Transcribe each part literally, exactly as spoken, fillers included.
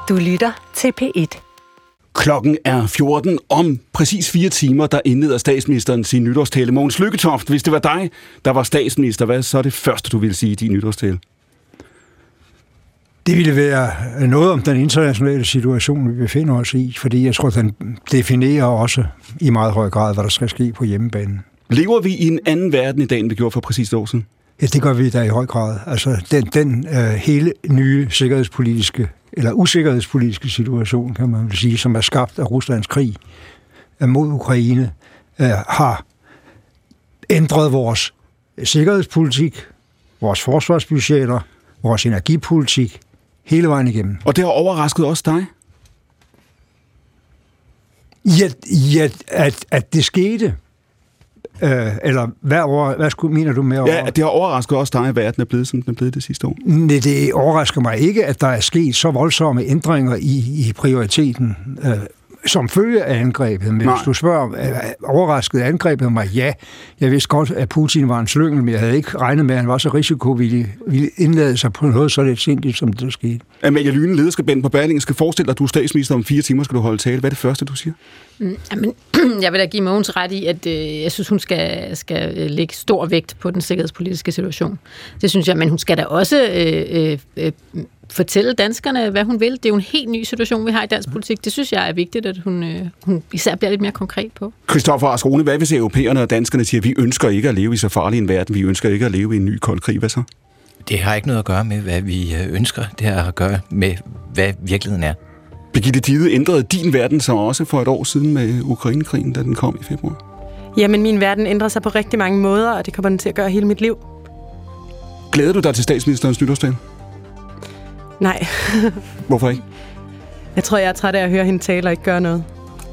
Du lytter til P et. Klokken er fjorten. Om præcis fire timer, der indleder statsministeren sin nytårstale. Mogens Lykketoft, hvis det var dig, der var statsminister, hvad så er det første, du ville sige i din nytårstale? Det ville være noget om den internationale situation, vi befinder os i, fordi jeg tror, den definerer også i meget høj grad, hvad der skal ske på hjemmebanen. Lever vi i en anden verden i dag, end vi gjorde for præcis et år siden? Ja, det gør vi da i høj grad. Altså, den, den uh, hele nye sikkerhedspolitiske, eller usikkerhedspolitiske situation, kan man vel sige, som er skabt af Ruslands krig mod Ukraine, uh, har ændret vores sikkerhedspolitik, vores forsvarsbudgetter, vores energipolitik, hele vejen igennem. Og det har overrasket også dig? Ja, ja at, at det skete. Øh, eller hvad, over, hvad skulle, mener du med over? Ja, det har overrasket også dig, at verden er blevet, som den er blevet det sidste år. Nej, det overrasker mig ikke, at der er sket så voldsomme ændringer i, i prioriteten, øh, som følge af angrebet. Men Nej. Hvis du spørger, øh, overraskede angrebet mig? Ja, jeg vidste godt, at Putin var en slyngel, men jeg havde ikke regnet med, at han var så risikovillig, ville indlade sig på noget så lidt sindigt, som det skete. Amalie Lyne, lederskribent på Berlingske, skal forestille dig, at du er statsminister om fire timer, skal du holde tale. Hvad er det første, du siger? Mm, jamen, jeg vil da give Mogens ret i, at øh, jeg synes, hun skal, skal lægge stor vægt på den sikkerhedspolitiske situation. Det synes jeg, men hun skal da også øh, øh, fortælle danskerne, hvad hun vil. Det er jo en helt ny situation, vi har i dansk politik. Det synes jeg er vigtigt, at hun, øh, hun især bliver lidt mere konkret på. Christoffer Asrone, hvad hvis europæerne og danskerne siger, at vi ønsker ikke at leve i så farlig en verden, vi ønsker ikke at leve i en ny kold krig? Hvad så? Det har ikke noget at gøre med, hvad vi ønsker. Det har at gøre med, hvad virkeligheden er. Birgitte Dide, ændrede din verden så også for et år siden med Ukrainekrigen, da den kom i februar? Jamen, min verden ændrer sig på rigtig mange måder, og det kommer den til at gøre hele mit liv. Glæder du dig til statsministerens nytårsdag? Nej. Hvorfor ikke? Jeg tror, jeg er træt af at høre hende tale og ikke gøre noget.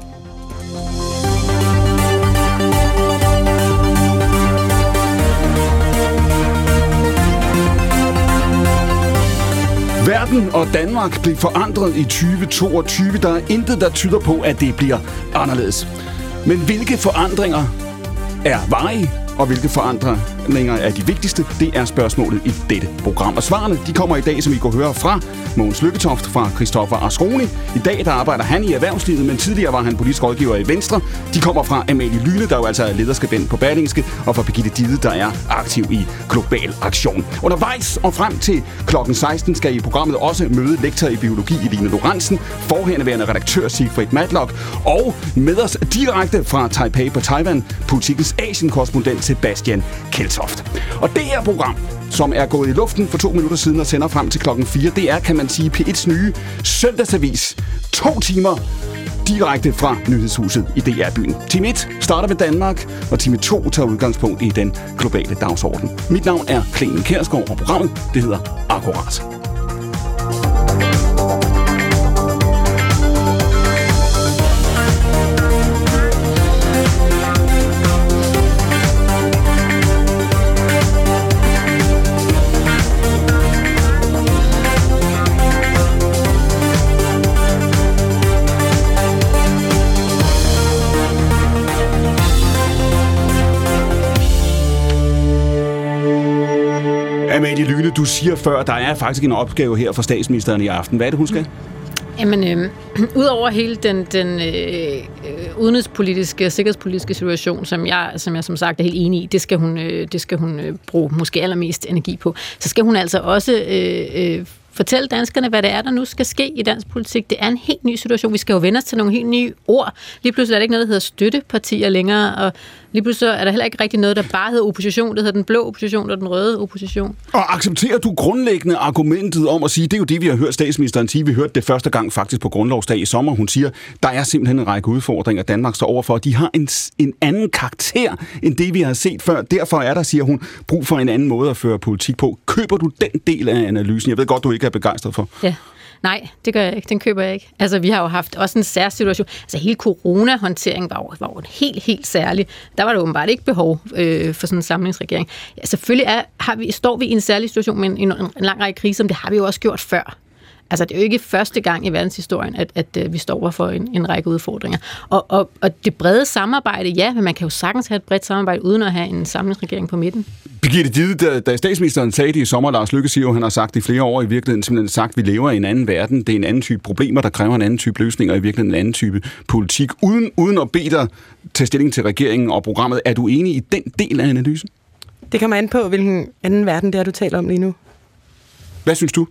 Verden og Danmark blev forandret i tyve toogtyve. Der er intet, der tyder på, at det bliver anderledes. Men hvilke forandringer er varige, og hvilke forandringer er de vigtigste? Det er spørgsmålet i dette program. Og svarene, de kommer i dag, som I kan høre fra Mogens Lykketoft, fra Christoffer Asrone. I dag, der arbejder han i erhvervslivet, men tidligere var han politisk rådgiver i Venstre. De kommer fra Amalie Lyne, der jo altså er lederskribent på Berlingske, og fra Birgitte Dide, der er aktiv i Global Aktion. Undervejs og frem til klokken seksten skal I i programmet også møde lektor i biologi Eline Lorentzen, forhenværende redaktør Sigfrid Matlock, og med os direkte fra Taipei på Taiwan, Politikens Asien-korrespondent Sebastian Keltoft. Og det her program, som er gået i luften for to minutter siden og sender frem til klokken fire, det er, kan man sige, P et's nye søndagsavis. To timer direkte fra nyhedshuset i D R-byen. Time et starter med Danmark, og time to tager udgangspunkt i den globale dagsorden. Mit navn er Clemen Kjærsgaard, og programmet, det hedder Akkurat. Amalie Lyne, du siger før, der er faktisk en opgave her for statsministeren i aften. Hvad er det, hun skal? Jamen, øh, udover hele den, den øh, udenrigspolitiske og sikkerhedspolitiske situation, som jeg, som jeg som sagt er helt enig i, det skal hun, øh, det skal hun øh, bruge måske allermest energi på, så skal hun altså også øh, øh, fortælle danskerne, hvad det er, der nu skal ske i dansk politik. Det er en helt ny situation. Vi skal jo vende os til nogle helt nye ord. Lige pludselig er det ikke noget, der hedder støttepartier længere, og lige pludselig er der heller ikke rigtig noget, der bare hedder opposition. Det hedder den blå opposition og den røde opposition. Og accepterer du grundlæggende argumentet om at sige, det er jo det, vi har hørt statsministeren sige. Vi hørte det første gang faktisk på grundlovsdag i sommer. Hun siger, der er simpelthen en række udfordringer, Danmark står overfor. De har en, en anden karakter, end det, vi har set før. Derfor er der, siger hun, brug for en anden måde at føre politik på. Køber du den del af analysen? Jeg ved godt, du ikke er begejstret for. Ja. Nej, det gør jeg ikke. Den køber jeg ikke. Altså, vi har jo haft også en særlig situation. Altså, hele corona-håndteringen var jo, var jo helt, helt særlig. Der var der åbenbart ikke behov øh, for sådan en samlingsregering. Ja, selvfølgelig er, har vi, står vi i en særlig situation med en, en, en lang række kriser, men det har vi jo også gjort før. Altså, det er jo ikke første gang i verdenshistorien, at, at, at vi står over for en, en række udfordringer. Og, og, og det brede samarbejde, ja, men man kan jo sagtens have et bredt samarbejde, uden at have en samlingsregering på midten. Birgitte Dide, da, da statsministeren sagde det i sommer, Lars Løkke siger jo, han har sagt det i flere år i virkeligheden, simpelthen sagt, at vi lever i en anden verden, det er en anden type problemer, der kræver en anden type løsninger, og i virkeligheden en anden type politik. Uden, uden at bede dig tage stilling til regeringen og programmet, er du enig i den del af analysen? Det kommer an på, hvilken anden verden det er, du taler om lige nu. Hvad synes du?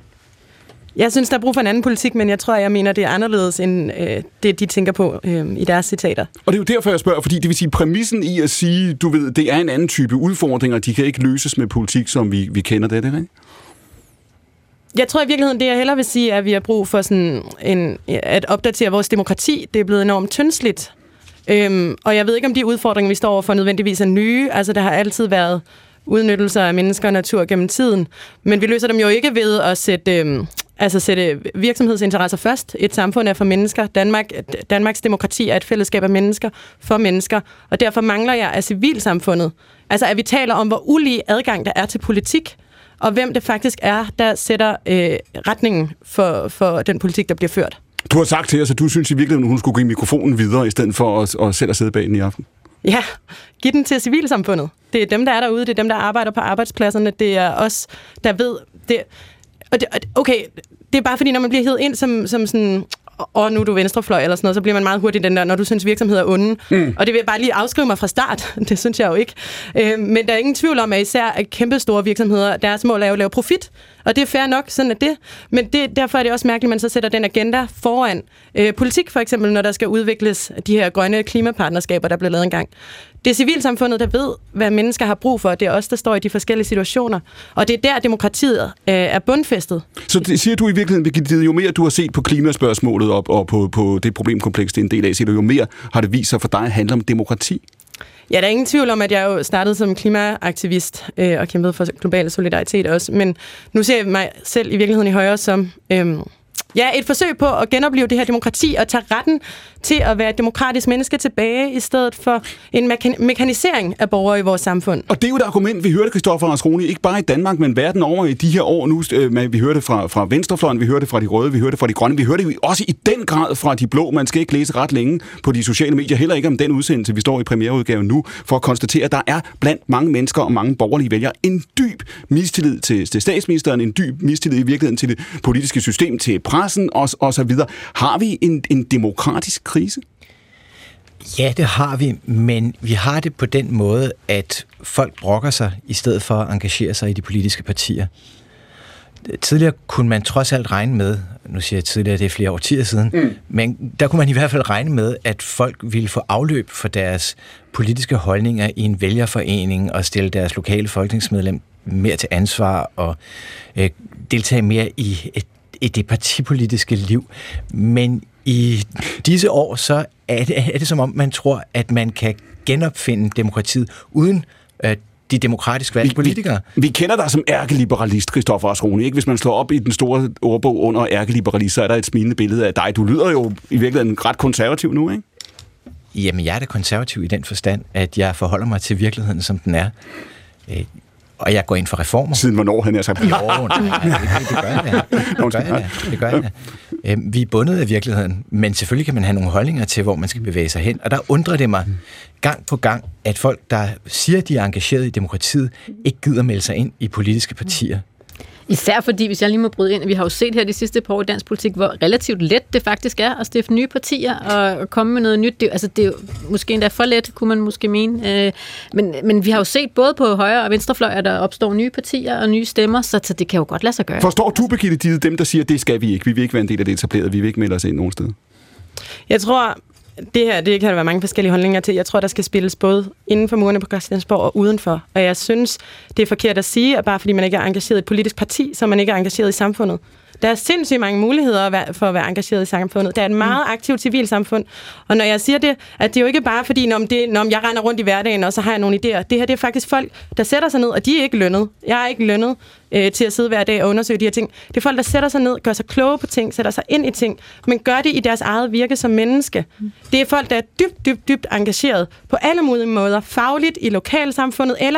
Jeg synes, der er brug for en anden politik, men jeg tror, jeg mener, det er anderledes end øh, det, de tænker på øh, i deres citater. Og det er jo derfor, jeg spørger, fordi det vil sige, præmissen i at sige, du ved, det er en anden type udfordringer, de kan ikke løses med politik, som vi, vi kender det, er det rigtigt? Jeg tror i virkeligheden, det jeg hellere vil sige, er, at vi har brug for sådan en, at opdatere vores demokrati. Det er blevet enormt tyndsligt. Øhm, og jeg ved ikke, om de udfordringer, vi står overfor, nødvendigvis er nye. Altså, der har altid været udnyttelser af mennesker og natur gennem tiden. Men vi løser dem jo ikke ved at sætte, øhm, altså sætte virksomhedsinteresser først. Et samfund er for mennesker. Danmark, Danmarks demokrati er et fællesskab af mennesker for mennesker. Og derfor mangler jeg af civilsamfundet. Altså, at vi taler om, hvor ulige adgang der er til politik, og hvem det faktisk er, der sætter øh, retningen for, for den politik, der bliver ført. Du har sagt til os, at du synes i virkeligheden, hun skulle give mikrofonen videre, i stedet for at, at selv at sidde bag den i aften. Ja, giv den til civilsamfundet. Det er dem, der er derude, det er dem, der arbejder på arbejdspladserne, det er os, der ved det. Og det okay, det er bare fordi, når man bliver hevet ind som, som sådan, og nu er du venstrefløj eller sådan noget, så bliver man meget hurtigt den der, når du synes virksomheder er onde. Mm. Og det vil jeg bare lige afskrive mig fra start. Det synes jeg jo ikke. Øh, men der er ingen tvivl om, at især kæmpe store virksomheder, deres mål er jo at lave profit. Og det er fair nok, sådan er det. Men det, derfor er det også mærkeligt, at man så sætter den agenda foran. Øh, politik for eksempel, når der skal udvikles de her grønne klimapartnerskaber, der blev lavet engang. Det er civilsamfundet, der ved, hvad mennesker har brug for. Det er os, der står i de forskellige situationer. Og det er der, demokratiet øh, er bundfæstet. Så det siger du i virkeligheden, Birgitte, jo mere du har set på klimaspørgsmålet og, og på, på det problemkompleks, det er en del af, siger du, jo mere har det vist sig for dig at handle om demokrati? Ja, der er ingen tvivl om, at jeg jo startede som klimaaktivist øh, og kæmpede for global solidaritet også. Men nu ser jeg mig selv i virkeligheden i højre som øh, ja, et forsøg på at genopleve det her demokrati og tage retten til at være et demokratisk menneske tilbage, i stedet for en mekan- mekanisering af borgere i vores samfund. Og det er jo et argument, vi hørte, Christoffer Rasroni, ikke bare i Danmark, men verden over i de her år nu. Øh, vi hørte det fra, fra venstrefløjen, vi hørte det fra de røde, vi hørte det fra de grønne, vi hørte det også i den grad fra de blå. Man skal ikke læse ret længe på de sociale medier, heller ikke om den udsendelse, vi står i premiereudgaven nu, for at konstatere, at der er blandt mange mennesker og mange borgerlige vælgere en dyb mistillid til, til statsministeren, en dyb mistillid i virkeligheden til det politiske system, til pressen og, og så videre. Har vi en, en demokratisk krise? Ja, det har vi, men vi har det på den måde, at folk brokker sig, i stedet for at engagere sig i de politiske partier. Tidligere kunne man trods alt regne med, nu siger jeg tidligere, det er flere årtier siden, mm. men der kunne man i hvert fald regne med, at folk ville få afløb for deres politiske holdninger i en vælgerforening og stille deres lokale folketingsmedlem mere til ansvar og øh, deltage mere i, et, i det partipolitiske liv. Men i disse år, så er det, er det som om, man tror, at man kan genopfinde demokratiet uden øh, de demokratisk valgte politikere. Vi, vi kender dig som ærkeliberalist, Christoffer Rasroni, ikke? Hvis man slår op i den store ordbog under ærkeliberalist, så er der et smilende billede af dig. Du lyder jo i virkeligheden ret konservativ nu, ikke? Jamen, jeg er da konservativ i den forstand, at jeg forholder mig til virkeligheden, som den er. Og jeg går ind for reformer. Siden hvornår, han har sagt? Jo, nej, det, det, det gør jeg da. Det gør jeg da. Det gør jeg da. Vi er bundet af virkeligheden, men selvfølgelig kan man have nogle holdninger til, hvor man skal bevæge sig hen. Og der undrer det mig gang på gang, at folk, der siger, at de er engageret i demokratiet, ikke gider melde sig ind i politiske partier. Især fordi, hvis jeg lige må bryde ind, vi har jo set her de sidste par år i dansk politik, hvor relativt let det faktisk er at stifte nye partier og komme med noget nyt. Det, altså, det er jo måske endda for let, kunne man måske mene. Øh, men, men vi har jo set både på højre- og venstrefløj, at der opstår nye partier og nye stemmer, så, så det kan jo godt lade sig gøre. Forstår du, Birgitte Dide, dem, der siger, at det skal vi ikke? Vi vil ikke være en del af det etablerede. Vi vil ikke melde os ind nogen sted. Jeg tror, det her, det kan der være mange forskellige holdninger til. Jeg tror, der skal spilles både inden for murene på Christiansborg og udenfor. Og jeg synes, det er forkert at sige, at bare fordi man ikke er engageret i et politisk parti, så er man ikke er engageret i samfundet. Der er sindssygt mange muligheder for at være engageret i samfundet. Der er et meget aktivt civilsamfund. Og når jeg siger det, at det er jo ikke bare fordi, når, det, når jeg render rundt i hverdagen, og så har jeg nogle idéer. Det her, det er faktisk folk, der sætter sig ned, og de er ikke lønnet. Jeg er ikke lønnet øh, til at sidde hver dag og undersøge de her ting. Det er folk, der sætter sig ned, gør sig kloge på ting, sætter sig ind i ting, men gør det i deres eget virke som menneske. Det er folk, der er dybt, dybt, dybt engageret på alle mulige måder. Fagligt i lokalsamfundet, eller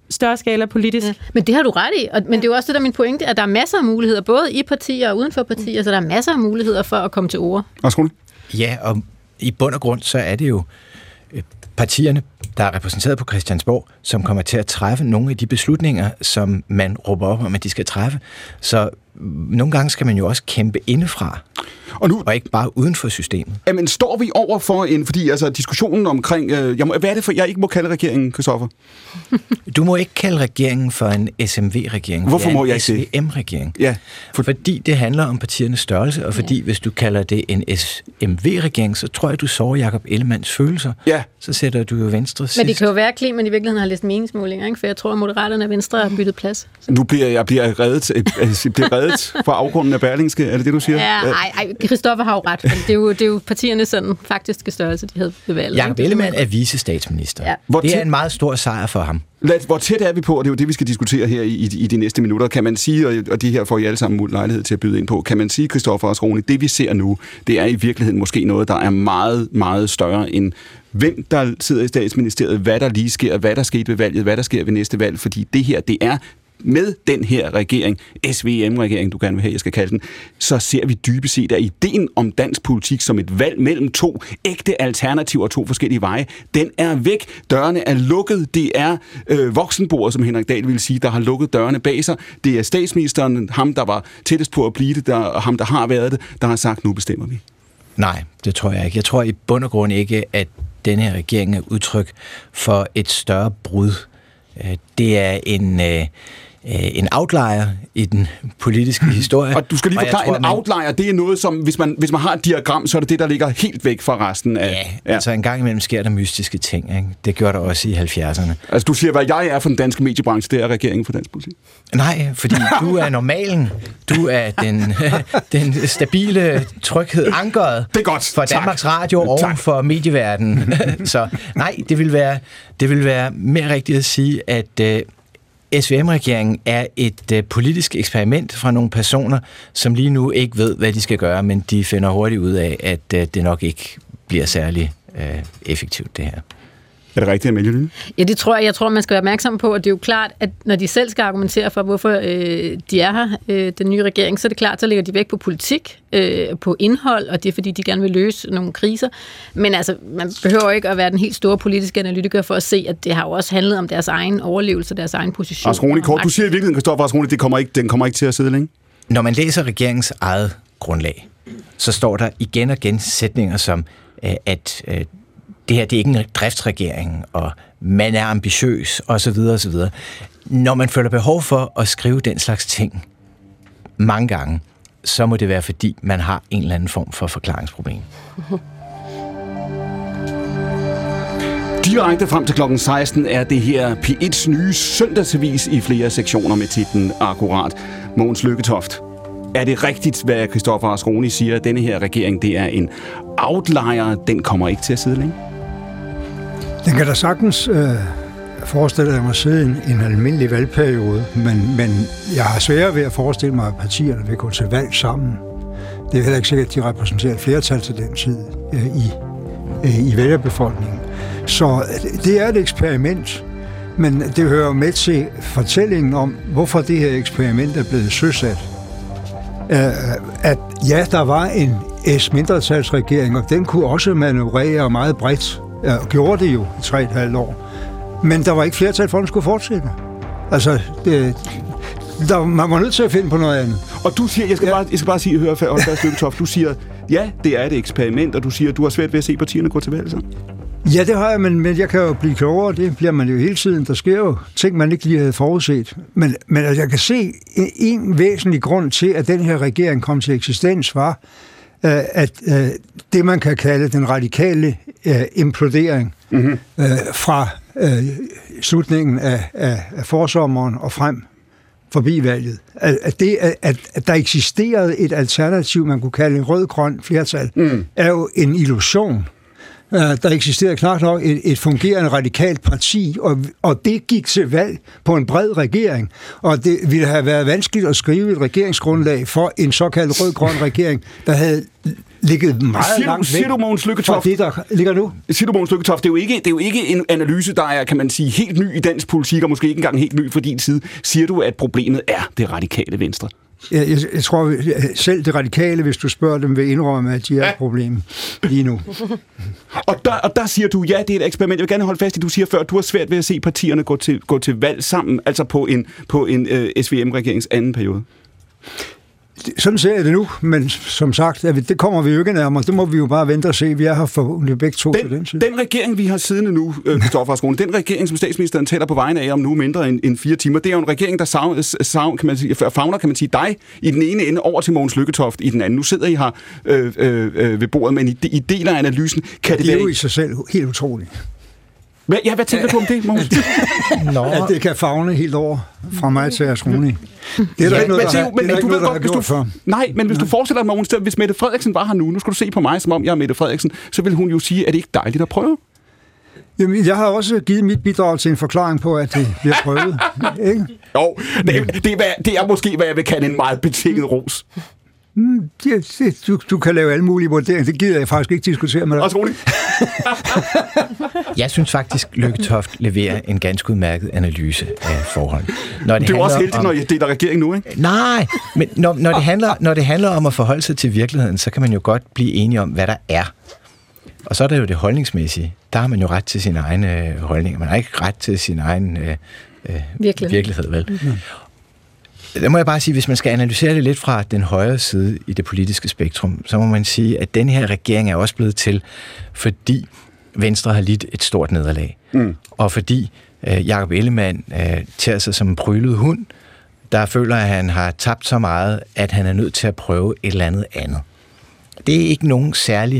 større skala politisk. Ja. Men det har du ret i, og, men det er jo også det, der er min pointe, at der er masser af muligheder, både i partier og uden for partier, så der er masser af muligheder for at komme til ord. Og ja, og i bund og grund, så er det jo partierne, der er repræsenteret på Christiansborg, som kommer til at træffe nogle af de beslutninger, som man råber op om, at de skal træffe. Så nogle gange skal man jo også kæmpe indefra, og, nu, og ikke bare uden for systemet. Jamen, står vi over for en, fordi altså diskussionen omkring, øh, jeg må, hvad er det for, jeg ikke må kalde regeringen, Christoffer? Du må ikke kalde regeringen for en S M V-regering. Hvorfor må jeg ikke det? En S V M-regering. Ja. For... Fordi det handler om partiernes størrelse, og fordi ja. hvis du kalder det en S M V-regering, så tror jeg, du sover Jakob Ellemanns følelser. Ja. Så sætter du jo Venstre sidst. Men det kan jo være, at Clemen i virkeligheden har læst meningsmålinger, ikke? For jeg tror, at Moderaterne og Venstre har byttet plads. Nu bliver jeg bliver reddet, jeg bliver reddet fra afgrunden af Berlingske, er det det, du siger? Ja, nej, ej, Christoffer har jo ret, men det er jo, det er jo partiernes sådan faktiske størrelse, de havde bevalget. Jakob Ellemann er vicestatsminister. Ja. Det er en meget stor sejr for ham. Lad, hvor tæt er vi på, og det er jo det, vi skal diskutere her i, i, i de næste minutter, kan man sige, og, og de her får I alle sammen lejlighed til at byde ind på, kan man sige, Christoffer Asroni, det vi ser nu, det er i virkeligheden måske noget, der er meget, meget større end hvem der sidder i statsministeriet, hvad der lige sker, hvad der skete ved valget, hvad der sker ved næste valg, fordi det her, det er med den her regering, S V M-regering, du gerne vil have, jeg skal kalde den, så ser vi dybest set, at ideen om dansk politik som et valg mellem to ægte alternativer og to forskellige veje, den er væk. Dørene er lukket. Det er øh, voksenbordet, som Henrik Dahl ville sige, der har lukket dørene bag sig. Det er statsministeren, ham der var tættest på at blive det, der, og ham der har været det, der har sagt, nu bestemmer vi. Nej, det tror jeg ikke. Jeg tror i bund og grund ikke, at denne her regering er udtryk for et større brud. Det er en... Øh, en outlier i den politiske historie. Og du skal lige forklare, tror, en man... outlier, det er noget, som, hvis man, hvis man har et diagram, så er det det, der ligger helt væk fra resten af... Ja, ja. Altså en gang imellem sker der mystiske ting, ikke? Det gjorde der også i halvfjerdserne. Altså du siger, hvad jeg er for den danske mediebranche, det er regeringen for dansk politik? Nej, fordi du er normalen. Du er den, den stabile tryghed, ankeret det er godt. For Danmarks tak. Radio og tak. For medieverdenen. Så nej, det vil være, det vil være mere rigtigt at sige, at øh, S V M-regeringen er et øh, politisk eksperiment fra nogle personer, som lige nu ikke ved, hvad de skal gøre, men de finder hurtigt ud af, at øh, det nok ikke bliver særlig øh, effektivt, det her. Er det rigtigt, Amelie? Ja, det tror jeg. Jeg tror, man skal være opmærksom på, at det er jo klart, at når de selv skal argumentere for, hvorfor øh, de er her, øh, den nye regering, så er det klart, så lægger de vægt på politik, øh, på indhold, og det er fordi, de gerne vil løse nogle kriser. Men altså, man behøver ikke at være den helt store politiske analytiker for at se, at det har jo også handlet om deres egen overlevelse, deres egen position. Asroni, kort, du siger i virkeligheden, Christoffer Asroni, det kommer ikke, den kommer ikke til at sidde længe? Når man læser regeringens eget grundlag, så står der igen og igen sætninger som, øh, at øh, det her, det er ikke en driftsregering, og man er ambitiøs, osv. osv. Når man føler behov for at skrive den slags ting mange gange, så må det være, fordi man har en eller anden form for forklaringsproblem. Direkte frem til klokken seksten er det her P et's nye søndagsavis i flere sektioner med titlen Akkurat. Mogens Lykketoft. Er det rigtigt, hvad Christoffer Asroni siger, at denne her regering, det er en outlier, den kommer ikke til at sidde længe? Den kan da sagtens øh, forestille mig at sidde en, en almindelig valgperiode, men, men jeg har sværere ved at forestille mig, at partierne vil gå til valg sammen. Det er heller ikke sikkert, at de repræsenterer et flertal til den tid øh, i, øh, i vælgerbefolkningen. Så det er et eksperiment, men det hører med til fortællingen om, hvorfor det her eksperiment er blevet søsat. At ja, der var en S-mindretalsregering, og den kunne også manøvrere meget bredt, og gjorde det jo i tre og et halvt år. Men der var ikke flertal for, at den skulle fortsætte. Altså, det, der, man var nødt til at finde på noget andet. Og du siger, jeg skal, ja. bare, jeg skal bare sige, høre Holger Lykketoft, du siger, ja, det er et eksperiment, og du siger, du har svært ved at se partierne gå til valg så. Ja, det har jeg, men, men jeg kan jo blive klogere, det bliver man jo hele tiden. Der sker jo ting, man ikke lige havde forudset. Men, men altså, jeg kan se en, en væsentlig grund til, at den her regering kom til eksistens, var, øh, at øh, det, man kan kalde den radikale øh, implodering mm-hmm. øh, fra øh, slutningen af, af, af forsommeren og frem forbi valget. At, at, det, at, at der eksisterede et alternativ, man kunne kalde en rød-grøn flertal, mm. er jo en illusion. Der eksisterede klart nok et, et fungerende radikalt parti, og, og det gik til valg på en bred regering. Og det ville have været vanskeligt at skrive et regeringsgrundlag for en såkaldt rød-grøn regering, der havde ligget meget siger du, langt væk siger du, Mogens Lykketoft, fra det, der ligger nu. Siger du, Mogens Lykketoft, det er jo ikke, det er jo ikke en analyse, der er, kan man sige, helt ny i dansk politik, og måske ikke engang helt ny fra din side. Siger du, at problemet er det radikale venstre? Jeg, jeg, jeg tror, selv det radikale, hvis du spørger dem, vil indrømme, at de er ja. et problem lige nu. Og der, og der siger du, ja, det er et eksperiment. Jeg vil gerne holde fast i, du siger før, at du har svært ved at se partierne gå til, gå til valg sammen, altså på en, på en uh, S V M-regerings anden periode. Sådan ser jeg det nu, men som sagt, det kommer vi jo ikke nærmere. Det må vi jo bare vente og se. Vi er her for begge to den, til den tid. Den regering, vi har siddende nu, Kristoffer Asrone, den regering, som statsministeren taler på vegne af om nu mindre end, end fire timer, det er jo en regering, der savner, savner, kan man sige, favner, kan man sige, dig i den ene ende over til Mogens Lykketoft i den anden. Nu sidder I her øh, øh, ved bordet, men I, I deler analysen. Kan det, det er være... jo i sig selv helt utroligt. Hvad, ja, hvad tænker du om det, Mogens? Nå. At det kan favne helt over fra mig til Asrone. Det er der ja, ikke noget, men, der, har, men, det er du noget, ved der godt, har gjort du, før. Nej, men hvis ja. du forestiller dig, Mogens, hvis Mette Frederiksen var her nu, nu skal du se på mig, som om jeg er Mette Frederiksen, så vil hun jo sige, at det ikke er dejligt at prøve. Jamen, jeg har også givet mit bidrag til en forklaring på, at det bliver prøvet. Ikke? Jo, det, det, er, det er måske, hvad jeg vil kalde en meget betinget ros. Mm, det, det, du, du kan lave alle mulige vurderinger. Det gider jeg faktisk ikke diskutere med dig. Også roligt. Jeg synes faktisk, Lykketoft leverer en ganske udmærket analyse af forhold. Når det det er jo også heldigt, om... når I deler regering nu, ikke? Nej, men når, når, det handler, når det handler om at forholde sig til virkeligheden, så kan man jo godt blive enige om, hvad der er. Og så er der jo det holdningsmæssige. Der har man jo ret til sine egne øh, holdninger. Man har ikke ret til sin egen øh, øh, virkelighed. virkelighed, vel? Mm-hmm. Der må jeg bare sige, hvis man skal analysere det lidt fra den højre side i det politiske spektrum, så må man sige, at den her regering er også blevet til, fordi Venstre har lidt et stort nederlag. Mm. Og fordi øh, Jakob Ellemann øh, tager sig som en prylet hund, der føler, at han har tabt så meget, at han er nødt til at prøve et eller andet andet. Det er ikke nogen særlig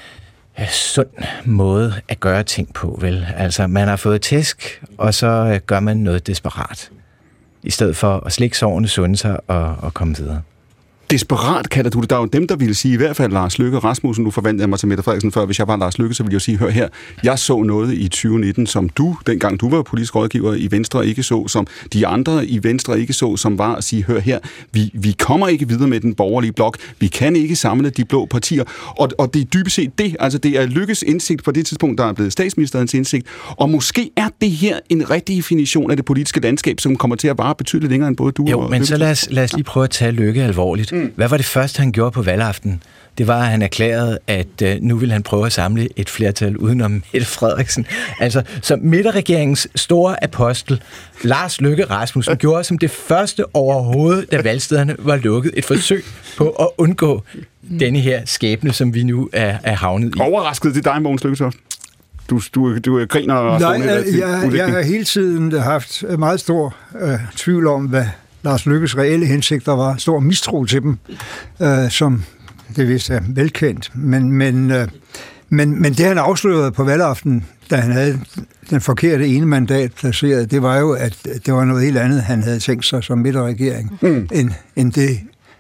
øh, sund måde at gøre ting på, vel? Altså, man har fået tæsk, og så øh, gør man noget desperat, i stedet for at slikke sårene, sunde sig og, og komme videre. Desperat kalder du det. Der er jo dem, der ville sige, i hvert fald Lars Løkke Rasmussen, nu forventede jeg mig til Mette Frederiksen før, hvis jeg var Lars Løkke, så ville jeg jo sige, hør her, jeg så noget i tyve nitten, som du, dengang du var politisk rådgiver i Venstre, ikke så, som de andre i Venstre ikke så, som var at sige, hør her, vi, vi kommer ikke videre med den borgerlige blok, vi kan ikke samle de blå partier, og, og det er dybest set det, altså det er Lykkes indsigt på det tidspunkt, der er blevet statsministerens indsigt, og måske er det her en rigtig definition af det politiske landskab, som kommer til at vare betydeligt længere end både du jo, og men Lykke. så lad os, lad os lige prøve at tage Lykke alvorligt. Mm. Hvad var det første, han gjorde på valgaften? Det var, at han erklærede, at øh, nu ville han prøve at samle et flertal udenom Mette Frederiksen. Altså, som midterregeringens store apostel, Lars Løkke Rasmussen, gjorde som det første overhovedet, da valgstederne var lukket, et forsøg på at undgå denne her skæbne, som vi nu er, er havnet i. Overraskede det dig, Mogens Lykketoft? Du, du, du griner og... Nej, jeg, jeg, jeg har hele tiden haft meget stor øh, tvivl om, hvad Lars Løkkes reelle hensigter var. Stor mistro til dem, øh, som det vist er velkendt. Men, men, øh, men, men det, han afslørede på valgaften, da han havde den forkerte ene mandat placeret, det var jo, at det var noget helt andet, han havde tænkt sig som midterregering, mm. end, end det,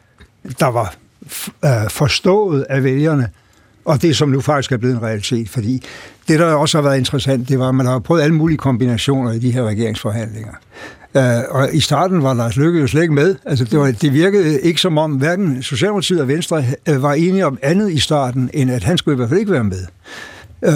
der var øh, forstået af vælgerne. Og det, som nu faktisk er blevet en realitet, fordi det, der også har været interessant, det var, at man har prøvet alle mulige kombinationer i de her regeringsforhandlinger. Uh, og i starten var Lars Løkke jo slet ikke med. Altså, det, var, det virkede ikke som om, hverken Socialdemokratiet og Venstre uh, var enige om andet i starten, end at han skulle i hvert fald ikke være med. Uh,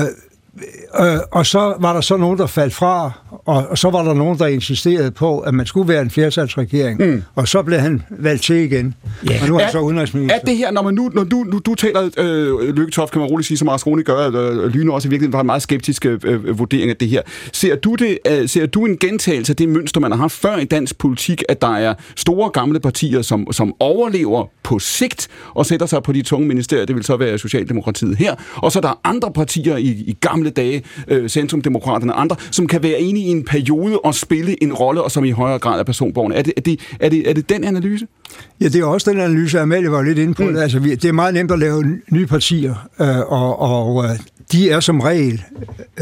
uh, og så var der så nogen, der faldt fra, og, og så var der nogen, der insisterede på, at man skulle være en flertalsregering, mm. og så blev han valgt til igen. Yeah. Og nu er han så udenrigsminister. Er det her, når man nu, når du, nu, du taler øh, Lykketoft, kan man roligt sige, som Lars Rune gør, øh, Lyne også i virkeligheden var en meget skeptisk øh, vurdering af det her. Ser du, det, øh, ser du en gentagelse af det mønster, man har haft før i dansk politik, at der er store gamle partier, som, som overlever på sigt og sætter sig på de tunge ministerier, det vil så være Socialdemokratiet her, og så er der andre partier i, i gamle dage, øh, Centrumdemokraterne og andre, som kan være enige i en periode og spille en rolle, og som i højere grad er personborgerne. Er det, er det, er det, er det den analyse? Ja, det er også den analyse, Amalie var lidt inde på. Mm. Altså, det er meget nemt at lave nye partier, øh, og, og øh, de er som regel, øh,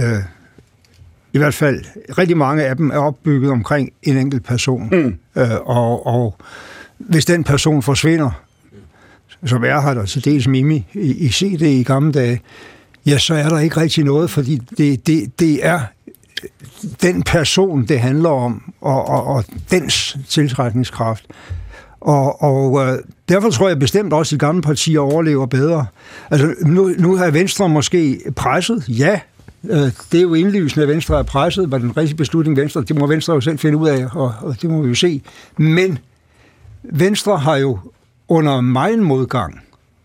i hvert fald rigtig mange af dem, er opbygget omkring en enkelt person. Mm. Øh, og, og hvis den person forsvinder, som er her, og til dels Mimi i, i C D i gamle dage, ja, så er der ikke rigtig noget, fordi det, det, det er den person, det handler om, og, og, og dens tiltrækningskraft. Og, og øh, derfor tror jeg bestemt også, at de gamle partier overlever bedre. Altså, nu, nu har Venstre måske presset, ja. Øh, det er jo indlysende, at Venstre er presset. Var den rigtige beslutning Venstre? Det må Venstre jo selv finde ud af, og, og det må vi jo se. Men Venstre har jo under megen modgang,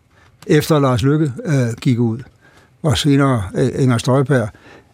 efter Lars Løkke øh, gik ud, og senere øh, Inger Støjberg,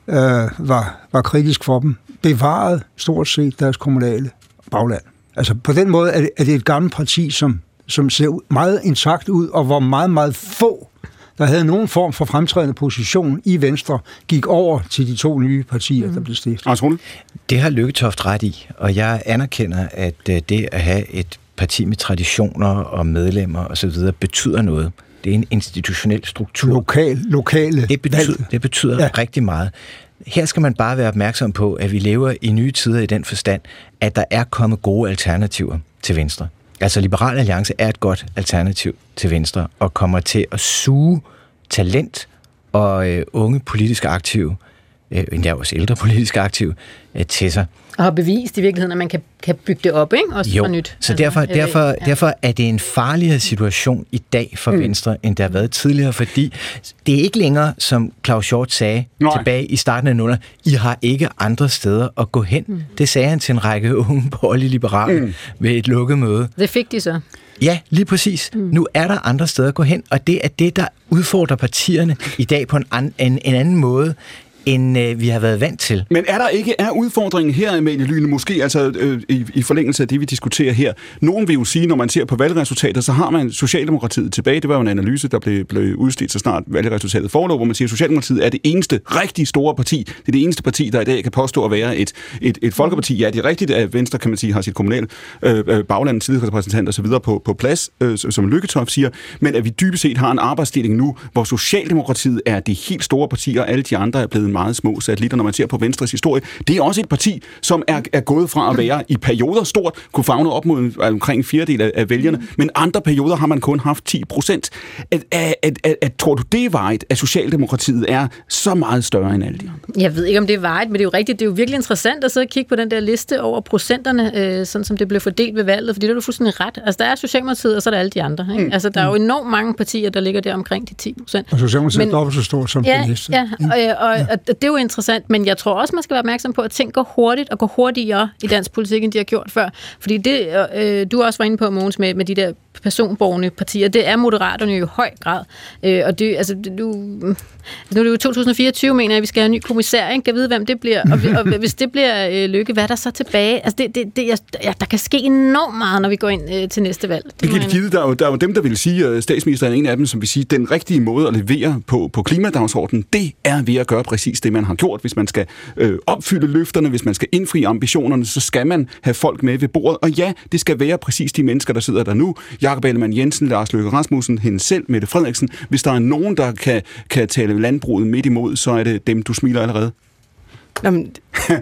øh, var, var kritisk for dem, bevaret stort set deres kommunale bagland. Altså på den måde er det, er det et gammelt parti, som, som ser meget intakt ud, og hvor meget, meget få, der havde nogen form for fremtrædende position i Venstre, gik over til de to nye partier, der blev stiftet. Det har Lykketoft ret i, og jeg anerkender, at det at have et parti med traditioner og medlemmer osv. betyder noget. Det er en institutionel struktur. Lokal, lokale det betyder, det betyder ja. rigtig meget. Her skal man bare være opmærksom på, at vi lever i nye tider i den forstand, at der er kommet gode alternativer til Venstre. Altså Liberal Alliance er et godt alternativ til Venstre, og kommer til at suge talent og øh, unge politiske aktive, øh, endda også ældre politiske aktive, øh, til sig. Og har bevist i virkeligheden, at man kan, kan bygge det op, ikke? Også jo, fra nyt. så altså, derfor, øh, derfor, ja. derfor er det en farligere situation i dag for mm. Venstre, end det har været tidligere, fordi det er ikke længere, som Claus Hjort sagde Nej. tilbage i starten af nullerne, I har ikke andre steder at gå hen. Mm. Det sagde han til en række unge borgerlige liberale mm. ved et lukket møde. Det fik de så. Ja, lige præcis. Mm. Nu er der andre steder at gå hen, og det er det, der udfordrer partierne i dag på en, an, en, en anden måde, end øh, vi har været vant til. Men er der ikke er udfordringen her, Amalie Lyne, måske altså øh, i, i forlængelse af det, vi diskuterer her? Nogen vil jo sige, når man ser på valgresultater, så har man Socialdemokratiet tilbage. Det var jo en analyse, der blev, blev udstedt så snart valgresultatet forelå, hvor man siger, at Socialdemokratiet er det eneste rigtig store parti. Det er det eneste parti, der i dag kan påstå at være et, et, et folkeparti. Ja, det er rigtigt, at Venstre, kan man sige, har sit kommunale øh, bagland, tillidsrepræsentant og så videre på, på plads, øh, som Lykketoft siger, men at vi dybest set har en arbejdsdeling nu, hvor Socialdemokratiet er det helt store parti, og alle de andre er blevet meget små satellitter, når man ser på Venstres historie. Det er også et parti, som er, er gået fra at være i perioder stort, kunne favne op mod omkring en fjerdedel af, af vælgerne, men andre perioder har man kun haft ti procent. At, at, at, at, at, tror du, det er vejet, at Socialdemokratiet er så meget større end alle de andre? Jeg ved ikke, om det er vejet, men det er jo rigtigt. Det er jo virkelig interessant at sidde og kigge på den der liste over procenterne, øh, sådan som det blev fordelt ved valget, fordi det er du fuldstændig ret. Altså, der er Socialdemokratiet, og så er der alle de andre. Ikke? Mm. Altså, der er jo enormt mange partier, der ligger der omkring de ti procent. Og Socialdemokratiet er dobbelt så stor som ja, den liste. Ja, og, og, og, og det er jo interessant, men jeg tror også, man skal være opmærksom på, at ting går hurtigt og går hurtigere i dansk politik, end de har gjort før. Fordi det, øh, du også var inde på, Mogens, med, med de der personborgerne partier, det er Moderaterne jo i høj grad. Øh, og det, altså, du, nu er det jo to tusind fireogtyve, mener jeg, at vi skal have en ny kommissær, ikke? Kan vide, hvem det bliver. Og, og hvis det bliver øh, Løkke, hvad er der så tilbage? Altså, det, det, det, ja, der kan ske enormt meget, når vi går ind øh, til næste valg. Det kan give, der, er jo, der er jo dem, der vil sige, at statsministeren er en af dem, som vil sige, at den rigtige måde at levere på, på klimadagsordenen, det er ved at gøre præcis det, man har gjort. Hvis man skal øh, opfylde løfterne, hvis man skal indfri ambitionerne, så skal man have folk med ved bordet. Og ja, det skal være præcis de mennesker, der sidder der nu. Jakob Ellemann-Jensen, Lars Løkke Rasmussen, hende selv, Mette Frederiksen. Hvis der er nogen, der kan, kan tale landbruget midt imod, så er det dem, du smiler allerede. Jamen, det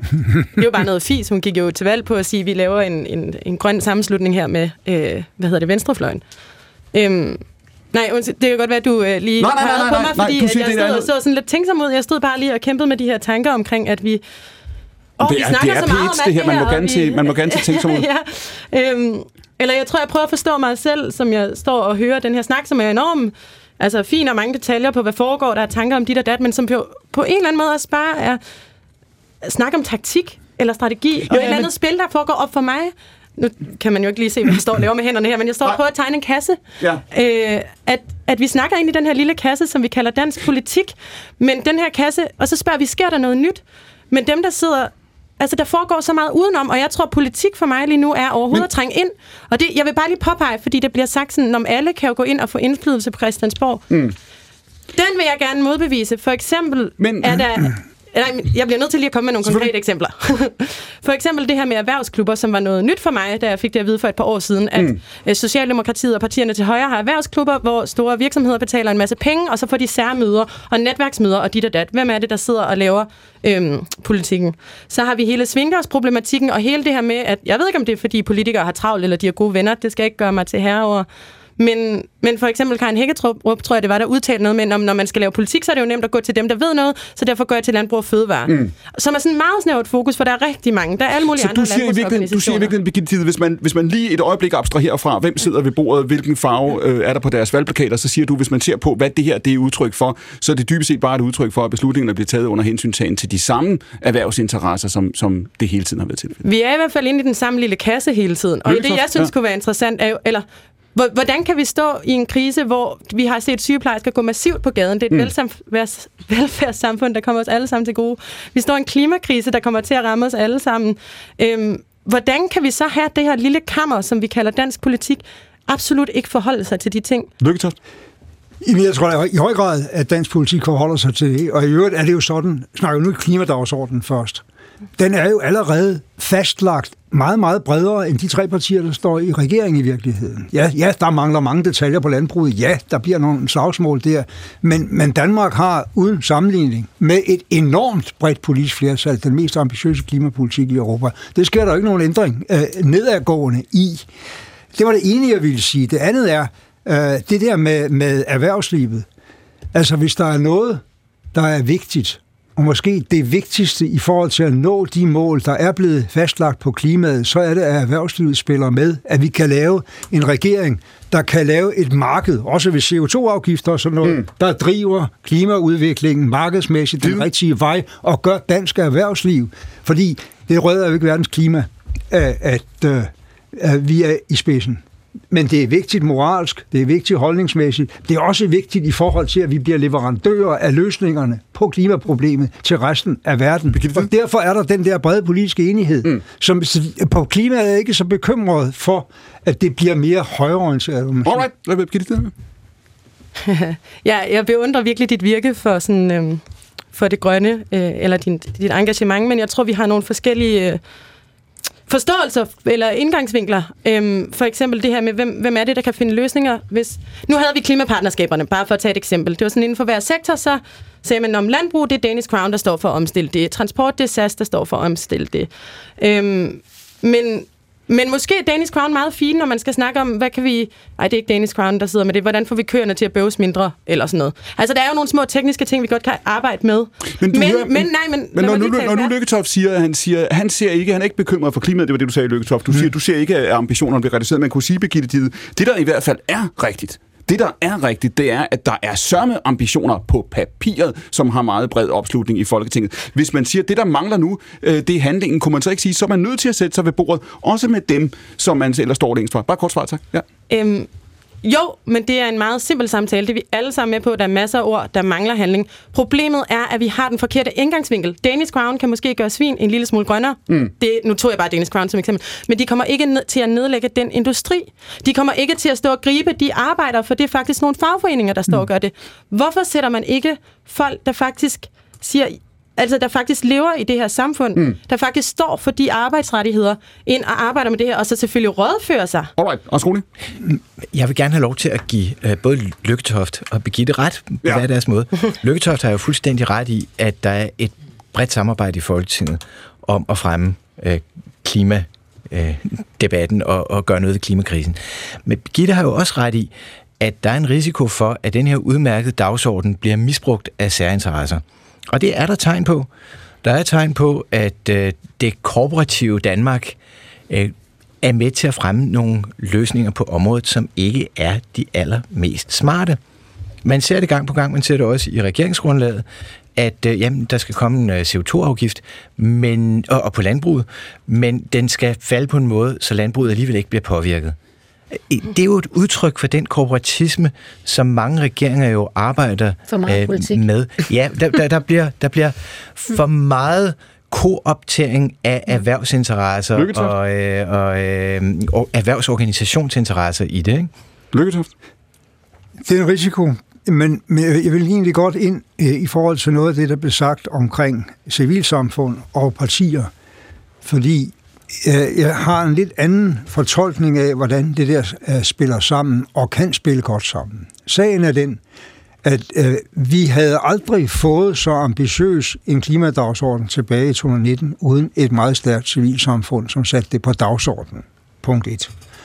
er jo bare noget fis. Hun gik jo til valg på at sige, at vi laver en, en, en grøn sammenslutning her med, øh, hvad hedder det, venstrefløjen. Øhm, nej, det kan godt være, at du øh, lige nej, nej, nej, nej, på mig, nej, fordi nej, at jeg stod og så sådan lidt tænksom ud. Jeg stod bare lige og kæmpede med de her tanker omkring, at vi... Oh, det er, vi snakker det er så meget pæt, om det her. Man må, gerne vi... til, man må gerne til tænke sig ud. ja. øhm, eller jeg tror, jeg prøver at forstå mig selv, som jeg står og hører den her snak, som er enorm, altså fin og mange detaljer på, hvad foregår, der er tanker om dit og dat, men som på, på en eller anden måde også bare er snak om taktik eller strategi, ja, og et men... eller andet spil, der foregår op for mig. Nu kan man jo ikke lige se, hvad jeg står og laver med hænderne her, men jeg står og prøver at tegne en kasse. Ja. Øh, at, at vi snakker ind i den her lille kasse, som vi kalder dansk politik, men den her kasse, og så spørger vi, sker der noget nyt? Men dem, der sidder... Altså, der foregår så meget udenom, og jeg tror, politik for mig lige nu er overhovedet men... at trænge ind. Og det, jeg vil bare lige påpege, fordi det bliver sagt sådan, om alle kan jo gå ind og få indflydelse på Christiansborg. Mm. Den vil jeg gerne modbevise. For eksempel men... er der... Jeg bliver nødt til lige at komme med nogle konkrete eksempler. For eksempel det her med erhvervsklubber, som var noget nyt for mig, da jeg fik det at vide for et par år siden, at mm. Socialdemokratiet og partierne til højre har erhvervsklubber, hvor store virksomheder betaler en masse penge, og så får de særmøder og netværksmøder og dit og dat. Hvem er det, der sidder og laver øhm, politikken? Så har vi hele svingdørsproblematikken og hele det her med, at jeg ved ikke, om det er, fordi politikere har travlt, eller de er gode venner, det skal ikke gøre mig til herre over. Men, men for eksempel Karen Hækkerup, tror jeg, det var, der udtalte noget med, når man skal lave politik, så er det jo nemt at gå til dem, der ved noget, så derfor går jeg til Landbrug og Fødevare. Mm. Som er sådan meget snævert fokus, for der er rigtig mange. Der er alle mulige så andre du siger i virkeligheden, du siger i virkeligheden, Birgitte Tide, hvis man, hvis man lige et øjeblik abstraherer fra, hvem sidder ved bordet, hvilken farve øh, er der på deres valgplakater, så siger du, hvis man ser på, hvad det her det er udtryk for, så er det dybest set bare et udtryk for, at beslutningerne bliver taget under hensyntagen til de samme erhvervsinteresser, som, som det hele tiden har været tilfældet. Vi er i hvert fald inde i den samme lille kasse hele tiden. Og det, jeg synes ja. kunne være interessant, er jo, eller hvordan kan vi stå i en krise, hvor vi har set sygeplejersker gå massivt på gaden? Det er et mm. velfærds, velfærdssamfund, der kommer os alle sammen til gode. Vi står i en klimakrise, der kommer til at ramme os alle sammen. Øhm, hvordan kan vi så have det her lille kammer, som vi kalder dansk politik, absolut ikke forholde sig til de ting? Lykketoft. Jeg tror i høj grad, at dansk politik forholder sig til det. Og i øvrigt er det jo sådan, snakker nu klimadagsordenen først. Den er jo allerede fastlagt meget, meget bredere end de tre partier, der står i regeringen i virkeligheden. Ja, ja, der mangler mange detaljer på landbruget. Ja, der bliver nogle slagsmål der. Men, men Danmark har uden sammenligning med et enormt bredt politisk flertal den mest ambitiøse klimapolitik i Europa. Det sker der ikke nogen ændring øh, nedadgående i. Det var det ene, jeg ville sige. Det andet er øh, det der med, med erhvervslivet. Altså, hvis der er noget, der er vigtigt, og måske det vigtigste i forhold til at nå de mål, der er blevet fastlagt på klimaet, så er det, at erhvervslivet spiller med, at vi kan lave en regering, der kan lave et marked, også ved C O to afgifter og sådan noget, mm. der driver klimaudviklingen markedsmæssigt den rigtige vej og gør dansk erhvervsliv. Fordi det rødder jo ikke verdens klima, at, at, at vi er i spidsen. Men det er vigtigt moralsk, det er vigtigt holdningsmæssigt, det er også vigtigt i forhold til, at vi bliver leverandører af løsningerne på klimaproblemet til resten af verden. Og derfor er der den der brede politiske enighed, mm. som på klimaet er ikke så bekymret for, at det bliver mere højreorienteret. Alright, lad mig Birgitte det. Ja, jeg beundrer virkelig dit virke for sådan øhm, for det grønne, øh, eller din, dit engagement, men jeg tror, vi har nogle forskellige øh, forståelser eller indgangsvinkler. Øhm, for eksempel det her med, hvem, hvem er det, der kan finde løsninger? Hvis nu havde vi klimapartnerskaberne, bare for at tage et eksempel. Det var sådan inden for hver sektor, så sagde man om landbrug, det er Danish Crown, der står for at omstille det. Transport, det er S A S, der står for at omstille det. Øhm, men Men måske er Danish Crown meget fint, når man skal snakke om, hvad kan vi... Ej, det er ikke Danish Crown, der sidder med det. Hvordan får vi køerne til at bøves mindre, eller sådan noget. Altså, der er jo nogle små tekniske ting, vi godt kan arbejde med. Men, du men, hører, men nej, men... Men når, nu, når nu Lykketoft siger, at han siger, han ser ikke, han er ikke bekymret for klimaet, det var det, du sagde, Lykketoft. Du mm. siger, du ser ikke, at ambitionerne bliver realiseret. Man kunne sige, Birgitte Tide, det der i hvert fald er rigtigt, det, der er rigtigt, det er, at der er sørme ambitioner på papiret, som har meget bred opslutning i Folketinget. Hvis man siger, at det, der mangler nu, det er handlingen, kunne man så ikke sige, så er man nødt til at sætte sig ved bordet, også med dem, som man ellers står længst for. Bare kort svar, tak. Ja. Øhm, jo, men det er en meget simpel samtale. Det er vi alle sammen med på. Der er masser af ord, der mangler handling. Problemet er, at vi har den forkerte indgangsvinkel. Danish Crown kan måske gøre svin en lille smule grønnere. Mm. Det, nu tog jeg bare Danish Crown som eksempel. Men de kommer ikke ned til at nedlægge den industri. De kommer ikke til at stå og gribe de arbejdere, for det er faktisk nogle fagforeninger, der står mm. og gør det. Hvorfor sætter man ikke folk, der faktisk siger... Altså, der faktisk lever i det her samfund, mm. der faktisk står for de arbejdsrettigheder, ind og arbejder med det her, og så selvfølgelig rådfører sig. Alright, og Skole? Jeg vil gerne have lov til at give uh, både Lykketoft og Birgitte ret på ja. hver deres måde. Lykketoft har jo fuldstændig ret i, at der er et bredt samarbejde i Folketinget om at fremme uh, klimadebatten uh, og, og gøre noget ved klimakrisen. Men Birgitte har jo også ret i, at der er en risiko for, at den her udmærkede dagsorden bliver misbrugt af særinteresser. Og det er der tegn på. Der er tegn på, at øh, det korporative Danmark øh, er med til at fremme nogle løsninger på området, som ikke er de allermest smarte. Man ser det gang på gang, man ser det også i regeringsgrundlaget, at øh, jamen, der skal komme en øh, C O to afgift men, og, og på landbruget, men den skal falde på en måde, så landbruget alligevel ikke bliver påvirket. Det er jo et udtryk for den korporatisme, som mange regeringer jo arbejder øh, med. Ja, der, der, der, bliver, der bliver for meget kooptering af erhvervsinteresser og, øh, og, øh, og erhvervsorganisationsinteresser i det, ikke? Lykketoft. Det er en risiko, men, men jeg vil egentlig godt ind øh, i forhold til noget af det, der blev sagt omkring civilsamfund og partier, fordi jeg har en lidt anden fortolkning af, hvordan det der spiller sammen, og kan spille godt sammen. Sagen er den, at øh, vi havde aldrig fået så ambitiøs en klimadagsorden tilbage i to tusind og nitten, uden et meget stærkt civilsamfund, som satte det på dagsordenen. Punkt et.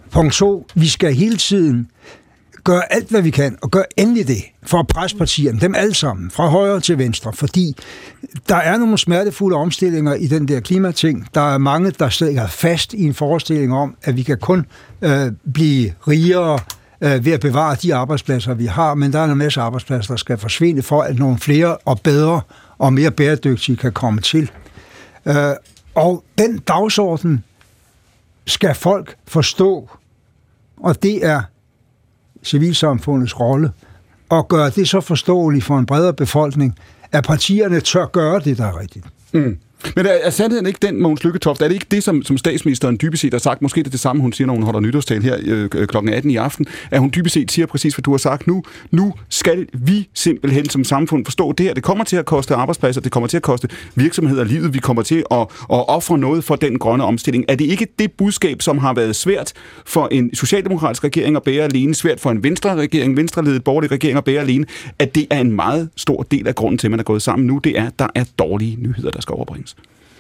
punkt to, vi skal hele tiden gøre alt, hvad vi kan, og gøre endelig det for at presse partierne, dem alle sammen, fra højre til venstre, fordi der er nogle smertefulde omstillinger i den der klimating. Der er mange, der stikker fast i en forestilling om, at vi kan kun øh, blive rigere øh, ved at bevare de arbejdspladser, vi har, men der er en masse arbejdspladser, der skal forsvinde for, at nogle flere og bedre og mere bæredygtige kan komme til. Øh, og den dagsorden skal folk forstå, og det er civilsamfundets rolle, og gøre det så forståeligt for en bredere befolkning, at partierne tør gøre det, der er rigtigt. Mm. Men er, er sandheden ikke den, Mogens Lykketoft? Er det ikke det, som, som statsministeren dybest set har sagt? Måske det er det samme, hun siger, når hun holder nytårstal her øh, klokken atten i aften, at hun dybest set siger præcis, hvad du har sagt nu. Nu skal vi simpelthen som samfund forstå det her. Det kommer til at koste arbejdspladser, det kommer til at koste virksomheder livet, vi kommer til at, at ofre noget for den grønne omstilling. Er det ikke det budskab, som har været svært for en socialdemokratisk regering at bære alene, svært for en venstre regering, venstreledet borgerlig regering at bære alene, at det er en meget stor del af grunden til, at man er gået sammen nu, det er, at der er dårlige nyheder, der skal overbringes?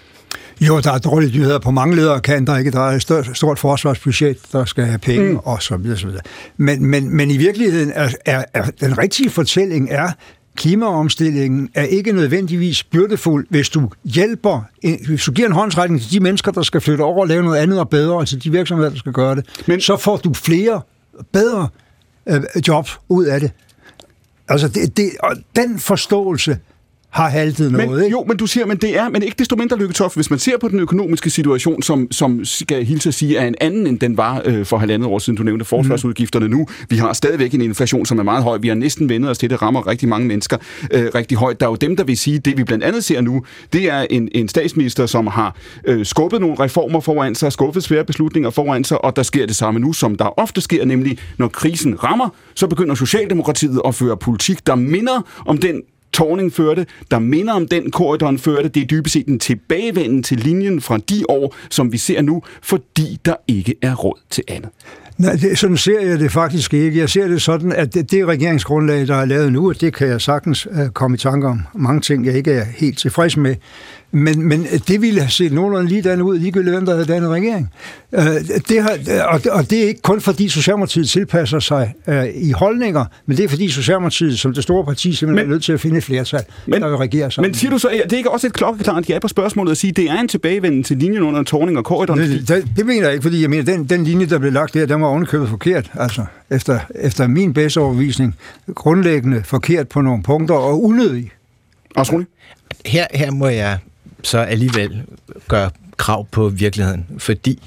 Jo, der er dårlige nyheder på mange ledere kanter, ikke? Der er et stort, stort forsvarsbudget, der skal have penge, mm. og så videre, så videre. Men, men, men i virkeligheden er, er, er den rigtige fortælling er, klimaomstillingen er ikke nødvendigvis byrdefuld, hvis du hjælper, hvis du giver en håndsrækning til de mennesker, der skal flytte over og lave noget andet og bedre, og til de virksomheder, der skal gøre det. Men så får du flere, bedre øh, job ud af det. Altså, det, det, og den forståelse har haltet noget, men, ikke? Jo, men du siger, men det er, men ikke desto mindre, Lykketoft, hvis man ser på den økonomiske situation, som, som skal hilse at sige, er en anden, end den var øh, for halvandet år siden, du nævnte forsvarsudgifterne nu. Vi har stadigvæk en inflation, som er meget høj. Vi har næsten vendet os til, det rammer rigtig mange mennesker øh, rigtig højt. Der er jo dem, der vil sige, det vi blandt andet ser nu, det er en, en statsminister, som har øh, skubbet nogle reformer foran sig, skubbet svære beslutninger foran sig, og der sker det samme nu, som der ofte sker, nemlig når krisen rammer, så begynder Socialdemokratiet at føre politik, der minder om den Thorning førte, der minder om den Corydon førte. Det er dybest set en tilbagevenden til linjen fra de år, som vi ser nu, fordi der ikke er råd til andet. Nej, det, sådan ser jeg det faktisk ikke. Jeg ser det sådan, at det, det regeringsgrundlag, der er lavet nu, det kan jeg sagtens uh, komme i tanke om. Mange ting, jeg ikke er helt tilfreds med. Men, men det ville have set nogenlunde lige den ud, ligegyldigt hvem der havde dannet regering. Uh, det har, og, og det er ikke kun fordi Socialdemokratiet tilpasser sig uh, i holdninger, men det er fordi Socialdemokratiet som det store parti simpelthen men, er nødt til at finde et flertal, men, der vil regere sammen. Men siger du så, at det ikke også et klokkeklart ja på spørgsmålet at sige, at det er en tilbagevenden til linjen under Thorning og Corydon? Det, det, det mener jeg ikke, fordi jeg mener, den, den linje, der blev lagt der, den var ovenikøbet forkert. Altså, efter, efter min bedste overbevisning, grundlæggende forkert på nogle punkter og unødig. Også her, her må jeg så alligevel gøre krav på virkeligheden, fordi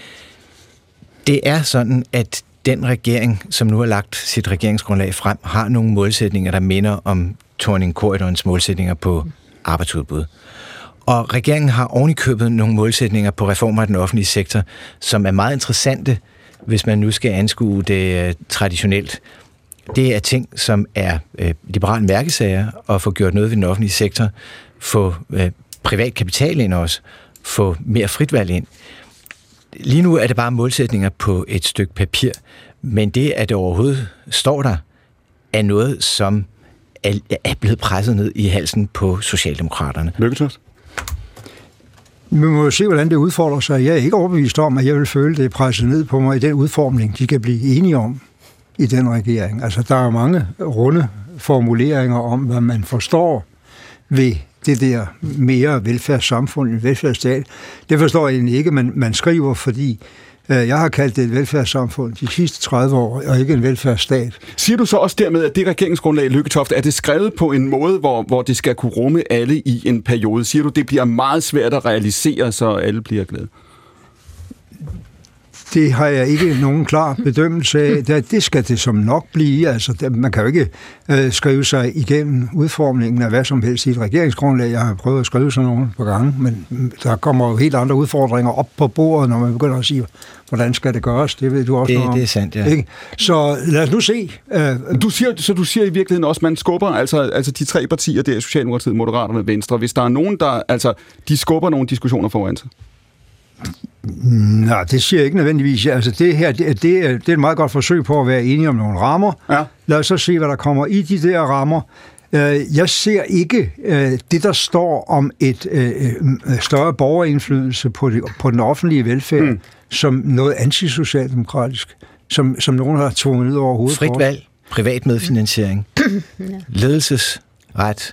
det er sådan, at den regering, som nu har lagt sit regeringsgrundlag frem, har nogle målsætninger, der minder om Thorning Corydons målsætninger på arbejdsudbud. Og regeringen har ovenikøbet nogle målsætninger på reformer af den offentlige sektor, som er meget interessante, hvis man nu skal anskue det uh, traditionelt. Det er ting, som er uh, liberale mærkesager, at få gjort noget ved den offentlige sektor, få uh, privat kapital ind også, få mere fritvalg ind. Lige nu er det bare målsætninger på et stykke papir, men det, at det overhovedet står der, er noget, som er blevet presset ned i halsen på Socialdemokraterne. Lykketoft? Vi må jo se, hvordan det udfordrer sig. Jeg er ikke overbevist om, at jeg vil føle, det er presset ned på mig i den udformning, de kan blive enige om i den regering. Altså, der er mange runde formuleringer om, hvad man forstår ved det der mere velfærdssamfund, en velfærdsstat. Det forstår jeg egentlig ikke, men man skriver, fordi øh, jeg har kaldt det et velfærdssamfund de sidste tredive år, og ikke en velfærdsstat. Siger du så også dermed, at det regeringsgrundlag, Lykketoft, er det skrevet på en måde, hvor, hvor det skal kunne rumme alle i en periode? Siger du, det bliver meget svært at realisere, så alle bliver glade? Det har jeg ikke nogen klar bedømmelse af. Det skal det som nok blive. Altså, man kan jo ikke øh, skrive sig igennem udformningen af hvad som helst i et regeringsgrundlag. Jeg har prøvet at skrive sådan nogle på gange, men der kommer jo helt andre udfordringer op på bordet, når man begynder at sige, hvordan skal det gøres? Det ved du også det, noget om. Det er sandt, ja. Ikke? Så lad os nu se. Du siger, så du siger i virkeligheden også, man skubber altså, altså de tre partier, det er Socialdemokratiet, Moderaterne og Venstre. Hvis der er nogen, der altså, de skubber nogle diskussioner foran sig. Nej, det siger jeg ikke nødvendigvis. Altså det her, det, det, er, det er et meget godt forsøg på at være enige om nogle rammer. Ja. Lad os så se, hvad der kommer i de der rammer. Jeg ser ikke det, der står om et større borgerindflydelse på, det, på den offentlige velfærd, mm. som noget antisocialdemokratisk, som, som nogen har tvunget ned over hovedet. Frit valg, privat medfinansiering, ledelsesret,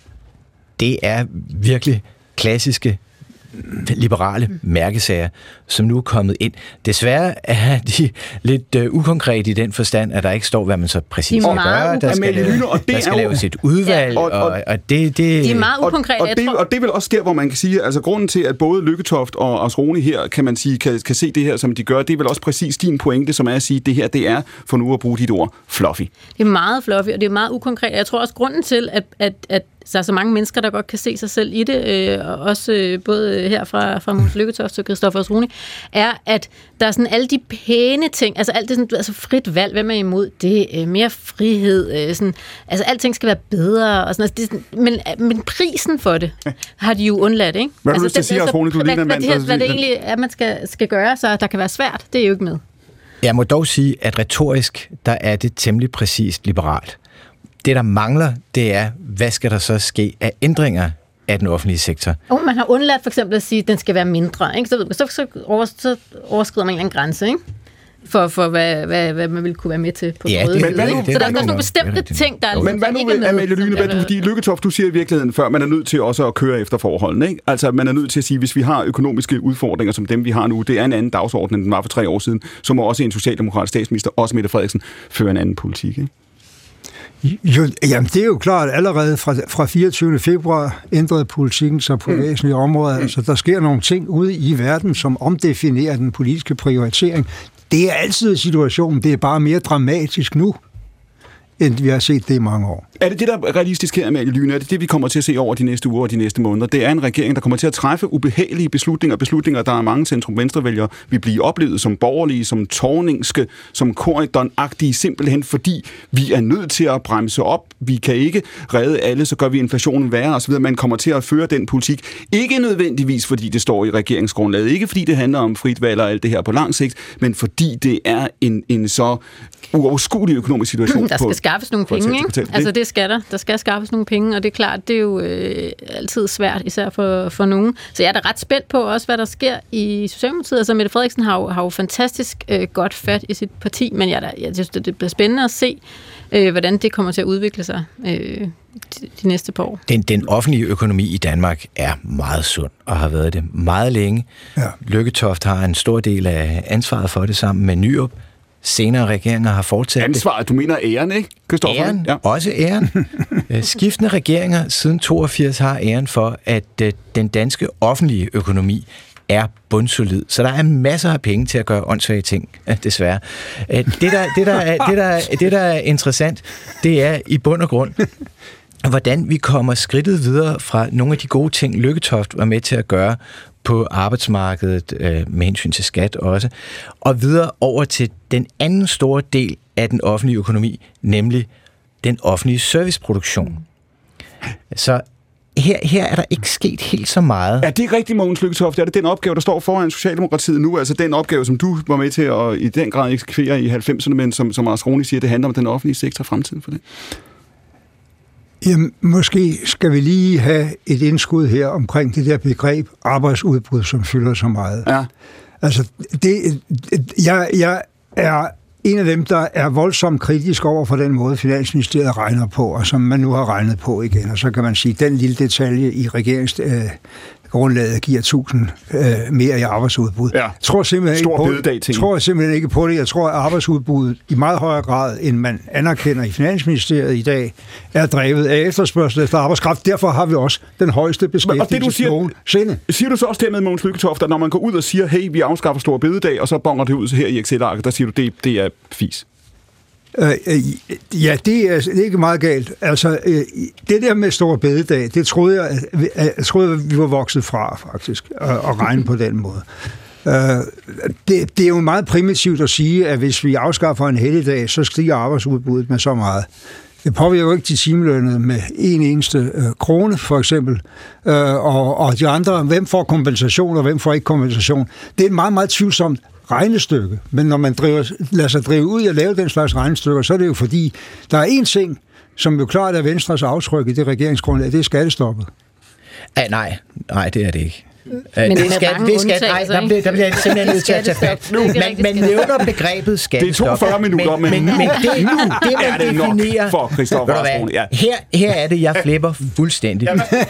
det er virkelig klassiske liberale mærkesager, som nu er kommet ind. Desværre er de lidt uh, ukonkrete i den forstand, at der ikke står, hvad man så præcis skal gøre. Der skal, lave, og det der skal jo, laves et udvalg, ja. og, og, og det... det de er meget ukonkrete. Og, og, det, og det er vel også der, hvor man kan sige, altså grunden til, at både Lykketoft og Asroni her, kan man sige, kan, kan se det her, som de gør, det er vel også præcis din pointe, som er at sige, at det her, det er, for nu at bruge dit ord, fluffy. Det er meget fluffy, og det er meget ukonkret. Jeg tror også, grunden til, at, at, at der er så mange mennesker, der godt kan se sig selv i det, øh, og også øh, både her fra, fra Mogens Lykketoft til Christoffer Asroni, er, at der er sådan alle de pæne ting, altså alt det sådan, altså frit valg, hvem er imod det, øh, mere frihed, øh, sådan, altså alting skal være bedre, og sådan, altså, det er sådan, men, men prisen for det har de jo undladt, ikke? Hvad vil altså, du sige, Asroni, du ligner en mand, der... Hvad det egentlig er, man skal, skal gøre, så der kan være svært, det er jo ikke med. Jeg må dog sige, at retorisk, der er det temmelig præcist liberalt. Det, der mangler, det er, hvad skal der så ske af ændringer af den offentlige sektor? Oh, man har undladt for eksempel at sige, at den skal være mindre. Ikke? Så, så, så, over, så overskrider man en eller anden grænse, ikke? For, for hvad, hvad, hvad man ville kunne være med til på ja, røde det, side. men, så der er også nogle bestemte ting, der er men hvad nu med Amalie Lyne, fordi Lykketoft, du siger i virkeligheden før, man er nødt til også at køre efter forholdene, ikke? Altså, man er nødt til at sige, hvis vi har økonomiske udfordringer som dem, vi har nu, det er en anden dagsorden, end den var for tre år siden, så må også en socialdemokratisk statsminister, også Mette Frederiksen, føre en anden politik, ikke? Jo, jamen, det er jo klart, at allerede fra, fra fireogtyvende februar ændrede politikken sig på mm. væsentlige områder. Mm. Altså, der sker nogle ting ude i verden, som omdefinerer den politiske prioritering. Det er altid situationen, det er bare mere dramatisk nu, end vi har set det i mange år. Er det det, der er realistisk her, Amalie Lyne? Er det det, vi kommer til at se over de næste uger og de næste måneder? Det er en regering, der kommer til at træffe ubehagelige beslutninger, beslutninger, der er mange centrum-venstre-vælgere vil blive oplevet som borgerlige, som tårningske, som Corydon-agtige, simpelthen fordi vi er nødt til at bremse op. Vi kan ikke redde alle, så gør vi inflationen værre osv. Man kommer til at føre den politik. Ikke nødvendigvis, fordi det står i regeringsgrundlaget. Ikke fordi det handler om frit valg og alt det her på lang sigt, men fordi det er en, en så uoverskuelig økonomisk situation. Der skal skaffes nogle penge, ikke? Altså det skal der. Der skal skaffes nogle penge, og det er klart, det er jo øh, altid svært, især for, for nogen. Så jeg er da ret spændt på også, hvad der sker i Socialdemokratiet. Altså Mette Frederiksen har jo, har jo fantastisk øh, godt fat i sit parti, men jeg, der, jeg synes, det bliver spændende at se, øh, hvordan det kommer til at udvikle sig øh, de, de næste par år. Den, den offentlige økonomi i Danmark er meget sund, og har været det meget længe. Ja. Lykketoft har en stor del af ansvaret for det sammen med Nyrup. Senere regeringer har fortsat ansvaret, du mener æren, ikke, Christoffer? Æren, ja. Også æren. Skiftende regeringer siden toogfirs har æren for, at den danske offentlige økonomi er bundsolid. Så der er masser af penge til at gøre åndssvage ting, desværre. Det, der, det, der er, det, der, det, der er interessant, det er i bund og grund, hvordan vi kommer skridtet videre fra nogle af de gode ting, Lykketoft var med til at gøre på arbejdsmarkedet, øh, med hensyn til skat også, og videre over til den anden store del af den offentlige økonomi, nemlig den offentlige serviceproduktion. Så her, her er der ikke sket helt så meget. Er det rigtigt, Mogens Lykketoft? Er det den opgave, der står foran Socialdemokratiet nu? Altså den opgave, som du var med til at i den grad eksekvere i halvfemserne, men som, som Asroni siger, det handler om den offentlige sektor fremtiden for det? Jamen, måske skal vi lige have et indskud her omkring det der begreb arbejdsudbud, som fylder så meget. Ja. Altså, det, jeg, jeg er en af dem, der er voldsomt kritisk over for den måde, Finansministeriet regner på, og som man nu har regnet på igen. Og så kan man sige, at den lille detalje i regeringens øh, grundlaget giver tusind øh, mere i arbejdsudbud. Ja. Tror simpelthen Stor ikke på, ting. tror jeg simpelthen ikke på det. Jeg tror, at arbejdsudbuddet i meget højere grad, end man anerkender i Finansministeriet i dag, er drevet af efterspørgsel efter arbejdskraft. Derfor har vi også den højeste beskæftigelse nogensinde. Siger du så også dermed, Mogens Lykketoft, at når man går ud og siger, hey, vi afskaffer store bededag, og så bonger det ud her i Excel-arket, der siger du, det, det er fis? Øh, ja, det er, det er ikke meget galt. Altså, øh, det der med store bededag, det troede jeg, at, jeg troede, at vi var vokset fra, faktisk, at, at regne på den måde. Øh, det, det er jo meget primitivt at sige, at hvis vi afskaffer en helligdag, så stiger arbejdsudbuddet med så meget. Det påvirker jo ikke de timelønnede med en eneste øh, krone, for eksempel. Øh, og, og de andre, hvem får kompensation, og hvem får ikke kompensation. Det er et meget, meget tvivlsomt regnestykke. Men når man driver, lader sig drive ud og lave den slags regnestykker, så er det jo fordi, der er én ting, som jo klart er Venstres aftryk i det regeringsgrundlag, det er skattestoppet. Ah, nej, nej, det er det ikke. Men det skal, det skal, nej, der bliver, der bliver simpelthen nødt til at tage fat. Man, man nævner begrebet skattestop. Det er toogfyrre minutter, men, men, men, men det, det, nu det, er det definerer, nok for Christoffer Rasmussen. Ja. Her, her er det, jeg flipper fuldstændig.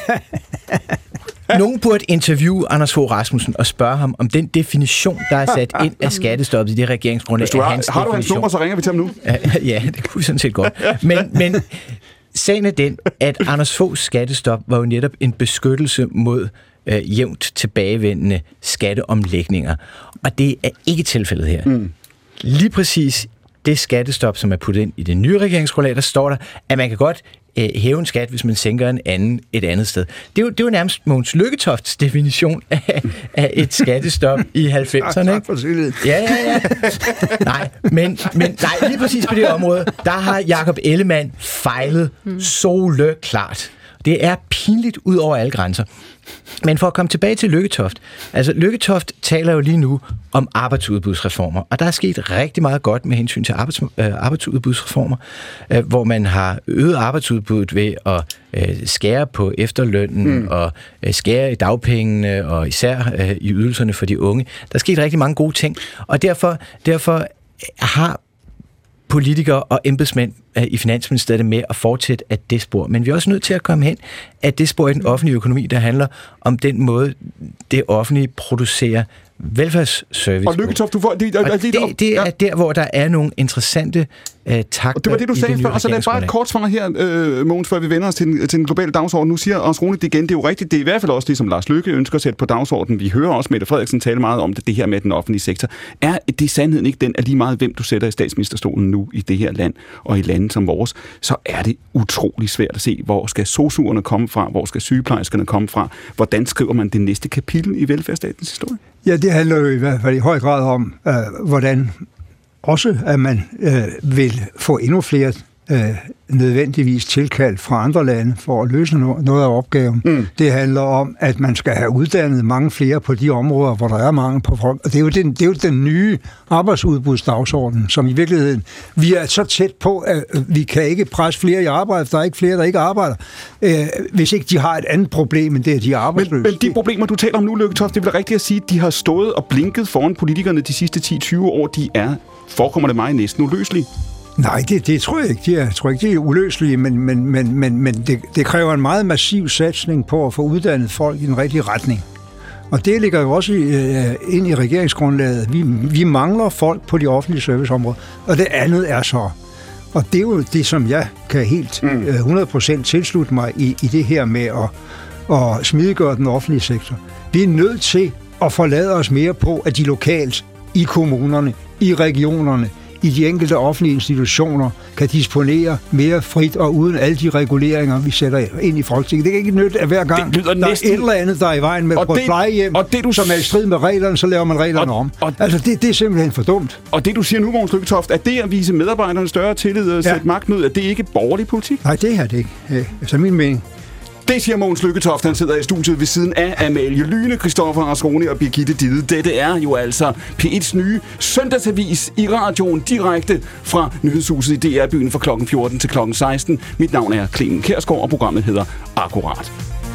Nogen burde interviewe Anders Fogh Rasmussen og spørge ham om den definition, der er sat ind af skattestoppet i det regeringsgrundlag. Hvis du har, har du hans nummer, så ringer vi til ham nu. Ja, det kunne vi sådan set godt. Men, men sagen er den, at Anders Foghs skattestop var jo netop en beskyttelse mod øh, jævnt tilbagevendende skatteomlægninger. Og det er ikke tilfældet her. Mm. Lige præcis det skattestop, som er puttet ind i det nye regeringsgrundlag, der står der, at man kan godt øh, hæve en skat, hvis man sænker en anden et andet sted. Det er jo, det er jo nærmest Mogens Lykketofts definition af, af et skattestop i halvfemserne. Tak for tillid. Ja, ja, ja. Nej, men, men nej, lige præcis på det område, der har Jakob Ellemann fejlet mm. soleklart. Det er pinligt ud over alle grænser. Men for at komme tilbage til Lykketoft, altså Lykketoft taler jo lige nu om arbejdsudbudsreformer, og der er sket rigtig meget godt med hensyn til arbejds, øh, arbejdsudbudsreformer, øh, hvor man har øget arbejdsudbuddet ved at øh, skære på efterlønnen mm. og øh, skære i dagpengene og især øh, i ydelserne for de unge. Der er sket rigtig mange gode ting, og derfor, derfor har politikere og embedsmænd i Finansministeriet med at fortsætte af det spor. Men vi er også nødt til at komme hen af det spor i den offentlige økonomi, der handler om den måde, det offentlige producerer velfærdsservice. Og Lykketoft, du får... Det, og det, det, det er ja. der, hvor der er nogle interessante uh, takter. Og det var det, du sagde før, og så lad bare et kort svar her, øh, Mogens, før vi vender os til, til den globale dagsorden. Nu siger Anders Rune det igen, det er jo rigtigt, det er i hvert fald også det, som Lars Løkke ønsker at sætte på dagsordenen. Vi hører også Mette Frederiksen tale meget om det, det her med den offentlige sektor. Er det sandheden ikke den, at lige meget hvem du sætter i statsministerstolen nu i det her land, og i lande som vores, så er det utrolig svært at se, hvor skal sosuerne komme fra, hvor skal sygeplejerskerne komme fra, hvordan skriver man det næste kapitel i velfærdsstatens historie? Ja, det handler jo i hvert fald i høj grad om, øh, hvordan også, at man øh, vil få endnu flere øh, nødvendigvis tilkaldt fra andre lande for at løse no- noget af opgaven. Mm. Det handler om, at man skal have uddannet mange flere på de områder, hvor der er mange på folk. Og det er jo den, det er jo den nye arbejdsudbudsdagsorden, som i virkeligheden, vi er så tæt på, at vi kan ikke presse flere i arbejde, der er ikke flere, der ikke arbejder, øh, hvis ikke de har et andet problem, end det, at de er arbejdsløse. Men, men de problemer, du taler om nu, Lykketoft, det er vel rigtigt at sige, at de har stået og blinket foran politikerne de sidste ti til tyve år, de er, forekommer det mig, næsten uløselige. Nej, det, det tror jeg ikke. De er, jeg tror ikke, de er uløselige, men, men, men, men, men det, det kræver en meget massiv satsning på at få uddannet folk i den rigtige retning. Og det ligger jo også i, uh, ind i regeringsgrundlaget. Vi, vi mangler folk på de offentlige serviceområder, og det andet er så. Og det er jo det, som jeg kan helt uh, hundrede procent tilslutte mig i, i det her med at, at smidiggøre den offentlige sektor. Vi er nødt til at forlade os mere på, at de lokalt, i kommunerne, i regionerne, i de enkelte offentlige institutioner kan disponere mere frit og uden alle de reguleringer, vi sætter ind i Folketinget. Det kan ikke nytte, at hver gang der næsten er et eller andet, der er i vejen med på et plejehjem, og det, du... som er i strid med reglerne, så laver man reglerne og, om. Og, altså, det, det er simpelthen for dumt. Og det, du siger nu, Mogens Lykketoft, at det at vise medarbejderne større tillid og sætte ja. magt ned, at det ikke er borgerlig politik? Nej, det er det ikke. Altså min mening. Det siger Mogens Lykketoft, han sidder i studiet ved siden af Amalie Lyne, Christoffer Rasmussen og Birgitte Dide. Dette er jo altså P et's nye søndagsavis i radioen direkte fra Nyhedshuset i D R-byen fra klokken fjorten til klokken seksten. Mit navn er Clemen Kjærsgaard, og programmet hedder Akkurat.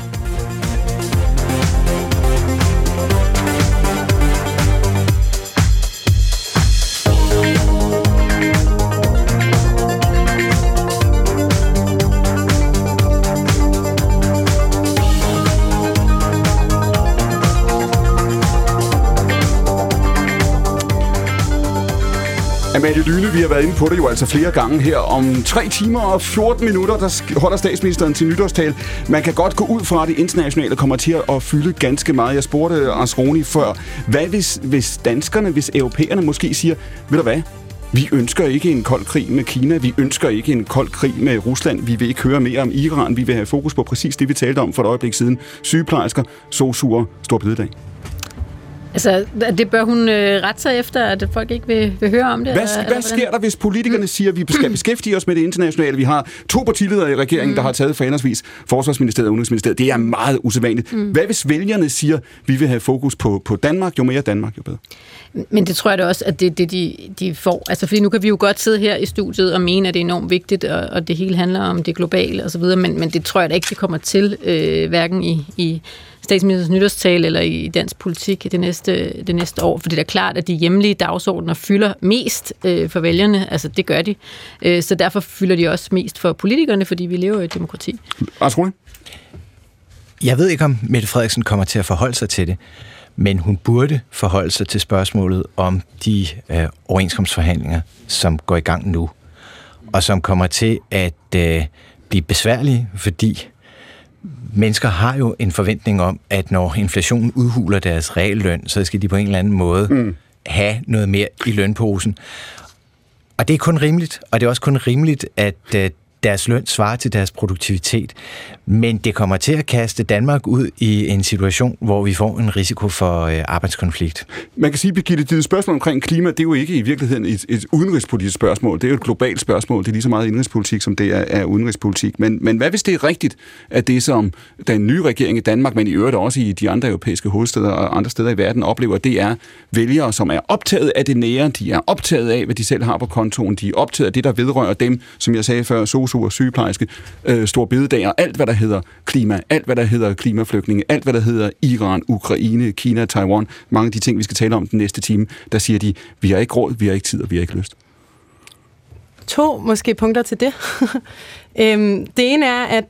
Amalie Lyne, vi har været inde på det jo altså flere gange her. Om tre timer og fjorten minutter, der holder statsministeren til nytårstal. Man kan godt gå ud fra, at det internationale kommer til at fylde ganske meget. Jeg spurgte Anders Rune før, hvad hvis, hvis danskerne, hvis europæerne måske siger, ved du hvad, vi ønsker ikke en kold krig med Kina, vi ønsker ikke en kold krig med Rusland, vi vil ikke høre mere om Iran, vi vil have fokus på præcis det, vi talte om for et øjeblik siden. Sygeplejersker, sosuer, stor bededag. Altså, det bør hun øh, rette sig efter, at folk ikke vil, vil høre om det? Hvad, eller, hvad eller sker der, hvis politikerne siger, at vi skal beskæftige os med det internationale? Vi har to partiledere i regeringen, mm. der har taget for henholdsvis Forsvarsministeriet og Udenrigsministeriet. Det er meget usædvanligt. Mm. Hvad hvis vælgerne siger, at vi vil have fokus på, på Danmark? Jo mere Danmark, jo bedre. Men det tror jeg da også, at det er det, de, de får. Altså, fordi nu kan vi jo godt sidde her i studiet og mene, at det er enormt vigtigt, og, og det hele handler om det globale og så videre, men, men det tror jeg da ikke, det kommer til, øh, hverken i, i statsministerens nytårstale eller i dansk politik det næste, det næste år. For det er da klart, at de hjemlige dagsordner fylder mest øh, for vælgerne. Altså, det gør de. Øh, så derfor fylder de også mest for politikerne, fordi vi lever i et demokrati. Asrune? Jeg ved ikke, om Mette Frederiksen kommer til at forholde sig til det, men hun burde forholde sig til spørgsmålet om de øh, overenskomstforhandlinger, som går i gang nu, og som kommer til at øh, blive besværlige, fordi mennesker har jo en forventning om, at når inflationen udhuler deres realløn, så skal de på en eller anden måde mm. have noget mere i lønposen. Og det er kun rimeligt, og det er også kun rimeligt, at øh, deres løn svarer til deres produktivitet. Men det kommer til at kaste Danmark ud i en situation, hvor vi får en risiko for øh, arbejdskonflikt. Man kan sige, Birgitte, dit spørgsmål omkring klima, det er jo ikke i virkeligheden et, et udenrigspolitisk spørgsmål. Det er jo et globalt spørgsmål. Det er lige så meget indrigspolitik, som det er, er udenrigspolitik. Men, men hvad hvis det er rigtigt, at det, som den nye regering i Danmark, men i øvrigt også i de andre europæiske hovedsteder og andre steder i verden oplever, det er vælgere, som er optaget af det nære, de er optaget af, hvad de selv har på kontoen, de er optaget af det, der vedrører dem, som jeg sagde før, sosuer, sygeplejerske, øh, store bededager, alt hvad der hedder klima, alt hvad der hedder klimaflygtninge, alt hvad der hedder Iran, Ukraine, Kina, Taiwan, mange af de ting, vi skal tale om den næste time, der siger de, vi har ikke råd, vi har ikke tid, og vi har ikke lyst. To måske punkter til det. øhm, det ene er, at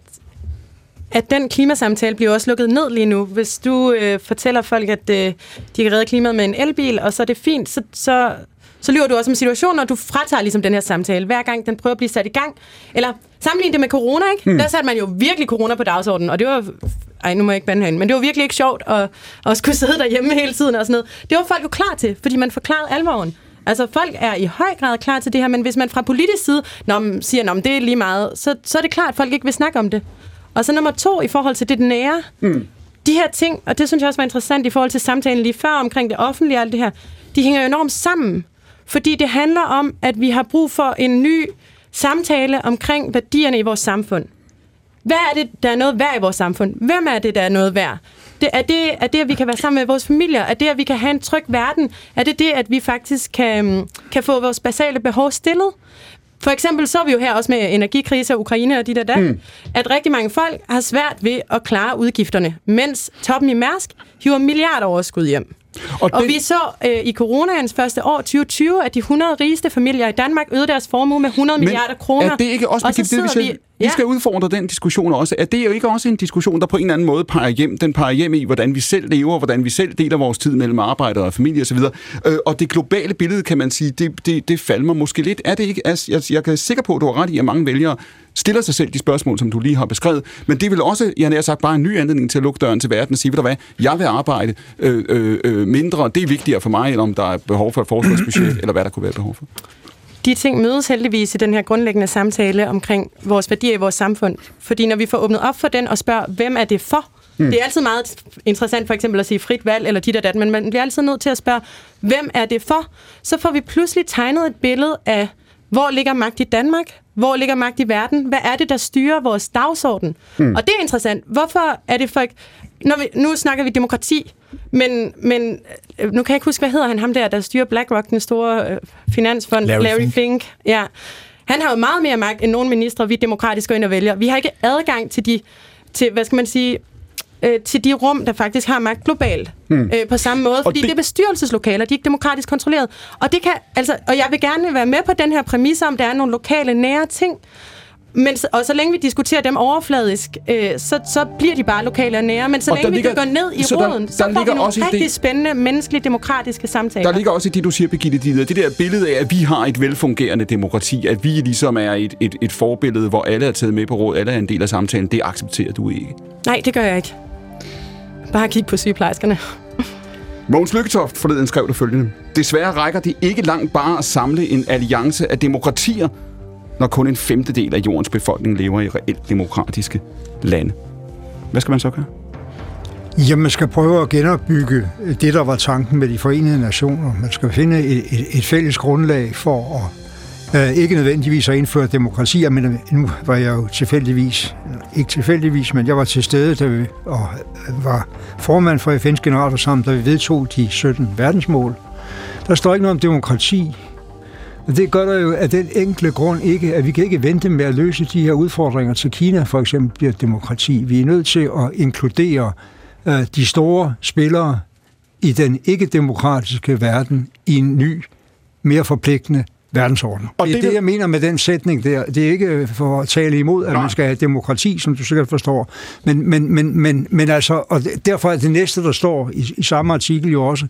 at den klimasamtale bliver også lukket ned lige nu. Hvis du øh, fortæller folk, at øh, de kan redde klimaet med en elbil, og så er det fint, så, så, så lyver du også om situationen, og du fratager ligesom den her samtale, hver gang den prøver at blive sat i gang. Eller sammenlign det med corona, ikke? Hmm. Der satte man jo virkelig corona på dagsordenen, og det var... Ej, nu må jeg ikke bande herinde, men det var virkelig ikke sjovt at, at skulle sidde derhjemme hele tiden og sådan noget. Det var folk jo klar til, fordi man forklarede alvoren. Altså, folk er i høj grad klar til det her, men hvis man fra politisk side når man siger, at det er lige meget, så, så er det klart, at folk ikke vil snakke om det. Og så nummer to, i forhold til det nære, mm. de her ting, og det synes jeg også var interessant i forhold til samtalen lige før omkring det offentlige og alt det her, de hænger jo enormt sammen. Fordi det handler om, at vi har brug for en ny samtale omkring værdierne i vores samfund. Hvad er det, der er noget værd i vores samfund? Hvem er det, der er noget værd? Det, er, det, er det, at vi kan være sammen med vores familier? Er det, at vi kan have en tryg verden? Er det det, at vi faktisk kan, kan få vores basale behov stillet? For eksempel så vi jo her også med energikrise og Ukraine og de der der, mm. at rigtig mange folk har svært ved at klare udgifterne, mens toppen i Mærsk hiver milliarder overskud hjem. Og, og det... vi så øh, i coronaens første år, tyve tyve, at de hundrede rigeste familier i Danmark øgede deres formue med hundrede Men milliarder kroner. Er det ikke også, og så det, vi, skal, vi, ja. vi skal udfordre den diskussion også. Er det jo ikke også en diskussion, der på en eller anden måde peger hjem, den peger hjem i, hvordan vi selv lever, hvordan vi selv deler vores tid mellem arbejde og familie osv. Øh, og det globale billede, kan man sige, det, det, det falmer måske lidt. Er det ikke? Altså, jeg, jeg er sikker på, at du har ret i, at mange vælgere stiller sig selv de spørgsmål, som du lige har beskrevet. Men det vil også, jeg har sagt, bare en ny anledning til at lukke døren til verden og sige, ved du hvad, jeg vil arbejde øh, øh, mindre, det er vigtigere for mig, end om der er behov for et forsvarsbudget, eller hvad der kunne være behov for. De ting mødes heldigvis i den her grundlæggende samtale omkring vores værdier i vores samfund. Fordi når vi får åbnet op for den og spørger, hvem er det for? Mm. Det er altid meget interessant for eksempel at sige frit valg eller dit og dat, men man bliver altid nødt til at spørge, hvem er det for? Så får vi pludselig tegnet et billede af, hvor ligger magt i Danmark? Hvor ligger magt i verden? Hvad er det, der styrer vores dagsorden? Mm. Og det er interessant. Hvorfor er det folk... Når vi, nu snakker vi demokrati, men, men nu kan jeg ikke huske, hvad hedder han, ham der, der styrer BlackRock, den store øh, finansfond, Larry, Larry Fink. Fink. Ja. Han har jo meget mere magt end nogle ministre, vi demokratisk går ind og vælger. Vi har ikke adgang til de, til, hvad skal man sige, øh, til de rum, der faktisk har magt globalt hmm. øh, på samme måde, fordi det... det er bestyrelseslokaler, de er ikke demokratisk kontrolleret. Og det kan, altså, og jeg vil gerne være med på den her præmis om, der er nogle lokale nære ting. Men, og så længe vi diskuterer dem overfladisk, øh, så, så bliver de bare lokale og nære. Men så og længe vi ligger, går ned i roden, der, så der får vi nogle rigtig det, spændende, menneskelige, demokratiske samtaler. Der ligger også i det, du siger, Birgitte Dider, det der billede af, at vi har et velfungerende demokrati, at vi ligesom er et, et, et forbillede, hvor alle er taget med på råd, alle er en del af samtalen, det accepterer du ikke. Nej, det gør jeg ikke. Bare kig på sygeplejerskerne. Mogens Lykketoft forleden skrev det følgende. Desværre rækker det ikke langt bare at samle en alliance af demokratier, når kun en femtedel af jordens befolkning lever i reelt demokratiske lande. Hvad skal man så gøre? Jamen, man skal prøve at genopbygge det, der var tanken med de forenede nationer. Man skal finde et, et, et fælles grundlag for at øh, ikke nødvendigvis at indføre demokrati. Men nu var jeg jo tilfældigvis, ikke tilfældigvis, men jeg var til stede, da vi og var formand for F N's generalforsamling, da vi vedtog de sytten verdensmål. Der står ikke noget om demokrati. Det gør der jo af den enkle grund ikke, at vi kan ikke vente med at løse de her udfordringer til Kina, for eksempel bliver demokrati. Vi er nødt til at inkludere øh, de store spillere i den ikke-demokratiske verden i en ny, mere forpligtende verdensorden. Og det er det, det, jeg mener med den sætning der. Det er ikke for at tale imod, at Nej. man skal have demokrati, som du sikkert forstår. Men, men, men, men, men altså, og derfor er det næste, der står i, i samme artikel jo også,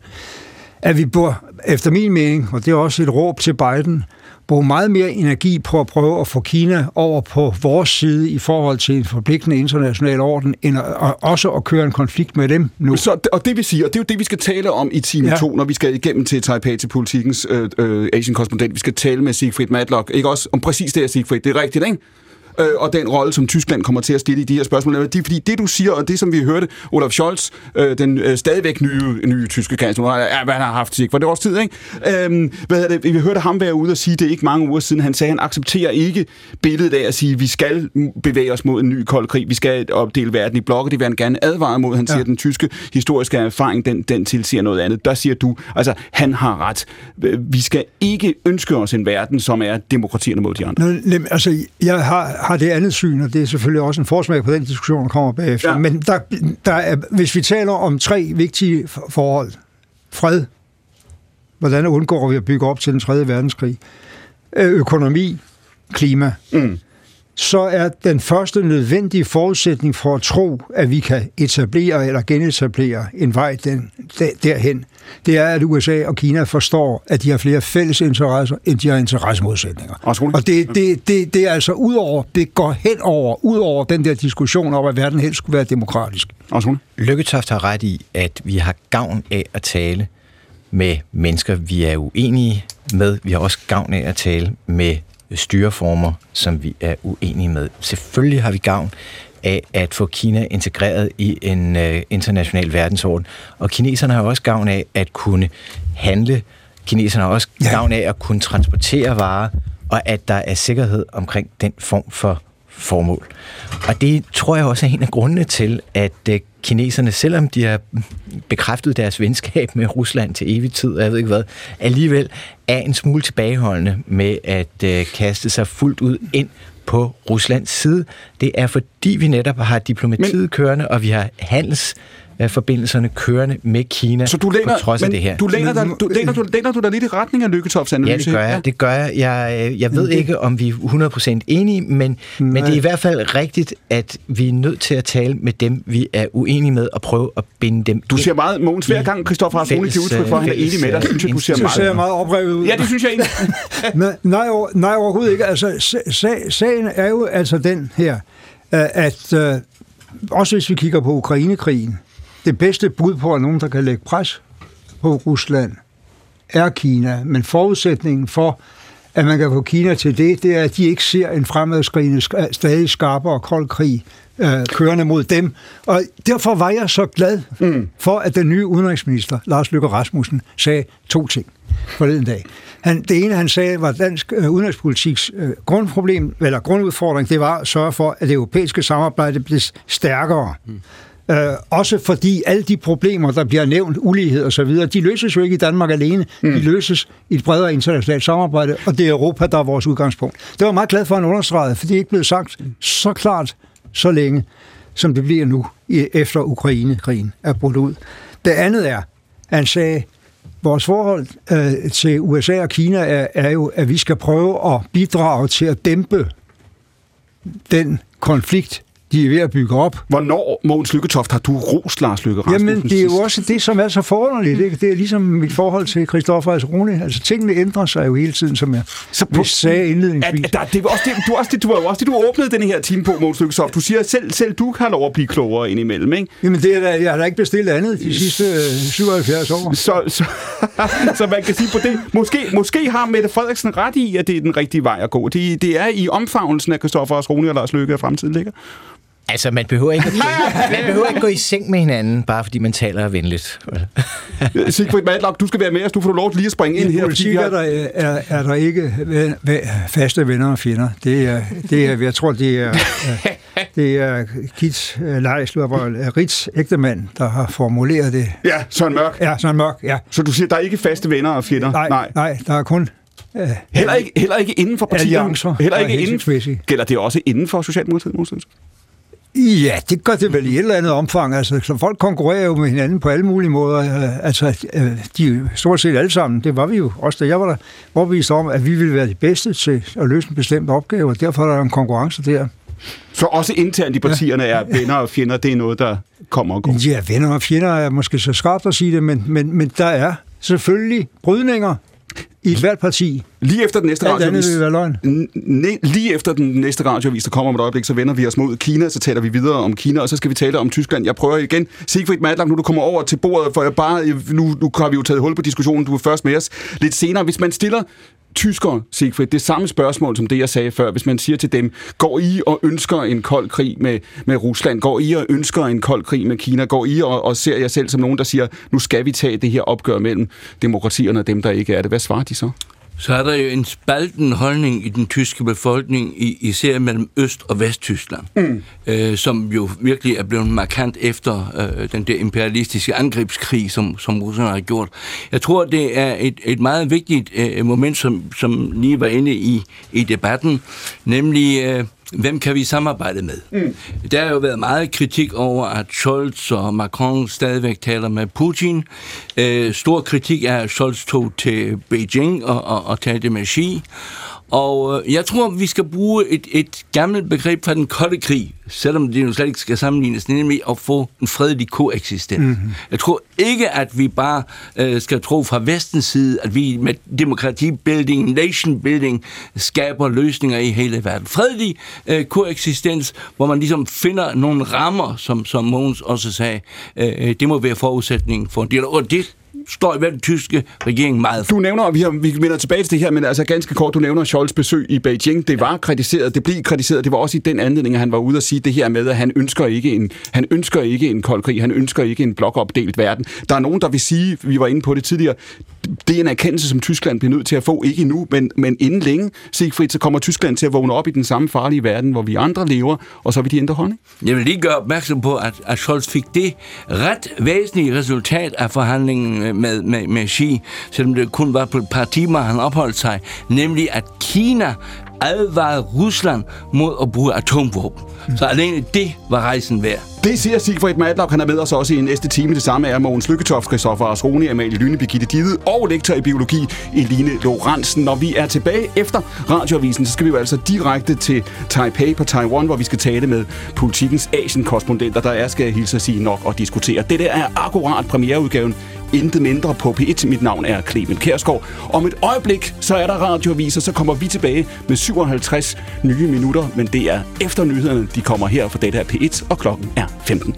at vi bør, efter min mening, og det er også et råb til Biden, bruge meget mere energi på at prøve at få Kina over på vores side i forhold til en forpligtende international orden, end at, og også at køre en konflikt med dem nu. Så, og det vil sige, og det er jo det, vi skal tale om i time ja. to, når vi skal igennem til Taipei til Politikens øh, øh, Asian-korrespondent. Vi skal tale med Siegfried Matlock, ikke også om præcis det her, Siegfried. Det er rigtigt, ikke? Øh, og den rolle, som Tyskland kommer til at stille i de her spørgsmål. Det er fordi det, du siger, og det, som vi hørte, Olaf Scholz, øh, den øh, stadigvæk nye, nye tyske kansler, ja, hvad han har haft sig, var det års tid, ikke? Øh, hvad det? Vi hørte ham være ude og sige, det er ikke mange uger siden, han sagde, han accepterer ikke billedet af at sige, vi skal bevæge os mod en ny kold krig, vi skal opdele verden i blokke, det vil han gerne advare mod. Han siger, ja. at den tyske historiske erfaring, den, den tilsiger noget andet. Der siger du, altså, han har ret. Vi skal ikke ønske os en verden, som er demokratierne mod de andre. Nå, altså, jeg har har det andet syn, og det er selvfølgelig også en forsmag på den diskussion, der kommer bagefter. Ja. Men der, der er, hvis vi taler om tre vigtige forhold, fred, hvordan undgår vi at bygge op til den tredje verdenskrig, økonomi, klima, mm. så er den første nødvendige forudsætning for at tro, at vi kan etablere eller genetablere en vej den, der, derhen, det er, at U S A og Kina forstår, at de har flere fælles interesser, end de har interessemodsætninger. Og det, det, det, det er altså udover, det går hen over, ud over den der diskussion om, at verden helst skulle være demokratisk. Lykketoft har ret i, at vi har gavn af at tale med mennesker, vi er uenige med. Vi har også gavn af at tale med styreformer, som vi er uenige med. Selvfølgelig har vi gavn af at få Kina integreret i en øh, international verdensorden. Og kineserne har også gavn af at kunne handle. Kineserne har også ja. gavn af at kunne transportere varer, og at der er sikkerhed omkring den form for formål. Og det tror jeg også er en af grundene til, at øh, kineserne, selvom de har bekræftet deres venskab med Rusland til evig tid, og jeg ved ikke hvad, alligevel er en smule tilbageholdende med at øh, kaste sig fuldt ud ind på Ruslands side. Det er fordi, vi netop har diplomatiet men, kørende, og vi har handelsforbindelserne kørende med Kina så du læner, på trods af det her. Du læner, dig, du, læner, du, læner du dig lidt i retning af Lykketofts analyse? Ja, det gør jeg. Ja. Det gør jeg. Jeg, jeg ved det, ikke, om vi er hundrede procent enige, men, men det er i hvert fald rigtigt, at vi er nødt til at tale med dem, vi er uenige med, og prøve at binde dem. Du siger meget, Mogens, hver gang Christoffer har fundet udtryk for, at han er enig med dig, synes jeg, du ser meget, ser meget oprevet ud. Ja, det synes jeg egentlig. nej, over, nej, overhovedet ikke. Altså, sag, sagen er jo altså den her, at øh, også hvis vi kigger på Ukrainekrigen, det bedste bud på, at nogen, der kan lægge pres på Rusland, er Kina. Men forudsætningen for, at man kan få Kina til det, det er, at de ikke ser en fremadskrigende, stadig skarpere kold krig øh, kørende mod dem. Og derfor var jeg så glad mm. for, at den nye udenrigsminister, Lars Løkke Rasmussen, sagde to ting forleden dag. Han, det ene, han sagde, var dansk øh, udenrigspolitiks øh, grundproblem, eller grundudfordring, det var at sørge for, at det europæiske samarbejde blev stærkere. Mm. Uh, også fordi alle de problemer, der bliver nævnt, ulighed og så videre, de løses jo ikke i Danmark alene. Mm. De løses i et bredere internationalt samarbejde, og det er Europa, der er vores udgangspunkt. Det var jeg meget glad for, at han understregede, for det er ikke blevet sagt så klart, så længe, som det bliver nu, efter Ukraine-krigen er brudt ud. Det andet er, at han sagde, vores forhold uh, til U S A og Kina er, er jo, at vi skal prøve at bidrage til at dæmpe den konflikt, de er ved at bygge op. Hvornår, Mogens Lykketoft, har du rost Lars Løkke Rasmussen? Jamen, det er jo også det, som er så forunderligt. Ikke? Det er ligesom mit forhold til Christoffer Asroni. Altså, tingene ændrer sig jo hele tiden, som jeg så på, sagde indledningsvis. At, der, det var også det, du, også det, du var jo også det, du åbnede den her time på, Mogens Lykketoft. Du siger, at selv, selv du kan lov at blive klogere indimellem, ikke? Jamen, det er da, jeg har da ikke bestilt andet de sidste øh, syvoghalvfjerds år. Så, så, så man kan sige på det. Måske, måske har Mette Frederiksen ret i, at det er den rigtige vej at gå. Det, det er i omfavnelsen af Christoffer Asroni og Lars Løkke, at fremtiden ligger. Altså, man behøver ikke at, man behøver ikke gå i seng med hinanden, bare fordi man taler venligt. Siegfried Matlock, du skal være med os. Du får lov lige at springe ind I her. I politik er der, er, er der ikke faste venner og fjender. Det er, det er, jeg tror, det er, det er Kits Lejesløber, Rits ægtemand, der har formuleret det. Ja, Søren Mørk. Ja, Søren Mørk, ja. Så du siger, der er ikke faste venner og fjender? Nej, nej, nej der er kun... Uh, heller, ikke, heller ikke inden for partierne. Heller ikke inden. Gælder det også inden for Socialdemokratiet? Ja, det gør det vel i et eller andet omfang. Altså, så folk konkurrerer jo med hinanden på alle mulige måder. Altså, de stort set alle sammen, det var vi jo også, da jeg var der, overbevist om, at vi ville være de bedste til at løse en bestemt opgave, og derfor er der en konkurrence der. Så også internt i partierne er venner og fjender, det er noget, der kommer og går? Ja, venner og fjender er måske så skarpt at sige det, men, men, men der er selvfølgelig brydninger i et hvert parti. Lige efter den næste radioavis, n- lige efter den næste radioavis, der kommer om et øjeblik, så vender vi os mod Kina, så taler vi videre om Kina, og så skal vi tale om Tyskland. Jeg prøver igen. Siegfried Matlock, nu du kommer over til bordet, for jeg bare, nu, nu har vi jo taget hul på diskussionen, du er først med os lidt senere. Hvis man stiller tyskere, Siegfried, det samme spørgsmål, som det, jeg sagde før. Hvis man siger til dem, går I og ønsker en kold krig med, med Rusland? Går I og ønsker en kold krig med Kina? Går I og, og ser jer selv som nogen, der siger, nu skal vi tage det her opgør mellem demokratierne og dem, der ikke er det? Hvad svarer de så? Så er der jo en spalten holdning i den tyske befolkning, især mellem Øst- og Vesttyskland, mm. øh, som jo virkelig er blevet markant efter øh, den der imperialistiske angrebskrig, som, som Rusland har gjort. Jeg tror, det er et, et meget vigtigt øh, moment, som, som lige var inde i, i debatten, nemlig øh, hvem kan vi samarbejde med? Mm. Der har jo været meget kritik over, at Scholz og Macron stadigvæk taler med Putin. Øh, stor kritik er, at Scholz tog til Beijing og, og, og talte med Xi. Og øh, jeg tror, vi skal bruge et, et gammelt begreb fra den kolde krig, selvom det jo slet ikke skal sammenlignes, nemlig at få en fredelig koeksistens. Mm-hmm. Jeg tror ikke, at vi bare øh, skal tro fra vestens side, at vi med demokrati-building, nation-building, skaber løsninger i hele verden. Fredelig øh, koeksistens, hvor man ligesom finder nogle rammer, som, som Mogens også sagde, øh, det må være forudsætningen for det. Og det står i den tyske regering meget for. Du nævner, og vi, har, vi vender tilbage til det her, men altså ganske kort, du nævner Scholz besøg i Beijing. Det var kritiseret, det blev kritiseret. Det var også i den anledning, at han var ude og sige det her med, at han ønsker ikke en, han ønsker ikke en kold krig, han ønsker ikke en blokopdelt verden. Der er nogen, der vil sige, vi var inde på det tidligere, det er en erkendelse, som Tyskland bliver nødt til at få, ikke endnu, men, men inden længe, Siegfried, så kommer Tyskland til at vågne op i den samme farlige verden, hvor vi andre lever, og så vil de ændre holdning. Jeg vil lige gøre opmærksom på, at, at Scholz fik det ret væsentlige resultat af forhandlingen med, med, med Xi, selvom det kun var på et par timer, han opholdt sig, nemlig at Kina advarede Rusland mod at bruge atomvåben. Mm. Så alene det var rejsen værd. Det siger Siegfried Matlock. Han er med os også i næste time. Det samme er Mogens Lykketoft, Christoffer Asroni, Amalie Lyne, Birgitte Dide og lektor i biologi Eline Lorentzen. Når vi er tilbage efter radioavisen, så skal vi jo altså direkte til Taipei på Taiwan, hvor vi skal tale med Politikens Asien-korrespondenter. Der er, skal jeg hilse at sige, nok at diskutere. Det der er akkurat premiereudgaven. Intet mindre på P et. Mit navn er Clemen Kjærsgaard. Om et øjeblik, så er der radioaviser, så kommer vi tilbage med syvoghalvtreds nye minutter, men det er efter nyhederne, de kommer her, for det er P et, og klokken er femten.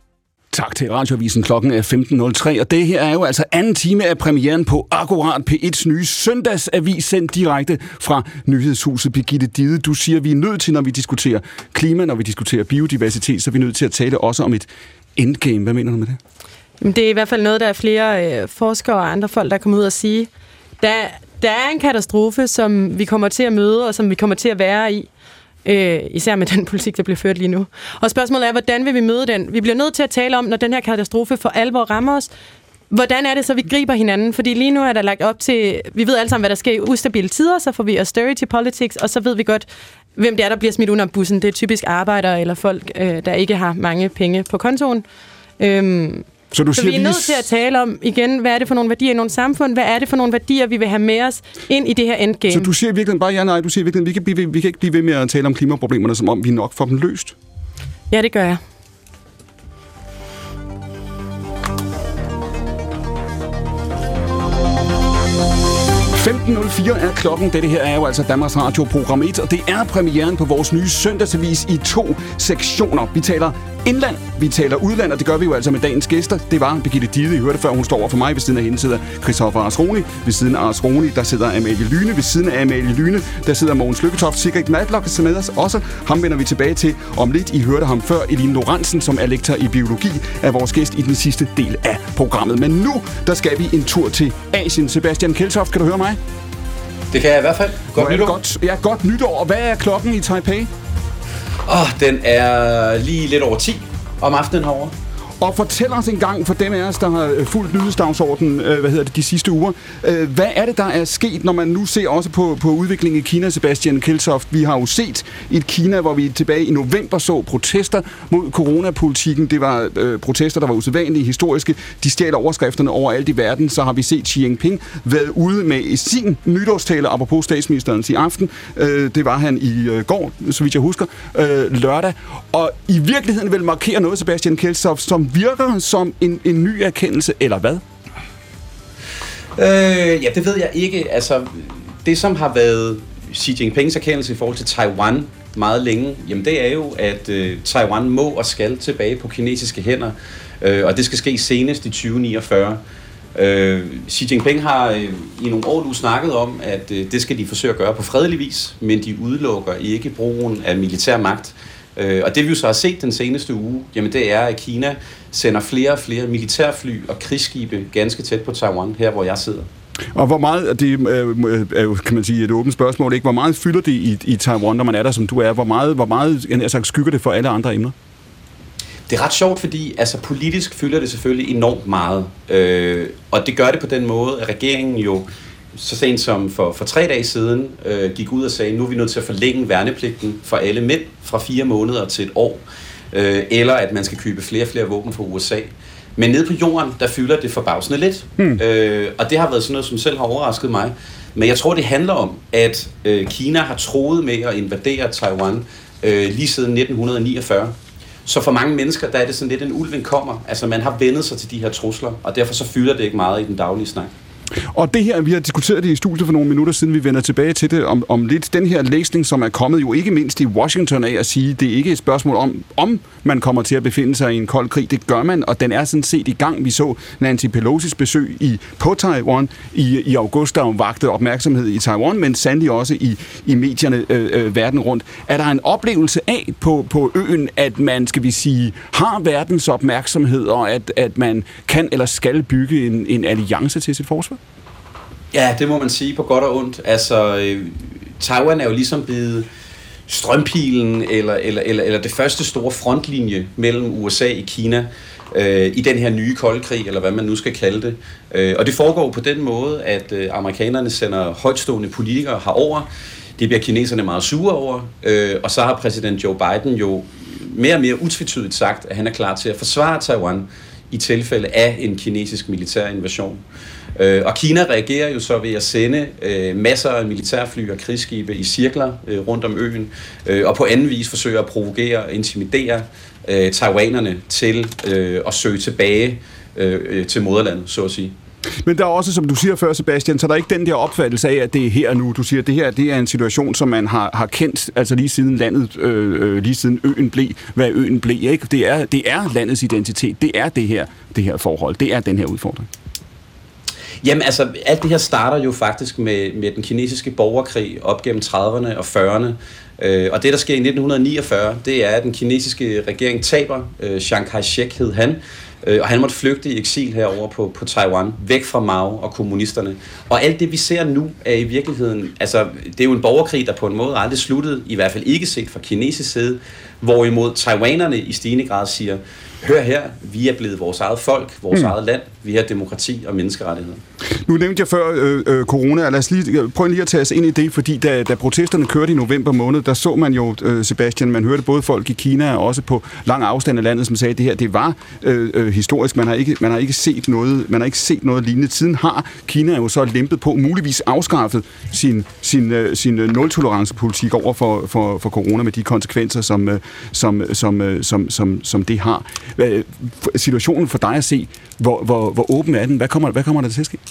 Tak til radioavisen. Klokken er femten nul tre, og det her er jo altså anden time af premieren på akkurat P et's nye søndagsavis, sendt direkte fra Nyhedshuset. Birgitte Dide, du siger, vi er nødt til, når vi diskuterer klima, når vi diskuterer biodiversitet, så er vi nødt til at tale også om et endgame. Hvad mener du med det? Det er i hvert fald noget, der er flere øh, forskere og andre folk, der kommer ud og sige. Der, der er en katastrofe, som vi kommer til at møde, og som vi kommer til at være i. Øh, især med den politik, der bliver ført lige nu. Og spørgsmålet er, hvordan vil vi møde den? Vi bliver nødt til at tale om, når den her katastrofe for alvor rammer os. Hvordan er det så, vi griber hinanden? Fordi lige nu er der lagt op til... Vi ved alle sammen, hvad der sker i ustabile tider, så får vi austerity politics, og så ved vi godt, hvem det er, der bliver smidt under bussen. Det er typisk arbejdere eller folk, øh, der ikke har mange penge på kontoen. Øhm, Så, du så siger, vi er nødt til at tale om igen, hvad er det for nogle værdier i nogle samfund? Hvad er det for nogle værdier, vi vil have med os ind i det her endgame? Så du siger virkelig bare ja, nej, du siger virkelig, vi kan, blive, vi kan ikke blive ved med at tale om klimaproblemerne, som om vi nok får dem løst? Ja, det gør jeg. femten nul fire er klokken. Dette her er jo altså Danmarks Radio Program et, og det er premieren på vores nye søndagsavis i to sektioner. Vi taler indland, vi taler udland, og det gør vi jo altså med dagens gæster. Det var Birgitte Dide, I hørte før, hun står over for mig. Ved siden af hende sidder Christoffer Asroni. Ved siden af Asroni, der sidder Amalie Lyne. Ved siden af Amalie Lyne, der sidder Mogens Lykketoft. Siegfried Matlock er med os også. Ham vender vi tilbage til om lidt. I hørte ham før. Eline Lorentzen, som er lektor i biologi, er vores gæst i den sidste del af programmet. Men nu, der skal vi en tur til Asien. Sebastian Kjeldtoft, kan du høre mig? Det kan jeg i hvert fald. Godt nytår. Godt, ja, godt nytår. Og hvad er klokken i Taipei? Åh, oh, den er lige lidt over ti om aftenen herovre. Og fortæl os en gang, for dem af os, der har fulgt nyhedsdagsordenen, øh, hvad hedder det, de sidste uger, øh, hvad er det, der er sket, når man nu ser også på, på udviklingen i Kina, Sebastian Kjeltoft? Vi har jo set et Kina, hvor vi tilbage i november så protester mod coronapolitikken. Det var øh, protester, der var usædvanlige, historiske. De stjal overskrifterne overalt i verden. Så har vi set Xi Jinping været ude med sin nytårstale, apropos statsministerens i aften. Øh, det var han i øh, går, så vidt jeg husker, øh, lørdag. Og i virkeligheden vil markere noget, Sebastian Kjeltoft, som virker som en, en ny erkendelse, eller hvad? Øh, ja, det ved jeg ikke. Altså, det som har været Xi Jinpings erkendelse i forhold til Taiwan meget længe, jamen det er jo, at øh, Taiwan må og skal tilbage på kinesiske hænder, øh, og det skal ske senest i tyve niogfyrre. Øh, Xi Jinping har øh, i nogle år nu snakket om, at øh, det skal de forsøge at gøre på fredelig vis, men de udelukker ikke brugen af militær magt. Øh, og det vi jo så har set den seneste uge, jamen det er, at Kina sender flere og flere militærfly og krigsskibe ganske tæt på Taiwan, her hvor jeg sidder. Og hvor meget, det er jo, kan man sige, et åbent spørgsmål, ikke? Hvor meget fylder det i, i Taiwan, når man er der, som du er? Hvor meget, hvor meget altså, skygger det for alle andre emner? Det er ret sjovt, fordi altså, politisk fylder det selvfølgelig enormt meget. Øh, og det gør det på den måde, at regeringen jo så sent som for, for tre dage siden øh, gik ud og sagde, nu er vi nødt til at forlænge værnepligten for alle mænd fra fire måneder til et år. Øh, eller at man skal købe flere og flere våben fra U S A. Men nede på jorden, der fylder det forbavsende lidt. Hmm. Øh, og det har været sådan noget, som selv har overrasket mig. Men jeg tror, det handler om, at øh, Kina har troet med at invadere Taiwan øh, lige siden nitten niogfyrre. Så for mange mennesker, der er det sådan lidt en ulven kommer. Altså man har vendet sig til de her trusler, og derfor så fylder det ikke meget i den daglige snak. Og det her, vi har diskuteret det i studiet for nogle minutter siden, vi vender tilbage til det om, om lidt. Den her læsning, som er kommet jo ikke mindst i Washington af at sige, det er ikke et spørgsmål om, om man kommer til at befinde sig i en kold krig. Det gør man, og den er sådan set i gang. Vi så Nancy Pelosi's besøg i, på Taiwan i, i august, der vagte opmærksomhed i Taiwan, men sandelig også i, i medierne øh, øh, verden rundt. Er der en oplevelse af på, på øen, at man, skal vi sige, har verdens opmærksomhed, og at, at man kan eller skal bygge en, en alliance til sit forsvar? Ja, det må man sige på godt og ondt. Altså, øh, Taiwan er jo ligesom blevet strømpilen, eller, eller, eller, eller det første store frontlinje mellem U S A og Kina øh, i den her nye kolde krig, eller hvad man nu skal kalde det. Øh, og det foregår på den måde, at øh, amerikanerne sender højtstående politikere herover. Det bliver kineserne meget sure over, øh, og så har præsident Joe Biden jo mere og mere utvetydigt sagt, at han er klar til at forsvare Taiwan i tilfælde af en kinesisk militær invasion. Øh, og Kina reagerer jo så ved at sende øh, masser af militærfly og krigsskibe i cirkler øh, rundt om øen, øh, og på anden vis forsøger at provokere og intimidere øh, taiwanerne til øh, at søge tilbage øh, til moderlandet, så at sige. Men der er også, som du siger før, Sebastian, så der er ikke den der opfattelse af, at det er her nu. Du siger, at det her det er en situation, som man har, har kendt, altså lige siden landet, øh, lige siden øen blev, hvad øen blev, ikke? Det er, det er landets identitet, det er det her, det her forhold, det er den her udfordring. Jamen altså, alt det her starter jo faktisk med, med den kinesiske borgerkrig op gennem trediverne og fyrrerne. Øh, og det, der sker i nitten niogfyrre, det er, at den kinesiske regering taber. Øh, Chiang Kai-shek hed han. Øh, og han måtte flygte i eksil herover på, på Taiwan, væk fra Mao og kommunisterne. Og alt det, vi ser nu, er i virkeligheden, altså, det er jo en borgerkrig, der på en måde aldrig sluttede, i hvert fald ikke set fra kinesisk side, hvorimod taiwanerne i stigende grad siger, hør her, vi er blevet vores eget folk, vores mm. eget land, vi har demokrati og menneskerettigheder. Nu nævnte jeg før øh, øh, corona, lad os lige prøve lige at tage os ind i det, fordi da, da protesterne kørte i november måned, der så man jo, øh, Sebastian, man hørte både folk i Kina og også på lang afstand af landet, som sagde, at det her, det var øh, øh, historisk, man har, ikke, man har ikke set noget, man har ikke set noget lignende. Tiden har Kina jo så lempet på, muligvis afskaffet sin, sin, øh, sin nul-tolerance-politik over for, for, for corona med de konsekvenser, som, øh, som, som, som, som, som det har. Situationen for dig at se, hvor, hvor, hvor åben er den? Hvad kommer, hvad kommer der til at ske?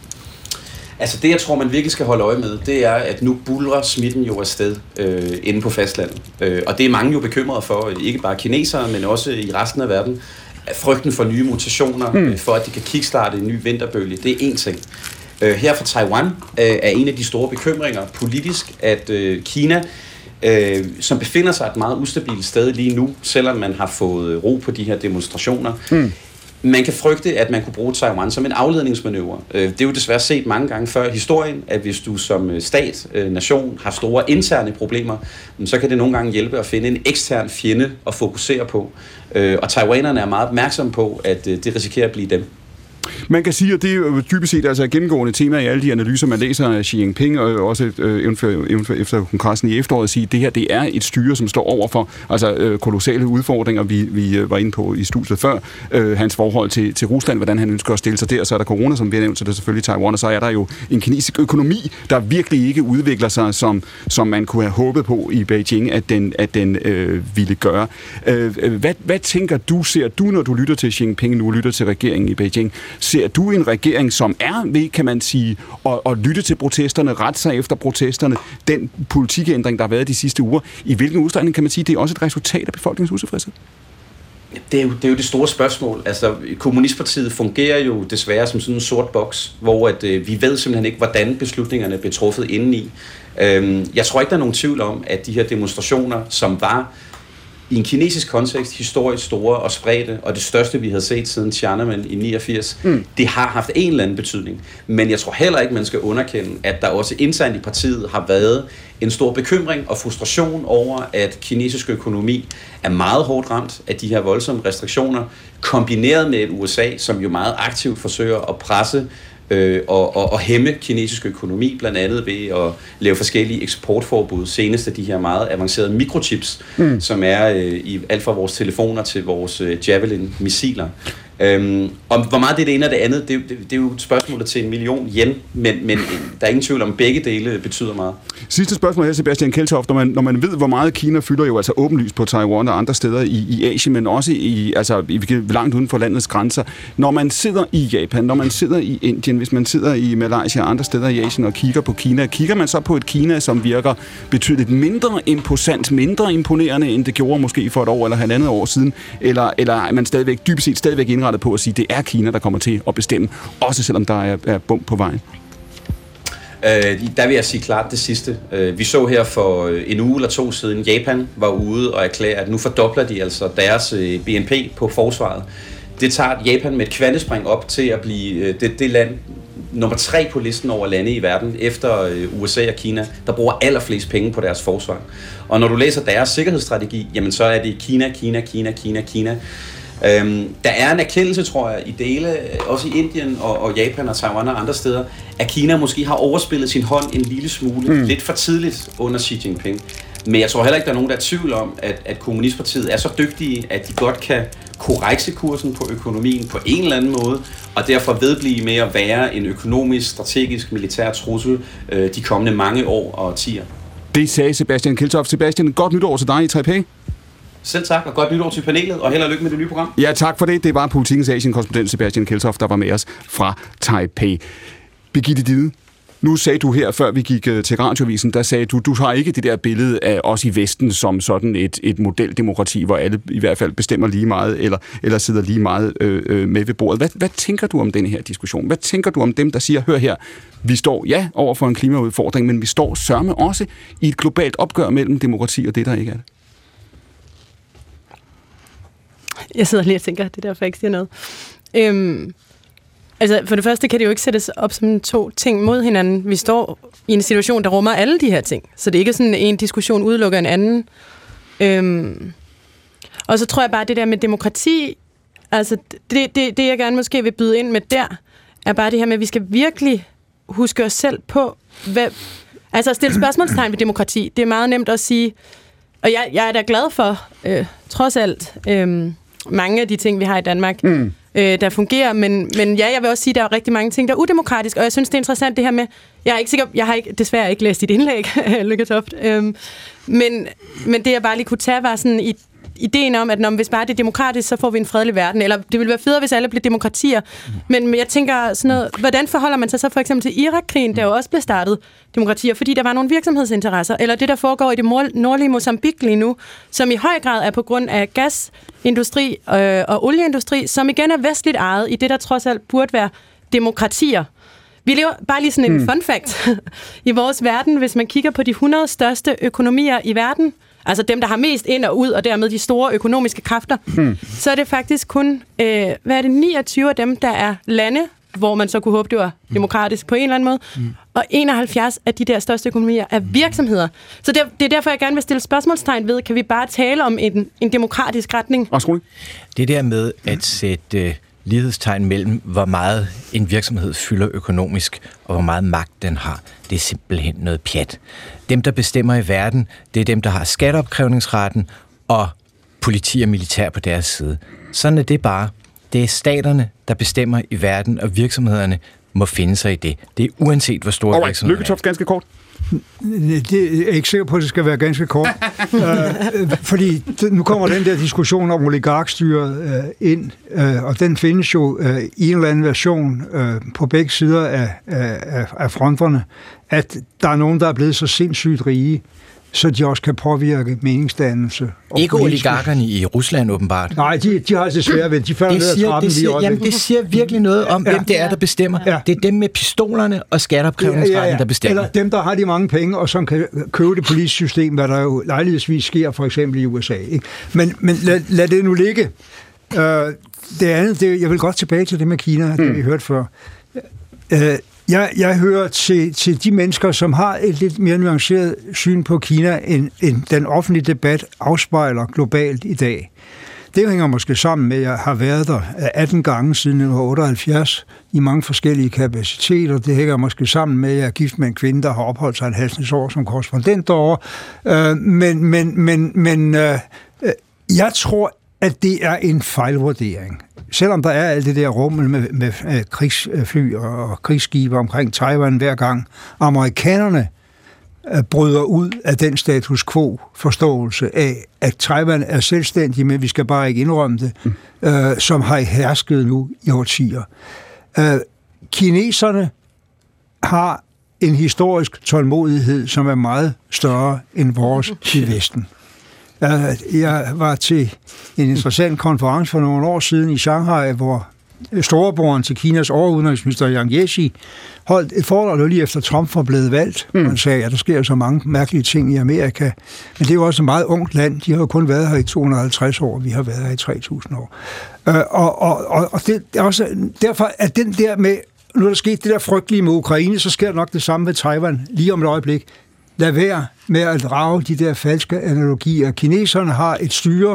Altså det, jeg tror, man virkelig skal holde øje med, det er, at nu buldrer smitten jo afsted øh, inde på fastlandet. Øh, og det er mange jo bekymrede for, ikke bare kinesere, men også i resten af verden. Frygten for nye mutationer, mm. øh, for at de kan kickstarte en ny vinterbølge, det er én ting. Øh, her for Taiwan øh, er en af de store bekymringer politisk, at øh, Kina, Øh, som befinder sig et meget ustabilt sted lige nu, selvom man har fået ro på de her demonstrationer, mm. Man kan frygte, at man kunne bruge Taiwan som en afledningsmanøvre. Det er jo desværre set mange gange før i historien, at hvis du som stat, nation, har store interne problemer, så kan det nogle gange hjælpe at finde en ekstern fjende at fokusere på. Og taiwanerne er meget opmærksomme på, at det risikerer at blive dem. Man kan sige, at det er jo dybest set altså et gennemgående tema i alle de analyser, man læser af Xi Jinping, og også øh, efter kongressen i efteråret, at sige, at det her det er et styre, som står over for altså, øh, kolossale udfordringer, vi, vi var inde på i studiet før. Øh, hans forhold til, til Rusland, hvordan han ønsker at stille sig der, så er der corona, som vi har nævnt, så det er selvfølgelig Taiwan, og så er der jo en kinesisk økonomi, der virkelig ikke udvikler sig, som, som man kunne have håbet på i Beijing, at den, at den øh, ville gøre. Øh, hvad, hvad tænker du, ser du, når du lytter til Xi Jinping, nu lytter til regeringen i Beijing? Ser du en regering, som er ved, kan man sige, at, at lytte til protesterne, rette sig efter protesterne, den politikændring, der har været de sidste uger, i hvilken udstrækning kan man sige, det er også et resultat af befolkningens utilfredshed? Det er, jo, det er jo det store spørgsmål. Altså, Kommunistpartiet fungerer jo desværre som sådan en sort boks, hvor at, øh, vi ved simpelthen ikke, hvordan beslutningerne blev truffet indeni. Øhm, jeg tror ikke, der er nogen tvivl om, at de her demonstrationer, som var i en kinesisk kontekst historisk store og spredte, og det største, vi havde set siden Tiananmen i niogfirs, mm. det har haft en eller anden betydning. Men jeg tror heller ikke, man skal underkende, at der også internt i partiet har været en stor bekymring og frustration over, at kinesisk økonomi er meget hårdt ramt af de her voldsomme restriktioner, kombineret med et U S A, som jo meget aktivt forsøger at presse øh, og, og, og hæmme kinesisk økonomi, blandt andet ved at lave forskellige eksportforbud, senest af de her meget avancerede mikrochips, mm. som er øh, i alt fra vores telefoner til vores øh, Javelin-missiler. Øhm, og hvor meget det er det ene og det andet, det, det, det er jo spørgsmålet til en million yen, men, men der er ingen tvivl om, begge dele betyder meget. Sidste spørgsmål her, Sebastian Kjeldtoft. Når man, når man ved, hvor meget Kina fylder jo altså åbenlyst på Taiwan og andre steder i, i Asien, men også i, altså, i, langt uden for landets grænser. Når man sidder i Japan, når man sidder i Indien, hvis man sidder i Malaysia og andre steder i Asien og kigger på Kina, kigger man så på et Kina, som virker betydeligt mindre imposant, mindre imponerende, end det gjorde måske for et år eller halvandet år siden, eller, eller er man stadigvæk dybest set stadigvæk indrettet på at sige, at det er Kina, der kommer til at bestemme, også selvom der er, er bump på vejen? Øh, der vil jeg sige klart det sidste. Øh, vi så her for en uge eller to siden, Japan var ude og erklære, at nu fordobler de altså deres øh, B N P på forsvaret. Det tager Japan med et kvantespring op til at blive øh, det, det land nummer tre på listen over lande i verden, efter øh, U S A og Kina, der bruger allerflest penge på deres forsvar. Og når du læser deres sikkerhedsstrategi, jamen så er det Kina, Kina, Kina, Kina, Kina. Øhm, der er en erkendelse, tror jeg, i dele, også i Indien og, og Japan og Taiwan og andre steder, at Kina måske har overspillet sin hånd en lille smule, mm. lidt for tidligt under Xi Jinping. Men jeg tror heller ikke, der er nogen, der er tvivl om, at, at Kommunistpartiet er så dygtige, at de godt kan korrekse kursen på økonomien på en eller anden måde, og derfor vedblive med at være en økonomisk, strategisk, militær trussel øh, de kommende mange år og årtier. Det sagde Sebastian Kjeldtoft. Sebastian, godt nytår til dig i Taipei. Selv tak, og godt nytår til panelet, og held og lykke med det nye program. Ja, tak for det. Det var Politikens Asien-korrespondent Sebastian Kjeldtoft, der var med os fra Taipei. Birgitte Dide, nu sagde du her, før vi gik til Radioavisen, der sagde du, du har ikke det der billede af os i Vesten som sådan et, et modeldemokrati, hvor alle i hvert fald bestemmer lige meget, eller, eller sidder lige meget øh, med ved bordet. Hvad, hvad tænker du om den her diskussion? Hvad tænker du om dem, der siger, hør her, vi står ja over for en klimaudfordring, men vi står sørme også i et globalt opgør mellem demokrati og det, der ikke er det? Jeg sidder lige og tænker, det er derfor, jeg ikke siger noget. Øhm, altså, for det første kan det jo ikke sættes op som to ting mod hinanden. Vi står i en situation, der rummer alle de her ting. Så det er ikke sådan, en diskussion udelukker en anden. Øhm, og så tror jeg bare, at det der med demokrati, altså det, det, det, jeg gerne måske vil byde ind med der, er bare det her med, at vi skal virkelig huske os selv på, hvad, altså at stille spørgsmålstegn ved demokrati. Det er meget nemt at sige, og jeg, jeg er da glad for, øh, trods alt, øh, mange af de ting, vi har i Danmark, mm. øh, der fungerer, men, men ja, jeg vil også sige, at der er rigtig mange ting, der er udemokratiske, og jeg synes, det er interessant det her med, jeg er ikke sikker, jeg har ikke, desværre ikke læst dit indlæg, Lykke Toft, øh, men, men det jeg bare lige kunne tage, var sådan i ideen om, at når, hvis bare det er demokratisk, så får vi en fredelig verden, eller det ville være federe, hvis alle blev demokratier. Mm. Men, men jeg tænker sådan noget, hvordan forholder man sig så for eksempel til Irak-krigen, der jo også blev startet demokratier, fordi der var nogle virksomhedsinteresser, eller det, der foregår i det nordlige Mozambique lige nu, som i høj grad er på grund af gasindustri øh, og olieindustri, som igen er vestligt ejet i det, der trods alt burde være demokratier. Vi lever bare lige sådan en mm. fun fact i vores verden, hvis man kigger på de hundrede største økonomier i verden, altså dem, der har mest ind og ud, og dermed de store økonomiske kræfter, hmm. så er det faktisk kun, øh, hvad er det, niogtyve af dem, der er lande, hvor man så kunne håbe, det var demokratisk på en eller anden måde, mm. og enoghalvfjerds af de der største økonomier er virksomheder. Så det, det er derfor, jeg gerne vil stille spørgsmålstegn ved, kan vi bare tale om en, en demokratisk retning? Det der med at sætte uh, lighedstegn mellem, hvor meget en virksomhed fylder økonomisk, og hvor meget magt den har, det er simpelthen noget pjat. Dem, der bestemmer i verden, det er dem, der har skatteopkrævningsretten, og politi og militær på deres side. Sådan er det bare. Det er staterne, der bestemmer i verden, og virksomhederne må finde sig i det. Det er uanset, hvor store Alright, virksomheder er. Lykketoft, ganske kort. Det er jeg ikke sikker på, at det skal være ganske kort. uh, fordi nu kommer den der diskussion om oligarkstyret uh, ind, uh, og den findes jo uh, i en eller anden version uh, på begge sider af, af, af fronterne, at der er nogen, der er blevet så sindssygt rige, så de også kan påvirke meningsdannelse. Ikke oligarkerne i Rusland, åbenbart. Nej, de, de har det svært ved. De falder ned ad trappen det, siger, jamen, det siger virkelig noget om, ja. hvem det er, der bestemmer. Ja. Det er dem med pistolerne og skatteopkrævningsretten, ja, ja, ja. der bestemmer. Eller dem, der har de mange penge, og som kan købe det politiske system, hvad der jo lejlighedsvis sker, for eksempel i U S A. Ikke? Men, men lad, lad det nu ligge. Uh, det andet, det, jeg vil godt tilbage til det med Kina, mm. det vi hørte før. Uh, Jeg, jeg hører til, til de mennesker, som har et lidt mere nuanceret syn på Kina, end, end den offentlige debat afspejler globalt i dag. Det hænger måske sammen med, at jeg har været der atten gange siden nitten otteoghalvfjerds i mange forskellige kapaciteter. Det hænger måske sammen med, at jeg er gift med en kvinde, der har opholdt sig en halvsnes år som korrespondent derovre. Uh, men men, men, men uh, jeg tror, at det er en fejlvurdering. Selvom der er alt det der rummel med, med, med krigsfly og krigsskibe omkring Taiwan hver gang, amerikanerne uh, bryder ud af den status quo-forståelse af, at Taiwan er selvstændig, men vi skal bare ikke indrømme det, mm. uh, som har hersket nu i årtier. Uh, kineserne har en historisk tålmodighed, som er meget større end vores i Vesten. Jeg var til en interessant konference for nogle år siden i Shanghai, hvor storebroren til Kinas overudenrigsminister Yang Jiechi holdt et foredrag lige efter Trump var blevet valgt. Mm. Han sagde, at ja, der sker så mange mærkelige ting i Amerika, men det er jo også et meget ungt land. De har jo kun været her i to hundrede og halvtreds år, vi har været her i tre tusind år. Uh, og og, og, og det er også, derfor er den der med, nu er der sket det der frygtelige med Ukraine, så sker nok det samme med Taiwan lige om et øjeblik. Lad være med at drage de der falske analogier. Kineserne har et styre,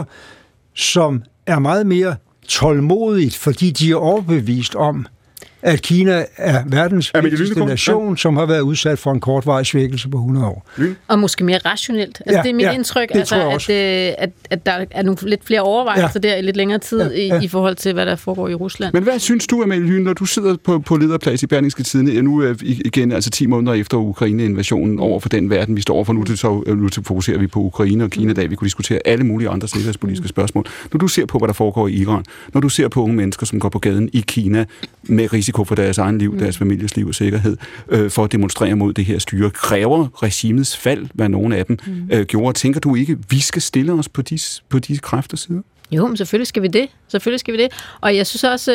som er meget mere tålmodigt, fordi de er overbevist om, at Kina er verdens vigtigste nation, som har været udsat for en kortvarig svækkelse på hundrede år. Og måske mere rationelt. Altså, ja, det er mit ja, indtryk, altså, at, at, at der er nogle lidt flere overvejelser ja. der i lidt længere tid ja, ja. I, i forhold til, hvad der foregår i Rusland. Men hvad synes du, Amalie Lyne, når du sidder på, på lederplads i Berlingske Tidende, nu igen, altså ti måneder efter Ukraine-invasionen over for den verden, vi står overfor, nu, til, så, nu til fokuserer vi på Ukraine og Kina, da vi kunne diskutere alle mulige andre sikkerhedspolitiske spørgsmål. Når du ser på, hvad der foregår i Iran, når du ser på unge mennesker, som går på gaden i Kina med risiko for deres egen liv, deres families liv og sikkerhed, øh, for at demonstrere mod det her styre. Kræver regimets fald, hvad nogen af dem øh, gjorde? Tænker du ikke, vi skal stille os på de, på de kræfters side? Jo, men selvfølgelig skal vi det. Selvfølgelig skal vi det. Og jeg synes også,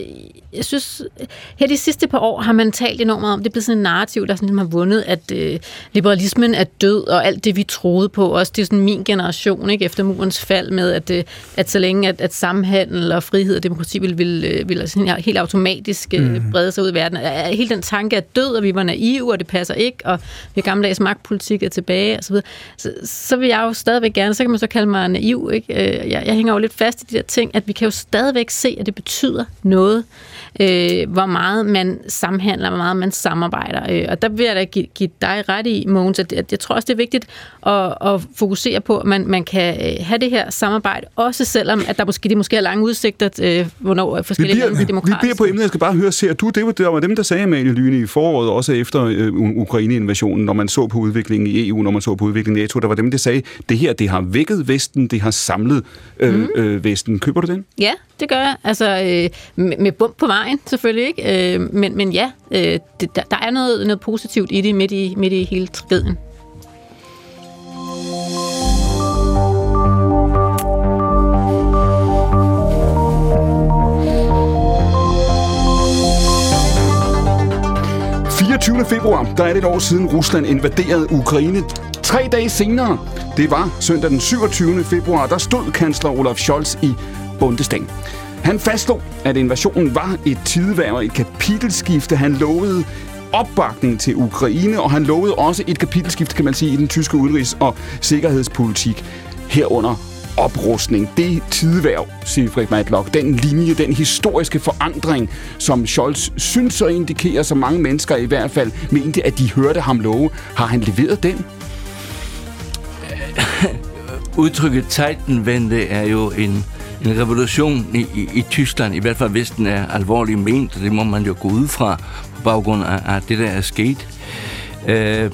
jeg synes, her de sidste par år har man talt enormt meget om, det er blevet sådan en narrativ, der sådan har vundet, at øh, liberalismen er død, og alt det, vi troede på, også det er sådan min generation, ikke, efter murens fald med, at, øh, at så længe, at, at samhandel og frihed og demokrati ville, ville, ville sådan helt automatisk øh, brede sig ud i verden. Hele den tanke er død, og vi var naive, og det passer ikke, og vi gammeldags magtpolitik er tilbage, og så videre. Så, så vil jeg jo stadigvæk gerne, så kan man så kalde mig naiv, ikke? Jeg, jeg hænger jo lidt fast i de der ting, at vi kan jo stadigvæk se, at det betyder noget, øh, hvor meget man samhandler, hvor meget man samarbejder. Øh, og der vil jeg da give, give dig ret i, Mogens, at, at jeg tror også, det er vigtigt at, at fokusere på, at man, man kan have det her samarbejde, også selvom at der måske, de måske er lange udsigter, øh, hvornår forskellige lande er demokratiske. Vi bliver på emnet, jeg skal bare høre, ser du, det var, det var dem, der sagde, Amalie Lyne, i foråret, også efter øh, Ukraine-invasionen, når man så på udviklingen i E U, når man så på udviklingen i NATO, der var dem, der sagde, det her, det har vækket Vesten, det har samlet øh, mm. øh, Vesten. Køber du den? Ja, det gør jeg. Altså, øh, med, med bump på vejen, selvfølgelig ikke. Øh, men, men ja, øh, det, der, der er noget, noget positivt i det midt i, midt i hele tragedien. fireogtyvende februar, der er det et år siden Rusland invaderede Ukraine. Tre dage senere, Det var søndag den syvogtyvende februar, der stod kansler Olaf Scholz i Bundestag. Han fastslog, at invasionen var et tideværv og et kapitelskifte. Han lovede opbakning til Ukraine, og han lovede også et kapitelskift, kan man sige, i den tyske udenrigs- og sikkerhedspolitik, herunder oprustning. Det tideværv, Siegfried Matlock, den linje, den historiske forandring, som Scholz synes at indikere, så mange mennesker i hvert fald mente, at de hørte ham love. Har han leveret den? Udtrykket Zeitenwende er jo en, en revolution i, i, i Tyskland, i hvert fald hvis den er alvorligt ment, og det må man jo gå ud fra på baggrund af, af det, der er sket. Øh,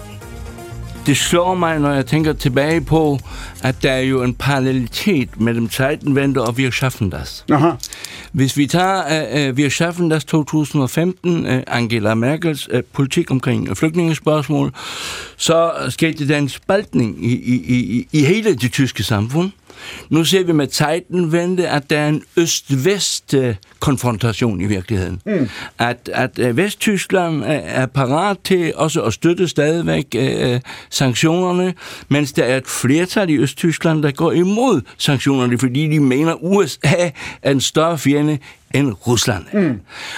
det slår mig, når jeg tænker tilbage på, at der er jo en parallelitet mellem Zeitenwende og Wir schaffen das. Aha. Hvis vi tager uh, Wir schaffen das to tusind og femten, uh, Angela Merkels uh, politik omkring flygtningespørgsmål, så skete der en spaltning i, i, i, i hele det tyske samfund. Nu ser vi med Zeitenwende, at der er en øst-vest-konfrontation i virkeligheden. Mm. At, at Vesttyskland er parat til også at støtte stadigvæk øh, sanktionerne, mens der er et flertal i Østtyskland, der går imod sanktionerne, fordi de mener, at U S A er en større fjende end Rusland. Mm.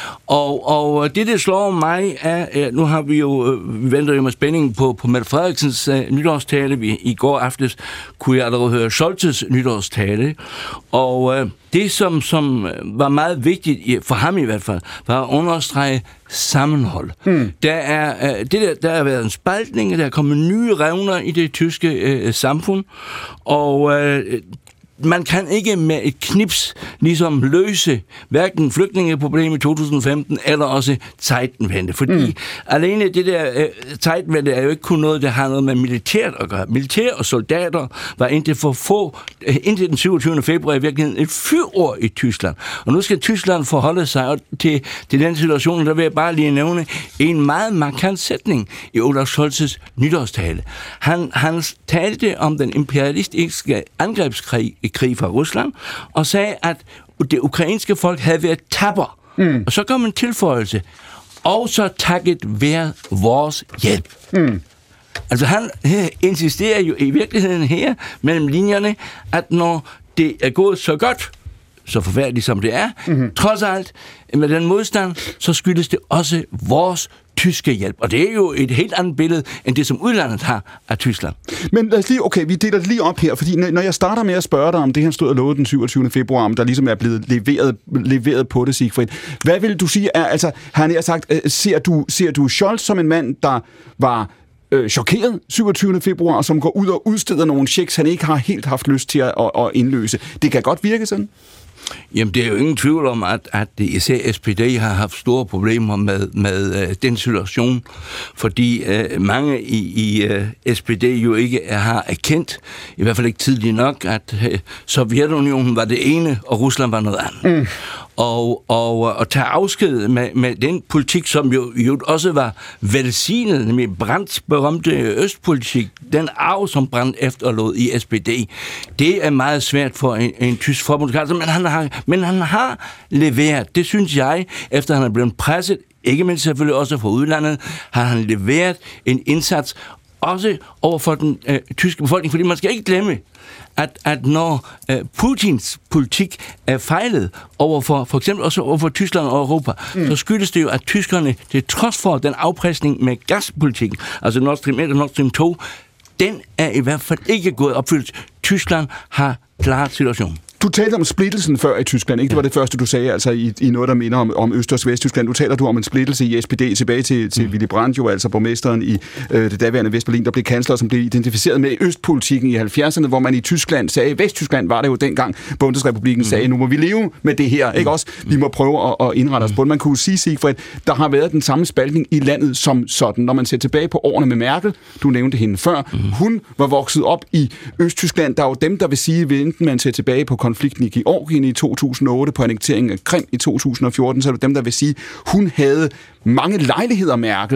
Og, og det, der slår mig, er, nu har vi jo, vi venter jo med spænding på, på Mette Frederiksens uh, nytårstale. Vi, I går aftes kunne jeg allerede høre Scholz's nytårstale. Og uh, det, som, som var meget vigtigt, for ham i hvert fald, var at understrege sammenhold. Mm. Der er, uh, det der, der har været en spaltning, der er kommet nye revner i det tyske uh, samfund, og uh, man kan ikke med et knips ligesom løse hverken flygtningeproblemet i to tusind og femten eller også Zeitenwende. Fordi mm. alene det der uh, Zeitenwende er jo ikke kun noget, der har noget med militært at gøre. Militær og soldater var indtil for få, uh, indtil den syvogtyvende februar i virkeligheden et fyord i Tyskland. Og nu skal Tyskland forholde sig til, til den situation, der vil jeg bare lige nævne en meget markant sætning i Olaf Scholz's nytårstale. Han, han talte om den imperialistiske angrebskrig i krig fra Rusland, og sagde, at det ukrainske folk havde været tapper. Mm. Og så kom en tilføjelse, og så takket være vores hjælp. Mm. Altså han her, insisterer jo i virkeligheden her, mellem linjerne, at når det er gået så godt, så forfærdeligt som det er, mm-hmm. trods alt med den modstand, så skyldes det også vores tyske hjælp. Og det er jo et helt andet billede, end det, som udlandet har af Tyskland. Men lad os lige, okay, vi deler det lige op her, fordi når jeg starter med at spørge dig om det, han stod og lovede den syvogtyvende februar, om der ligesom er blevet leveret, leveret på det, Siegfried. Hvad vil du sige, er, altså, han har sagt, ser du, ser du Scholz som en mand, der var øh, chokeret syvogtyvende februar, og som går ud og udsteder nogle checks, han ikke har helt haft lyst til at, at, at indløse? Det kan godt virke sådan. Jamen, det er jo ingen tvivl om, at, at især S P D har haft store problemer med, med uh, den situation, fordi uh, mange i, i uh, S P D jo ikke har erkendt, i hvert fald ikke tidligt nok, at uh, Sovjetunionen var det ene, og Rusland var noget andet. Mm. Og, og, og tage afsked med, med den politik, som jo, jo også var velsignet, nemlig Brandts berømte østpolitik, den arv, som Brandt efterlod i S P D, det er meget svært for en, en tysk forbundskansler, men han har, men han har leveret, det synes jeg, efter han er blevet presset, ikke mindst selvfølgelig også fra udlandet, har han leveret en indsats, også over for den øh, tyske befolkning, fordi man skal ikke glemme, at, at når øh, Putins politik er fejlet over for, for eksempel også over for Tyskland og Europa, mm. så skyldes det jo, at tyskerne, til trods for den afpresning med gaspolitikken, altså Nord Stream et og Nord Stream to, den er i hvert fald ikke gået opfyldt. Tyskland har klaret situationen. Du talte om splittelsen før i Tyskland, ikke? Det var det første, du sagde, altså i, i noget, der minder om, om Øst- og Vesttyskland. Du taler du om en splittelse i S P D tilbage til, til mm. Willy Brandt, jo altså borgmesteren i øh, det daværende Vestberlin, der blev kansler, som blev identificeret med østpolitikken i halvfjerdserne, hvor man i Tyskland sagde, Vesttyskland var det jo dengang, Bundesrepublikken mm. sagde, nu må vi leve med det her, ikke også? Vi må prøve at, at indrette os på det. Man kunne sige, Siegfried, der har været den samme spaltning i landet som sådan. Når man ser tilbage på årene med Merkel, du nævnte hende før, mm. hun var vokset op i Østtyskland. Der er jo dem, der vil sige, enten man ser tilbage på konflikten i Georgien i to tusind og otte, på annekteringen af Krim i to tusind og fjorten, så er det dem, der vil sige, hun havde mange lejligheder, Merkel,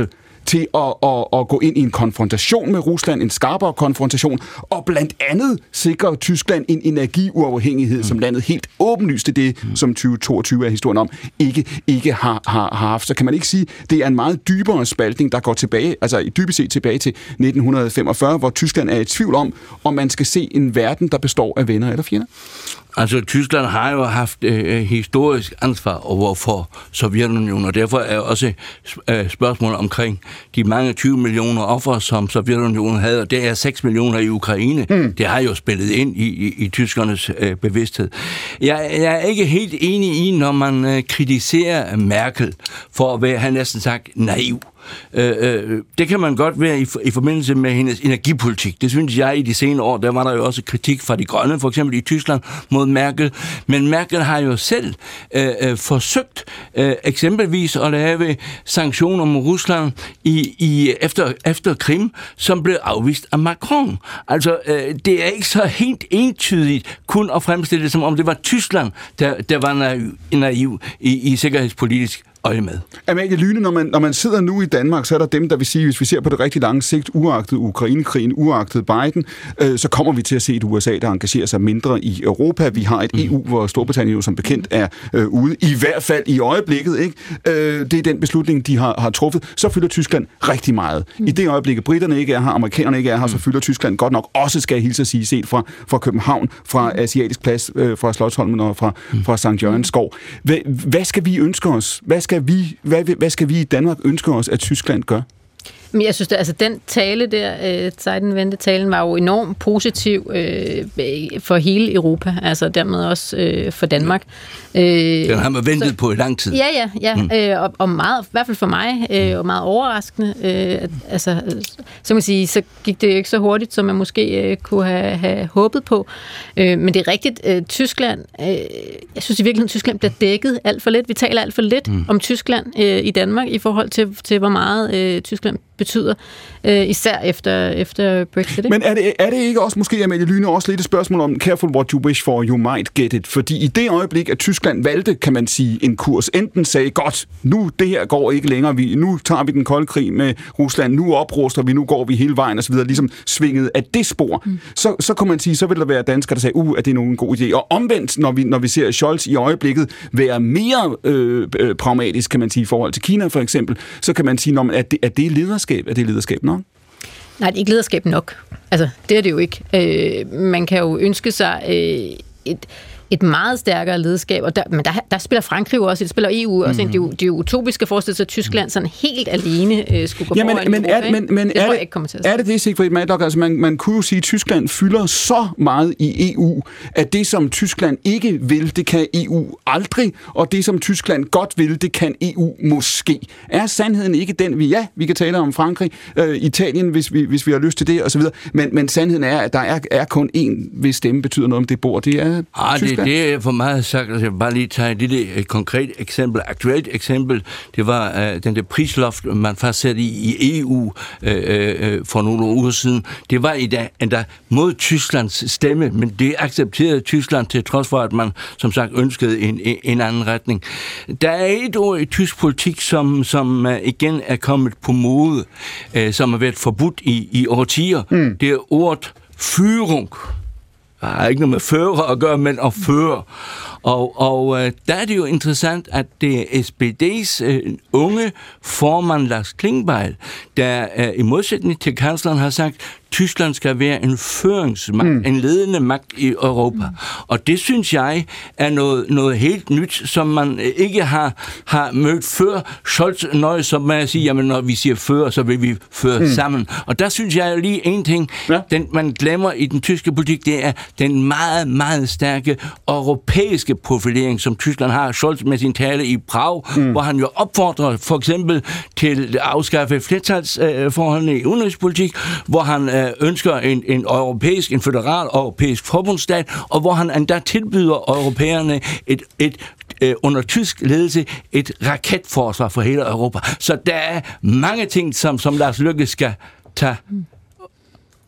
til at, at, at gå ind i en konfrontation med Rusland, en skarpere konfrontation, og blandt andet sikre Tyskland en energiuafhængighed, mm. som landet helt åbenlyst, det mm. som tyve toogtyve er historien om, ikke, ikke har, har, har haft. Så kan man ikke sige, det er en meget dybere spaltning, der går tilbage, altså dybest set tilbage til nitten femogfyrre, hvor Tyskland er i tvivl om, om man skal se en verden, der består af venner eller fjender. Altså, Tyskland har jo haft øh, historisk ansvar over for Sovjetunionen, og derfor er også øh, spørgsmålet omkring de mange tyve millioner offer, som Sovjetunionen havde, og det er seks millioner i Ukraine. Mm. Det har jo spillet ind i, i, i tyskernes øh, bevidsthed. Jeg, jeg er ikke helt enig i, når man øh, kritiserer Merkel for at være, han næsten sagt, naiv. Øh, øh, det kan man godt være i, i forbindelse med hendes energipolitik. Det synes jeg i de senere år, der var der jo også kritik fra de grønne, for eksempel i Tyskland, mod Merkel. Men Merkel har jo selv øh, øh, forsøgt øh, eksempelvis at lave sanktioner mod Rusland i, i, efter, efter Krim, som blev afvist af Macron. Altså, øh, det er ikke så helt entydigt kun at fremstille det, som om det var Tyskland, der, der var naiv, naiv i, i sikkerhedspolitisk øje med. Amalie Lyne, når man, når man sidder nu i Danmark, så er der dem, der vil sige, hvis vi ser på det rigtig lange sigt, uagtet Ukraine-krigen, uagtet Biden, øh, så kommer vi til at se et U S A, der engagerer sig mindre i Europa. Vi har et E U, hvor Storbritannien jo som bekendt er øh, ude, i hvert fald i øjeblikket, ikke? Øh, det er den beslutning, de har, har truffet. Så fylder Tyskland rigtig meget. I det øjeblik, britterne ikke er her, amerikanerne ikke er her, så fylder Tyskland godt nok også, skal jeg hilse at sige, set fra, fra København, fra Asiatisk Plads, øh, fra Slotsholmen og fra, fra Sankt Jørgens Skov. Hvad, hvad skal vi ønske os? Hvad skal vi, hvad, hvad skal vi i Danmark ønske os, at Tyskland gør? Men jeg synes, at altså, den tale der, øh, Zeitenwende-talen, var jo enormt positiv øh, for hele Europa, altså dermed også øh, for Danmark. Øh, den har man ventet så, på i lang tid. Ja, ja, ja mm. øh, og, og meget, i hvert fald for mig, øh, og meget overraskende. Øh, at, altså, så man sige, så gik det ikke så hurtigt, som man måske øh, kunne have, have håbet på. Øh, men det er rigtigt, øh, Tyskland, øh, jeg synes i virkeligheden, at Tyskland bliver dækket alt for lidt. Vi taler alt for lidt mm. om Tyskland øh, i Danmark, i forhold til, til hvor meget øh, Tyskland betyder, øh, især efter, efter Brexit. Ikke? Men er det, er det ikke også, måske Amalie Lyne, også lidt et spørgsmål om careful what you wish for, you might get it? Fordi i det øjeblik, at Tyskland valgte, kan man sige, en kurs, enten sagde, godt, nu det her går ikke længere, vi, nu tager vi den kolde krig med Rusland, nu opruster vi, nu går vi hele vejen osv., ligesom svinget af det spor, mm. så, så kan man sige, så vil der være danskere, der siger, uh, er det nogen god idé? Og omvendt, når vi, når vi ser Scholz i øjeblikket være mere øh, øh, pragmatisk, kan man sige, i forhold til Kina for eksempel, så kan man sige, når man, at, det, at det er lederskab. Er det lederskab nok? Nej, det er ikke lederskab nok. Altså, det er det jo ikke. Øh, man kan jo ønske sig øh, et, et meget stærkere lederskab, og der, men der, der spiller Frankrig jo også, det spiller E U også. Mm-hmm. Det er jo, det er jo utopisk at forestille sig, at Tyskland sådan helt alene øh, skulle gå ja, men, foran men, Europa. Er, men, men det tror er jeg ikke kommer til at Er det det, Sigfrid Madlock? Altså, man, man kunne jo sige, at Tyskland fylder så meget i E U, at det, som Tyskland ikke vil, det kan E U aldrig, og det, som Tyskland godt vil, det kan E U måske. Er sandheden ikke den, vi, ja, vi kan tale om Frankrig, øh, Italien, hvis vi, hvis vi har lyst til det, osv., men, men sandheden er, at der er, er kun én, hvis stemme betyder noget om det bord, det er ah, Tyskland. Det, det er for meget sagt, altså jeg vil bare lige tage et lille et konkret eksempel, aktuelt eksempel, det var øh, den der prisloft, man fastsatte i, i E U øh, øh, for nogle uger siden. Det var endda, endda mod Tysklands stemme, men det accepterede Tyskland til trods for, at man som sagt ønskede en, en anden retning. Der er et ord i tysk politik, som, som uh, igen er kommet på mode, uh, som har været forbudt i, i årtier. Mm. Det er ordet Führung. Der har ikke noget med fører at gøre, men at føre. Og, og øh, der er det jo interessant, at det er S P D's øh, unge formand Lars Klingbeil, der øh, i modsætning til kansleren har sagt, Tyskland skal være en føringsmagt, mm. en ledende magt i Europa. Mm. Og det synes jeg er noget, noget helt nyt, som man ikke har, har mødt før. Scholz nøjes som med at sige, jamen når vi siger før, så vil vi føre mm. sammen. Og der synes jeg lige en ting, ja. den man glemmer i den tyske politik, det er den meget, meget stærke europæiske profilering, som Tyskland har. Scholz med sin tale i Prag, mm. hvor han jo opfordrer for eksempel til at afskaffe flertalsforholdene øh, i udenrigspolitik, hvor han øh, ønsker en, en europæisk, en federal europæisk forbundsstat, og hvor han endda tilbyder europæerne et, et øh, under tysk ledelse et raketforsvar for hele Europa. Så der er mange ting, som, som Lars Løkke skal tage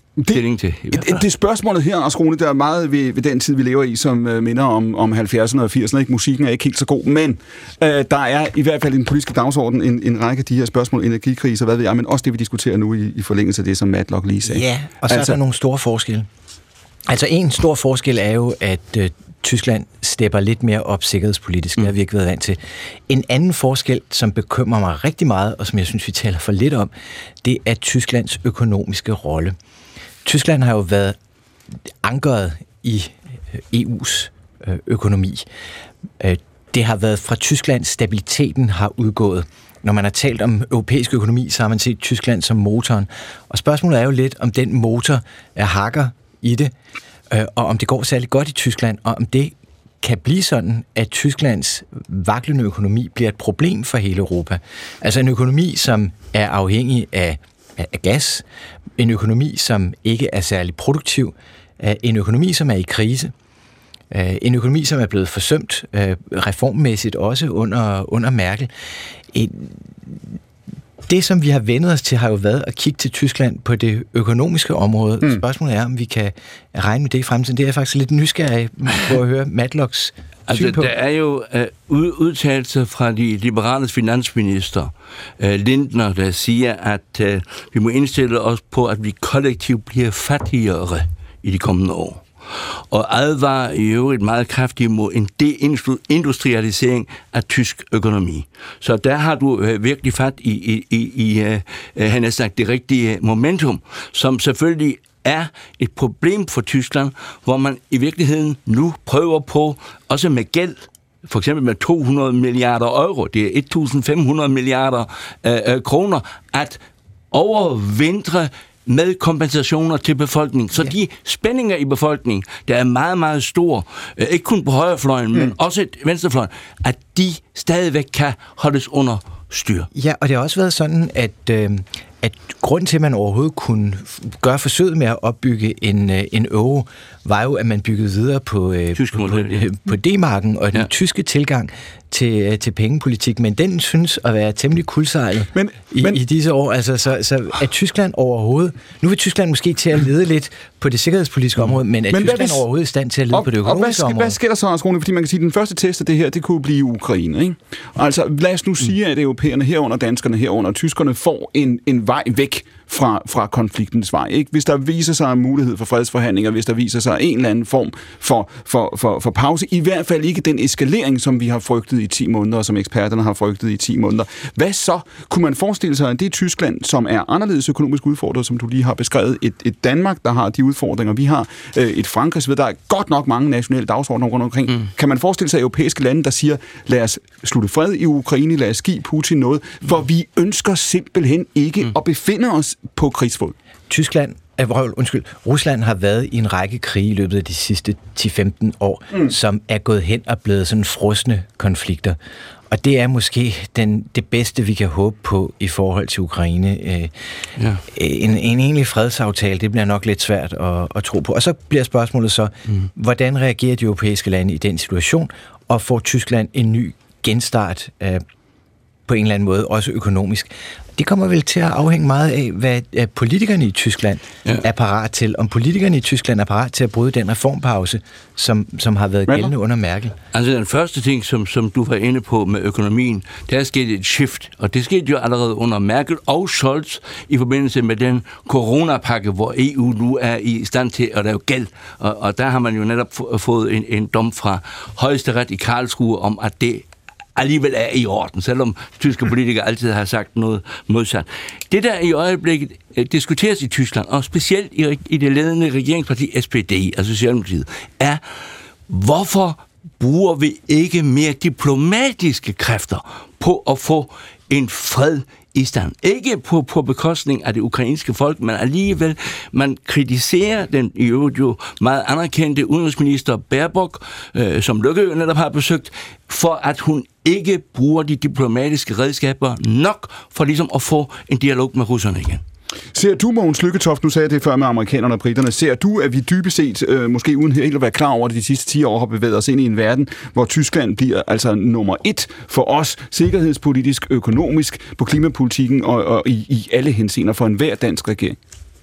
stilling til. Det, det spørgsmålet her, Asger Rune, der er meget ved, ved den tid, vi lever i, som uh, minder om, om halvfjerdserne og firserne. Ikke? Musikken er ikke helt så god, men uh, der er i hvert fald i den politiske dagsorden en, en række af de her spørgsmål, energikriser, hvad ved jeg, men også det, vi diskuterer nu i, i forlængelse af det, som Matlock lige sagde. Ja, og så altså, er der nogle store forskelle. Altså en stor forskel er jo, at uh, Tyskland stepper lidt mere op sikkerhedspolitisk. Det har vi ikke været vant til. En anden forskel, som bekymrer mig rigtig meget, og som jeg synes, vi taler for lidt om, det er Tysklands økonomiske rolle. Tyskland har jo været ankeret i E U's økonomi. Det har været fra Tyskland, stabiliteten har udgået. Når man har talt om europæisk økonomi, så har man set Tyskland som motoren. Og spørgsmålet er jo lidt, om den motor er hakker i det, og om det går særlig godt i Tyskland, og om det kan blive sådan, at Tysklands vaklende økonomi bliver et problem for hele Europa. Altså en økonomi, som er afhængig af, af gas, en økonomi, som ikke er særlig produktiv, en økonomi, som er i krise, en økonomi, som er blevet forsømt reformmæssigt også under, under Merkel. Det, som vi har vendet os til, har jo været at kigge til Tyskland på det økonomiske område. Mm. Spørgsmålet er, om vi kan regne med det i fremtiden. Det er jeg faktisk lidt nysgerrig på at høre Matlocks altså, syn på. Der er jo uh, udtalelser fra de liberales finansminister, uh, Lindner, der siger, at uh, vi må indstille os på, at vi kollektivt bliver fattigere i de kommende år. Og advarer i øvrigt meget kraftigt mod en deindustrialisering af tysk økonomi. Så der har du øh, virkelig fat i, i, i, i øh, han har sagt, det rigtige momentum, som selvfølgelig er et problem for Tyskland, hvor man i virkeligheden nu prøver på, også med gæld, for eksempel med to hundrede milliarder euro, det er et tusind fem hundrede milliarder øh, øh, kroner, at overvintre med kompensationer til befolkningen. Så ja. De spændinger i befolkningen, der er meget, meget store, øh, ikke kun på højrefløjen, mm. men også venstrefløjen, at de stadigvæk kan holdes under styr. Ja, og det har også været sådan, at, øh, at grunden til, at man overhovedet kunne gøre forsøget med at opbygge en, øh, en euro, var jo, at man byggede videre på, øh, på, på, på D-marken og den ja. tyske tilgang til, til pengepolitik, men den synes at være temmelig kuldsejlet men, i, men, i disse år. Altså, så, så er Tyskland overhovedet... Nu vil Tyskland måske til at lede lidt på det sikkerhedspolitiske område, men er men Tyskland hvis, overhovedet i stand til at lede og, på det økonomiske og hvad, område? Hvad sker der så, Asger Rune? Fordi man kan sige, at den første test af det her, det kunne blive Ukraine, ikke? Altså, lad os nu sige, at europæerne herunder, danskerne herunder, tyskerne får en, en vej væk fra, fra konfliktens vej. Ikke? Hvis der viser sig en mulighed for fredsforhandlinger, hvis der viser sig en eller anden form for, for, for, for pause, i hvert fald ikke den eskalering, som vi har frygtet i ti måneder, og som eksperterne har frygtet i ti måneder. Hvad så? Kunne man forestille sig, at det er Tyskland, som er anderledes økonomisk udfordret, som du lige har beskrevet, et, et Danmark, der har de udfordringer, vi har, et Frankrig, så ved, der er godt nok mange nationale dagsordner rundt omkring. Mm. Kan man forestille sig europæiske lande, der siger, lad os slutte fred i Ukraine, lad os give Putin noget, for vi ønsker simpelthen ikke mm. at befinde os på krigsfod. Tyskland, øh, undskyld, Rusland har været i en række krige i løbet af de sidste ti til femten år, mm. som er gået hen og blevet sådan frosne konflikter. Og det er måske den, det bedste, vi kan håbe på i forhold til Ukraine. Øh, ja. en, en egentlig fredsaftale, det bliver nok lidt svært at, at tro på. Og så bliver spørgsmålet så, mm. hvordan reagerer de europæiske lande i den situation, og får Tyskland en ny genstart øh, på en eller anden måde, også økonomisk. Det kommer vel til at afhænge meget af, hvad politikerne i Tyskland ja. er parat til. Om politikerne i Tyskland er parat til at bryde den reformpause, som, som har været gældende under Merkel. Altså den første ting, som, som du var inde på med økonomien, der er sket et shift, og det skete jo allerede under Merkel og Scholz i forbindelse med den coronapakke, hvor E U nu er i stand til at lave gæld. Og, og der har man jo netop fået en, en dom fra Højesteret i Karlsruhe om, at det alligevel er i orden, selvom tyske politikere altid har sagt noget modsat. Det, der i øjeblikket diskuteres i Tyskland, og specielt i, i det ledende regeringsparti S P D, altså Socialdemokratiet, er, hvorfor bruger vi ikke mere diplomatiske kræfter på at få en fred i stand. Ikke på, på bekostning af det ukrainske folk, men alligevel, man kritiserer den i øvrigt jo meget anerkendte udenrigsminister Baerbock, øh, som Løkke netop har besøgt, for at hun ikke bruger de diplomatiske redskaber nok for ligesom at få en dialog med russerne igen. Ser du, Mogens Lykketoft, nu sagde jeg det før med amerikanerne og briterne, ser du, at vi dybest set, øh, måske uden helt at være klar over det, de sidste ti år har bevæget os ind i en verden, hvor Tyskland bliver altså nummer et for os, sikkerhedspolitisk, økonomisk, på klimapolitikken og, og i, i alle henseender for enhver dansk regering?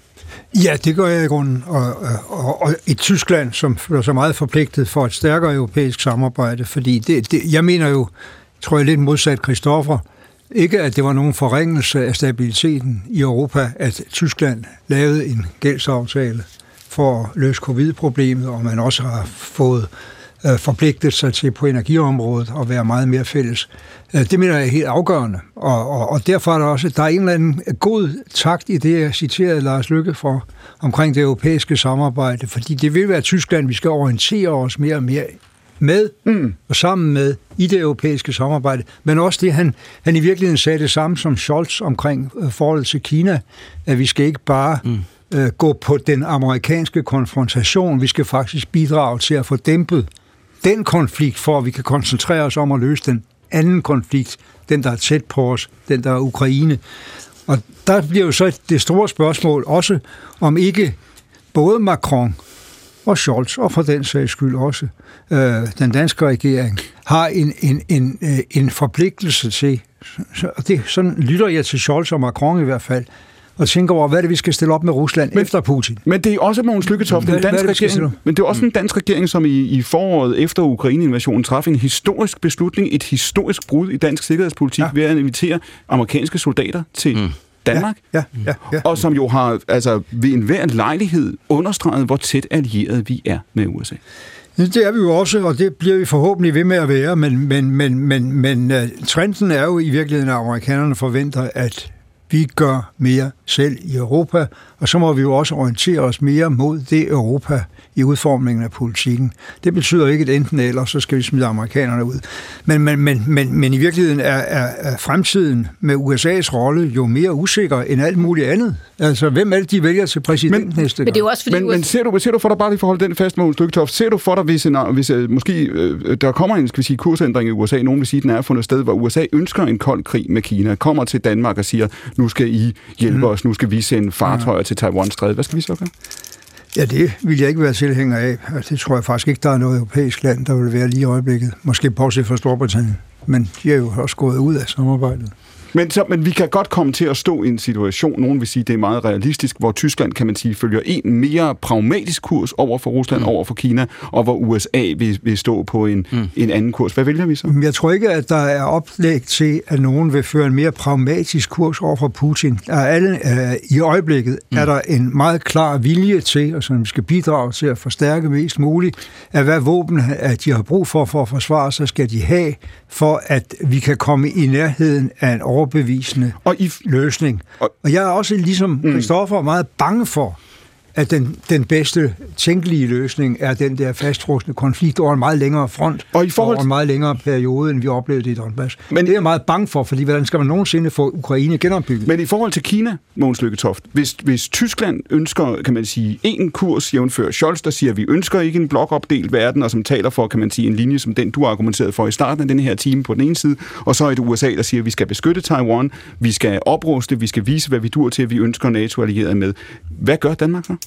Ja, det gør jeg i grunden. Og, og, og et Tyskland, som føler sig meget forpligtet for et stærkere europæisk samarbejde, fordi det, det, jeg mener jo, tror jeg lidt modsat Christoffer, ikke at det var nogen forringelse af stabiliteten i Europa, at Tyskland lavede en gældsaftale for at løse covid-problemet, og man også har fået øh, forpligtet sig til på energiområdet at være meget mere fælles. Det mener jeg er helt afgørende, og, og, og derfor er der også, der er en eller anden god takt i det, jeg citerede Lars Løkke for, omkring det europæiske samarbejde, fordi det vil være Tyskland, vi skal orientere os mere og mere med, mm. og sammen med, i det europæiske samarbejde, men også det, han, han i virkeligheden sagde det samme som Scholz omkring uh, forholdet til Kina, at vi skal ikke bare mm. uh, gå på den amerikanske konfrontation, vi skal faktisk bidrage til at få dæmpet den konflikt, for at vi kan koncentrere os om at løse den anden konflikt, den der er tæt på os, den der er Ukraine. Og der bliver jo så det store spørgsmål også, om ikke både Macron og Scholz, og for den sags skyld også øh, den danske regering, har en, en, en, en forpligtelse til, og det, sådan lytter jeg til Scholz og Macron i hvert fald, og tænker over, hvad er det, vi skal stille op med Rusland men, efter Putin. Men det er også Mogens Lykketoft, en dansk regering, men det er også en dansk regering, som i, i foråret efter Ukraine-invasionen træffede en historisk beslutning, et historisk brud i dansk sikkerhedspolitik ja. ved at invitere amerikanske soldater til mm. Danmark, ja, ja, ja, ja. og som jo har altså, ved enhver lejlighed understreget, hvor tæt allieret vi er med U S A. Det er vi jo også, og det bliver vi forhåbentlig ved med at være, men, men, men, men, men uh, trenden er jo i virkeligheden, at amerikanerne forventer, at vi gør mere selv i Europa, og så må vi jo også orientere os mere mod det Europa i udformningen af politikken. Det betyder ikke et enten eller, så skal vi smide amerikanerne ud. Men, men, men, men, men i virkeligheden er, er, er fremtiden med U S A's rolle jo mere usikker end alt muligt andet. Altså, hvem er det, de vælger til præsident men, næste gang? Men det er jo også fordi... Men, men ser, du, ser du for dig, bare lige forhold den fast med Lykketoft, ser du for dig, hvis, en, hvis uh, måske uh, der kommer en skal vi sige, kursændring i U S A, nogen vil sige, den er fundet sted, hvor U S A ønsker en kold krig med Kina, kommer til Danmark og siger, nu skal I hjælpe mm. os, nu skal vi sende fartøjer ja. til Taiwan-strædet. Hvad skal vi så gøre? Ja, det vil jeg ikke være tilhænger af. Det tror jeg faktisk ikke, der er noget europæisk land, der vil være lige i øjeblikket. Måske bortset fra Storbritannien. Men de er jo også gået ud af samarbejdet. Men, så, men vi kan godt komme til at stå i en situation, nogen vil sige, det er meget realistisk, hvor Tyskland, kan man sige, følger en mere pragmatisk kurs over for Rusland, mm. over for Kina, og hvor U S A vil, vil stå på en, mm. en anden kurs. Hvad vælger vi så? Jeg tror ikke, at der er oplæg til, at nogen vil føre en mere pragmatisk kurs over for Putin. Er alle, øh, I øjeblikket mm. er der en meget klar vilje til, og som vi skal bidrage til at forstærke mest muligt, at hvad våben, at de har brug for for at forsvare sig, skal de have, for at vi kan komme i nærheden af en overbevisende og i, løsning. Og, og jeg er også ligesom Christoffer meget bange for, at den, den bedste tænkelige løsning er den der fastfrosne konflikt over en meget længere front, og i forhold til... over en meget længere periode, end vi oplevede i Donbass. Men det er jeg meget bange for, fordi hvordan skal man nogensinde få Ukraine genopbygget? Men i forhold til Kina, Mogens Lykketoft, hvis, hvis Tyskland ønsker, kan man sige, en kurs, jævnfør Scholz, der siger, at vi ønsker ikke en blokopdelt verden, og som taler for, kan man sige, en linje som den, du har argumenteret for i starten af den her time på den ene side, og så et U S A, der siger, at vi skal beskytte Taiwan, vi skal opruste, vi skal vise, hvad vi dur til, at vi ønsker NATO-allierede med. Hvad gør Danmark så?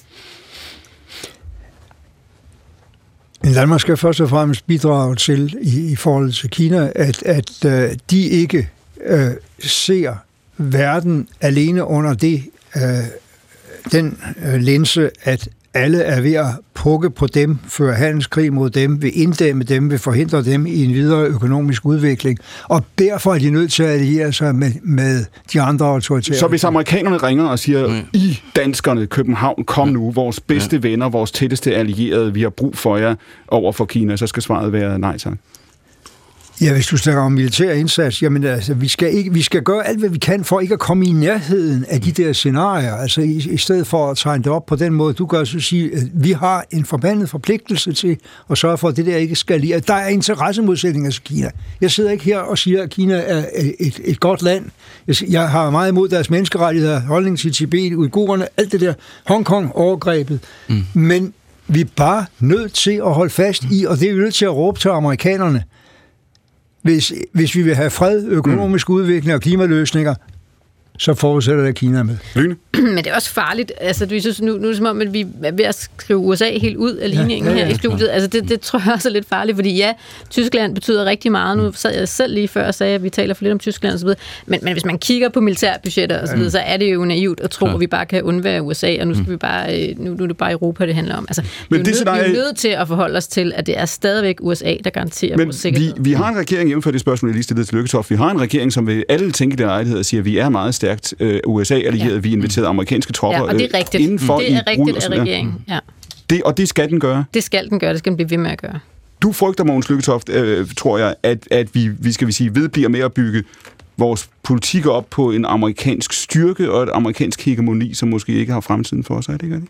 Danmark skal først og fremmest bidrage til, i, i forhold til Kina, at, at øh, de ikke øh, ser verden alene under det, øh, den øh, linse, at alle er ved at pukke på dem, føre handelskrig mod dem, vil inddæmme dem, vil forhindre dem i en videre økonomisk udvikling. Og derfor er de nødt til at alliere sig med, med de andre autoritære. Så hvis amerikanerne ringer og siger, mm. I danskerne, København, kom nu, vores bedste ja. venner, vores tætteste allierede, vi har brug for jer over for Kina, så skal svaret være nej tak. Ja, hvis du snakker om militær indsats, jamen altså, vi skal, ikke, vi skal gøre alt, hvad vi kan for ikke at komme i nærheden af de der scenarier. Altså i, i stedet for at tegne det op på den måde, du gør så sige, at vi har en forbandet forpligtelse til at sørge for, at det der ikke skal lide. Der er interessemodsætninger til Kina. Jeg sidder ikke her og siger, at Kina er et, et godt land. Jeg, jeg har meget imod deres menneskerettigheder, holdning til Tibet, uigurerne, alt det der, Hongkong overgrebet. Mm. Men vi er bare nødt til at holde fast i, og det er vi nødt til at råbe til amerikanerne. Hvis, hvis vi vil have fred, økonomisk mm. udvikling og klimaløsninger, så forudsætter det, at Kina er med. Lyne? Men det er også farligt. Altså, du synes, nu, nu er det som om, at vi er ved at skrive U S A helt ud af ligningen ja, ja, ja, her i studiet. Altså, det, det tror jeg også er lidt farligt, fordi ja, Tyskland betyder rigtig meget. Nu sad jeg selv lige før og sagde, at vi taler for lidt om Tyskland og så videre. Men, men hvis man kigger på militærbudgetter og så videre, så er det jo naivt at tro, at vi bare kan undvære U S A, og nu skal vi bare, nu, nu er det bare Europa, det handler om. Altså, men vi, er det, nød, vi er nødt til at forholde os til, at det er stadigvæk U S A, der garanterer vores sikkerhed. Men vi, vi har en regering, jævnfør det spørgsmål, jeg lige stillede til Lykketoft, vi har en regering, som ved alle tænkelige lejligheder siger, at vi er meget stærkt uh, U S A-allieret, ja. Vi inviterede amerikanske tropper ja, og det er rigtigt. indenfor det er i rigtigt af regeringen, ja. Det, og det skal den gøre? Det skal den gøre, det skal den blive ved med at gøre. Du frygter, Mogens Lykketoft, øh, tror jeg, at, at vi, vi skal vi sige, vedbliver med at bygge vores politik op på en amerikansk styrke og et amerikansk hegemoni, som måske ikke har fremtiden for sig, er det ikke det?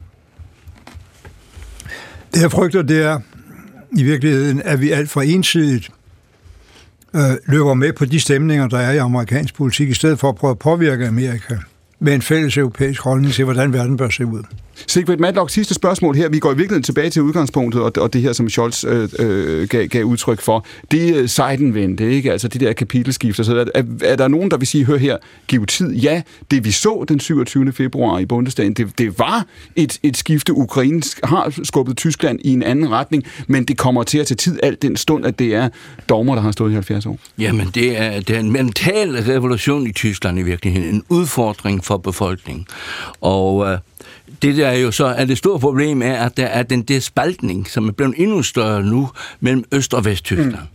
Det jeg frygter, det er i virkeligheden, at vi alt for ensidigt øh, løber med på de stemninger, der er i amerikansk politik, i stedet for at prøve at påvirke Amerika med en fælles europæisk holdning til, hvordan verden bør se ud. Sigrid Matlock, sidste spørgsmål her. Vi går i virkeligheden tilbage til udgangspunktet, og, og det her, som Scholz øh, øh, gav, gav udtryk for. Det er sejdenvendte, ikke? Altså det der kapitelskifter. Så er, er der nogen, der vil sige, hør her, giv tid. Ja, det vi så den syvogtyvende februar i Bundestagen, det, det var et, et skifte. Ukraine har skubbet Tyskland i en anden retning, men det kommer til at tage tid alt den stund, at det er dogmer, der har stået i halvfjerds år. Jamen, det er, det er en mental revolution i Tyskland i virkeligheden. En udfordring for befolkningen. Og øh, det der er jo så, at det store problem er, at der er den der spaltning, som er blevet endnu større nu, mellem Øst- og Vesttyskland. Mm.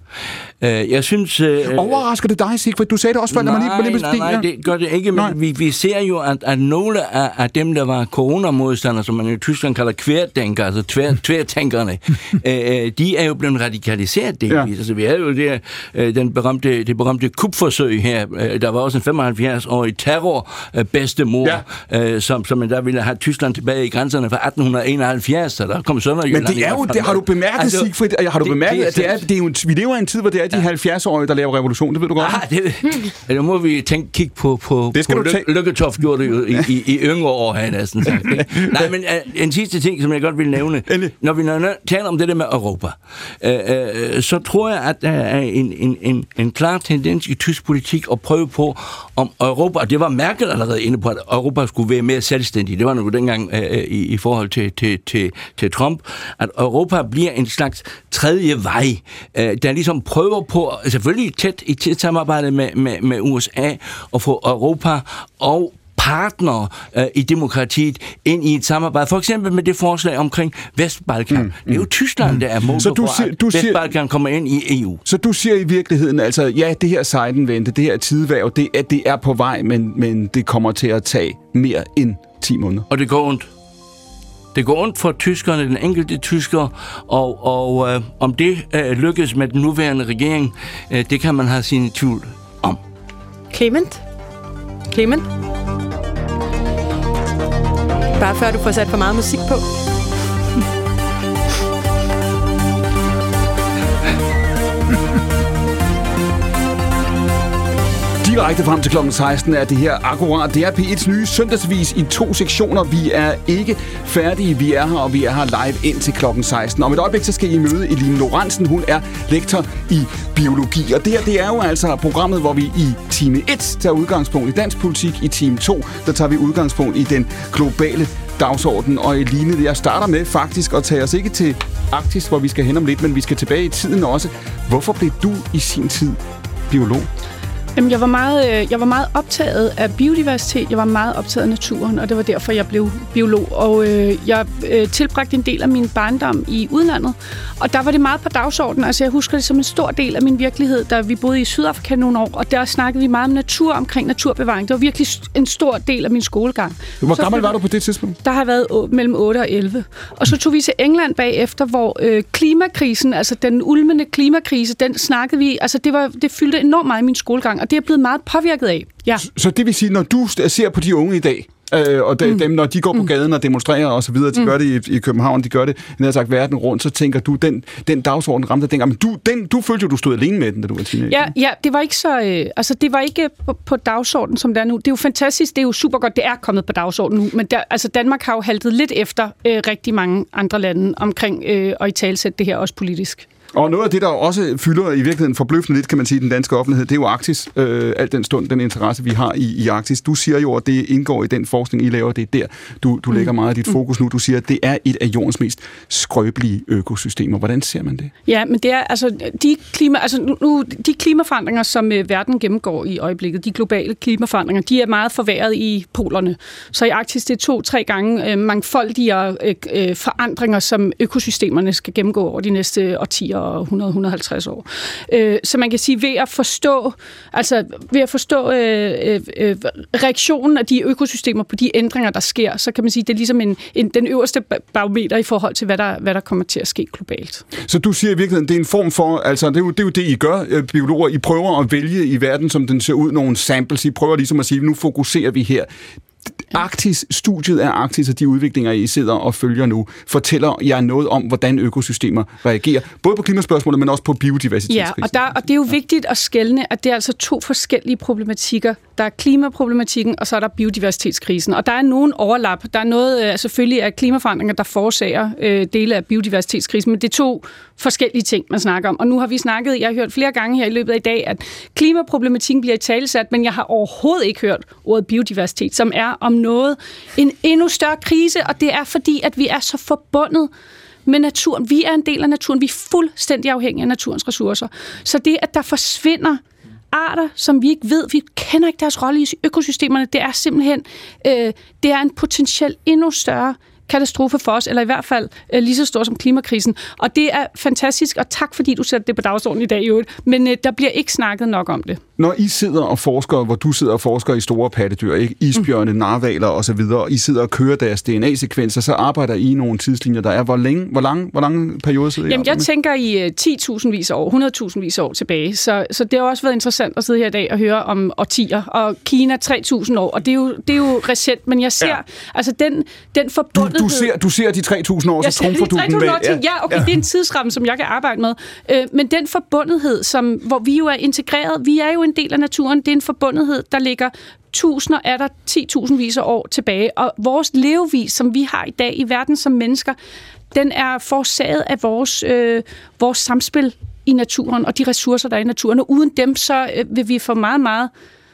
Jeg synes... Øh, Overrasker det dig, Sigfrid? Du sagde det også før, nej, når man lige... Nej, nej, nej, det gør det ikke, men vi, vi ser jo, at, at nogle af, af dem, der var coronamodstandere, som man i Tyskland kalder kværtænker, altså tvær, tværtænkerne, øh, de er jo blevet radikaliseret delvis. Ja. Altså, vi havde jo det, den berømte, det berømte kupforsøg her. Der var også en femoghalvfjerds-årig terror-bedstemor, ja. øh, som, som der ville have Tyskland tilbage i grænserne fra atten enoghalvfjerds, så der kom Sønderjylland. Men det er jo, det har du bemærket, altså, Sigfrid, har du det, bemærket, det, at det er, det er jo, vi lever i en tid, hvor det er de ja. halvfjerds-årige, der laver revolution, det ved du godt. Ah, det, det må vi tænke, kigge på, på, det skal på du Ly- Lykketoft gjorde det jo i, i, i yngre år, har jeg næsten sagt. Nej, men uh, en sidste ting, som jeg godt vil nævne, når vi taler om det der med Europa, uh, uh, så tror jeg, at der er en, en, en, en klar tendens i tysk politik at prøve på, om Europa, og det var Merkel allerede inde på, at Europa skulle være mere selvstændig. Det var nu dengang uh, i, i forhold til, til, til, til Trump, at Europa bliver en slags tredje vej, uh, der ligesom prøver på, selvfølgelig tæt i tæt samarbejde med, med, med U S A, at få Europa og partnere øh, i demokratiet ind i et samarbejde. For eksempel med det forslag omkring Vestbalkan. Mm, mm. Det er jo Tyskland, der er motor for, at Vestbalkan kommer ind i E U. Så du siger i virkeligheden, altså, ja, det her sejdenvendte, det her tidværv, det er, det er på vej, men, men det kommer til at tage mere end ti måneder. Og det går ondt. Det går ondt for tyskerne, den enkelte tysker, og, og øh, om det øh, lykkes med den nuværende regering, øh, det kan man have sine tvivl om. Clement? Clement? Bare før du får sat for meget musik på. Direkte frem til klokken seksten er det her akkurat. Det er P et's nye søndagsvis i to sektioner. Vi er ikke færdige. Vi er her, og vi er her live ind til klokken seksten. Om et øjeblik, så skal I møde Eline Lorentzen. Hun er lektor i biologi. Og det her, det er jo altså programmet, hvor vi i time et tager udgangspunkt i dansk politik. I time to, der tager vi udgangspunkt i den globale dagsorden. Og Eline, jeg starter med faktisk at tage os ikke til Arktis, hvor vi skal hen om lidt, men vi skal tilbage i tiden også. Hvorfor blev du i sin tid biolog? Jamen, jeg var meget, jeg var meget optaget af biodiversitet, jeg var meget optaget af naturen, og det var derfor, jeg blev biolog. Og øh, jeg øh, tilbragte en del af min barndom i udlandet, og der var det meget på dagsordenen. Altså, jeg husker det som en stor del af min virkelighed, da vi boede i Sydafrika nogle år, og der snakkede vi meget om natur, omkring naturbevaring. Det var virkelig en stor del af min skolegang. Hvor så gammel var du på det tidspunkt? Der har været å- mellem otte og elleve. Og så tog vi til England bagefter, hvor øh, klimakrisen, altså den ulmende klimakrise, den snakkede vi, altså det, var, det fyldte enormt meget i min skolegang, og det er blevet meget påvirket af. Ja. Så, så det vil sige, når du ser på de unge i dag, øh, og de, mm. dem, når de går på gaden og demonstrerer og så videre, de mm. gør det i, i København, de gør det, jeg har sagt, verden rundt, så tænker du, den, den dagsorden ramte dig dengang, men du, den, du følte jo, du stod alene med den, da du var teenager. Ja, ja, det var ikke så, øh, altså det var ikke på, på dagsordenen, som det er nu. Det er jo fantastisk, det er jo super godt, det er kommet på dagsordenen nu, men der, altså Danmark har jo haltet lidt efter øh, rigtig mange andre lande omkring øh, at italesætte det her også politisk. Og noget af det, der også fylder i virkeligheden forbløffende lidt, kan man sige, den danske offentlighed, det er jo Arktis. Øh, alt den stund, den interesse, vi har i, i Arktis. Du siger jo, at det indgår i den forskning, I laver. Det er der, du, du lægger meget af dit fokus nu. Du siger, at det er et af jordens mest skrøbelige økosystemer. Hvordan ser man det? Ja, men det er altså de, klima, altså, nu, nu, de klimaforandringer, som øh, verden gennemgår i øjeblikket, de globale klimaforandringer, de er meget forværret i polerne. Så i Arktis, det er to-tre gange øh, mangfoldigere øh, øh, forandringer, som økosystemerne skal gennemgå over de næste årtier og hundrede til hundrede og halvtreds år. Øh, så man kan sige, ved at forstå, altså ved at forstå øh, øh, reaktionen af de økosystemer på de ændringer, der sker, så kan man sige, det er ligesom en, en, den øverste barometer i forhold til, hvad der, hvad der kommer til at ske globalt. Så du siger i virkeligheden, det er en form for, altså det er jo det, er jo det I gør, øh, biologer, I prøver at vælge i verden, som den ser ud, nogle samples, I prøver ligesom at sige, nu fokuserer vi her. Arktis, studiet af Arktis og de udviklinger, I sidder og følger nu, fortæller jer noget om, hvordan økosystemer reagerer, både på klimaspørgsmålet, men også på biodiversitetskrisen. Ja, og, der, og det er jo vigtigt at skelne, at det er altså to forskellige problematikker. Der er klimaproblematikken, og så er der biodiversitetskrisen. Og der er nogen overlap. Der er noget, selvfølgelig af klimaforandringer, der forårsager øh, dele af biodiversitetskrisen, men det er to forskellige ting, man snakker om. Og nu har vi snakket, jeg har hørt flere gange her i løbet af i dag, at klimaproblematikken bliver italesat, men jeg har overhovedet ikke hørt ordet biodiversitet, som er om noget en endnu større krise, og det er fordi, at vi er så forbundet med naturen. Vi er en del af naturen. Vi er fuldstændig afhængige af naturens ressourcer. Så det, at der forsvinder arter, som vi ikke ved, vi kender ikke deres rolle i økosystemerne, det er simpelthen, øh, det er en potentielt endnu større katastrofe for os, eller i hvert fald øh, lige så stor som klimakrisen. Og det er fantastisk, og tak fordi du sætter det på dagsordenen i dag, Jørgen. Men øh, der bliver ikke snakket nok om det. Når I sidder og forsker, hvor du sidder og forsker i store pattedyr, ikke? Isbjørne, mm. narvaler osv., og I sidder og kører deres D N A-sekvenser, så arbejder I i nogle tidslinjer, der er. Hvor længe, hvor lang, hvor lang periode sidder I? Jamen, jeg med? tænker i uh, ti tusind vis år, hundrede tusind vis år tilbage. Så, så det har også været interessant at sidde her i dag og høre om årtier. Og Kina tre tusind år, og det er jo, det er jo recent, men jeg ser ja. altså den, den forbundethed... Du, du, ser, du ser de tre tusind år, så trumfer du den med. Ja, ja, okay, ja. Det er en tidsramme, som jeg kan arbejde med. Øh, men den forbundethed, som, hvor vi jo er integreret, vi er jo en del af naturen, det er en forbundethed, der ligger tusinder, er der ti tusind vis af år tilbage. Og vores levevis, som vi har i dag i verden som mennesker, den er forårsaget af vores, øh, vores samspil i naturen og de ressourcer, der er i naturen. Og uden dem, så øh, vil vi få meget, meget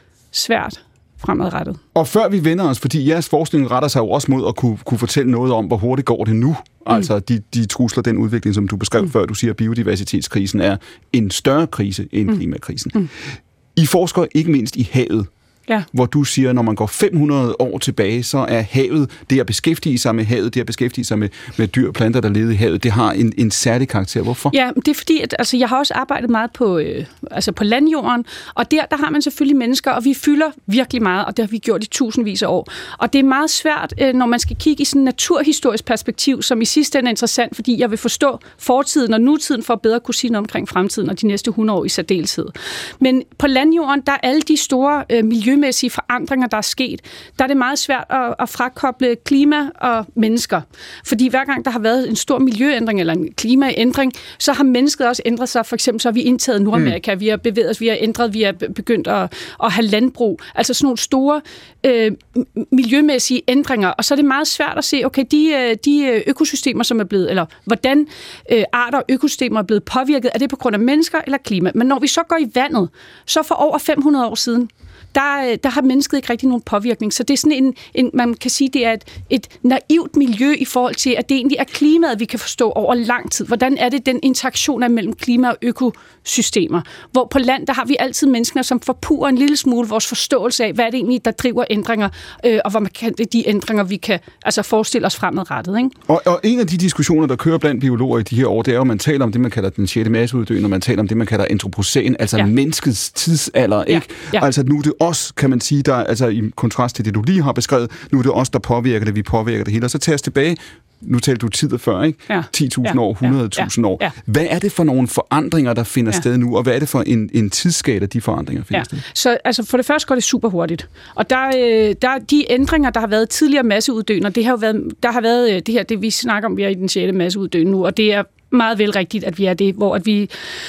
svært fremadrettet. Og før vi vender os, fordi jeres forskning retter sig jo også mod at kunne, kunne fortælle noget om, hvor hurtigt går det nu. Mm. Altså de, de trusler, den udvikling, som du beskrev mm. før, du siger, at biodiversitetskrisen er en større krise end mm. klimakrisen. Mm. I forsker ikke mindst i havet, ja. hvor du siger, når man går fem hundrede år tilbage, så er havet, det at beskæftige sig med havet, det at beskæftige sig med, med dyr og planter, der levede i havet, det har en, en særlig karakter. Hvorfor? Ja, det er fordi, at altså, jeg har også arbejdet meget på, øh, altså på landjorden, og der, der har man selvfølgelig mennesker, og vi fylder virkelig meget, og det har vi gjort i tusindvis af år. Og det er meget svært, øh, når man skal kigge i sådan et naturhistorisk perspektiv, som i sidste ende er interessant, fordi jeg vil forstå fortiden og nutiden for at bedre kunne sige noget omkring fremtiden og de næste hundrede år i særdeleshed. Men på landjorden, der er alle de store øh, miljø miljømæssige forandringer, der er sket, der er det meget svært at, at frakoble klima og mennesker. Fordi hver gang der har været en stor miljøændring eller en klimaændring, så har mennesket også ændret sig. For eksempel så har vi indtaget Nordamerika, mm. vi har bevæget os, vi har ændret, vi har begyndt at, at have landbrug. Altså sådan nogle store øh, miljømæssige ændringer. Og så er det meget svært at se, okay, de, de økosystemer, som er blevet, eller hvordan øh, arter og økosystemer er blevet påvirket, er det på grund af mennesker eller klima? Men når vi så går i vandet, så for over fem hundrede år siden, Der, der har mennesket ikke rigtig nogen påvirkning. Så det er sådan en, en man kan sige, det er et, et naivt miljø i forhold til, at det egentlig er klimaet, vi kan forstå over lang tid. Hvordan er det, den interaktion er mellem klima og økosystemer? Hvor på land, der har vi altid mennesker, som forpurer en lille smule vores forståelse af, hvad er det egentlig, der driver ændringer, øh, og hvor man kan, de ændringer, vi kan altså forestille os fremadrettet. Ikke? Og, og en af de diskussioner, der kører blandt biologer i de her år, det er jo, at man taler om det, man kalder den sjette masseuddøen, og man taler om det, man kalder antropocæn, altså ja. menneskets tidsalder. Ikke? Ja. Ja. Altså nu er det også, kan man sige, der, altså i kontrast til det, du lige har beskrevet, nu er det os, der påvirker det, vi påvirker det hele. Og så tager os tilbage, nu talte du tid før, ikke? Ja. ti tusind ja. år, hundrede tusind ja. år. Ja. Hvad er det for nogle forandringer, der finder ja. sted nu, og hvad er det for en, en tidsskala, de forandringer finder ja. sted? Så altså, for det første går det super hurtigt. Og der, øh, der de ændringer, der har været tidligere masseuddøen, det har jo været, der har været det her, det vi snakker om, vi er i den sjette masseuddøen nu, og det er meget vel rigtigt, at vi er det, hvor at vi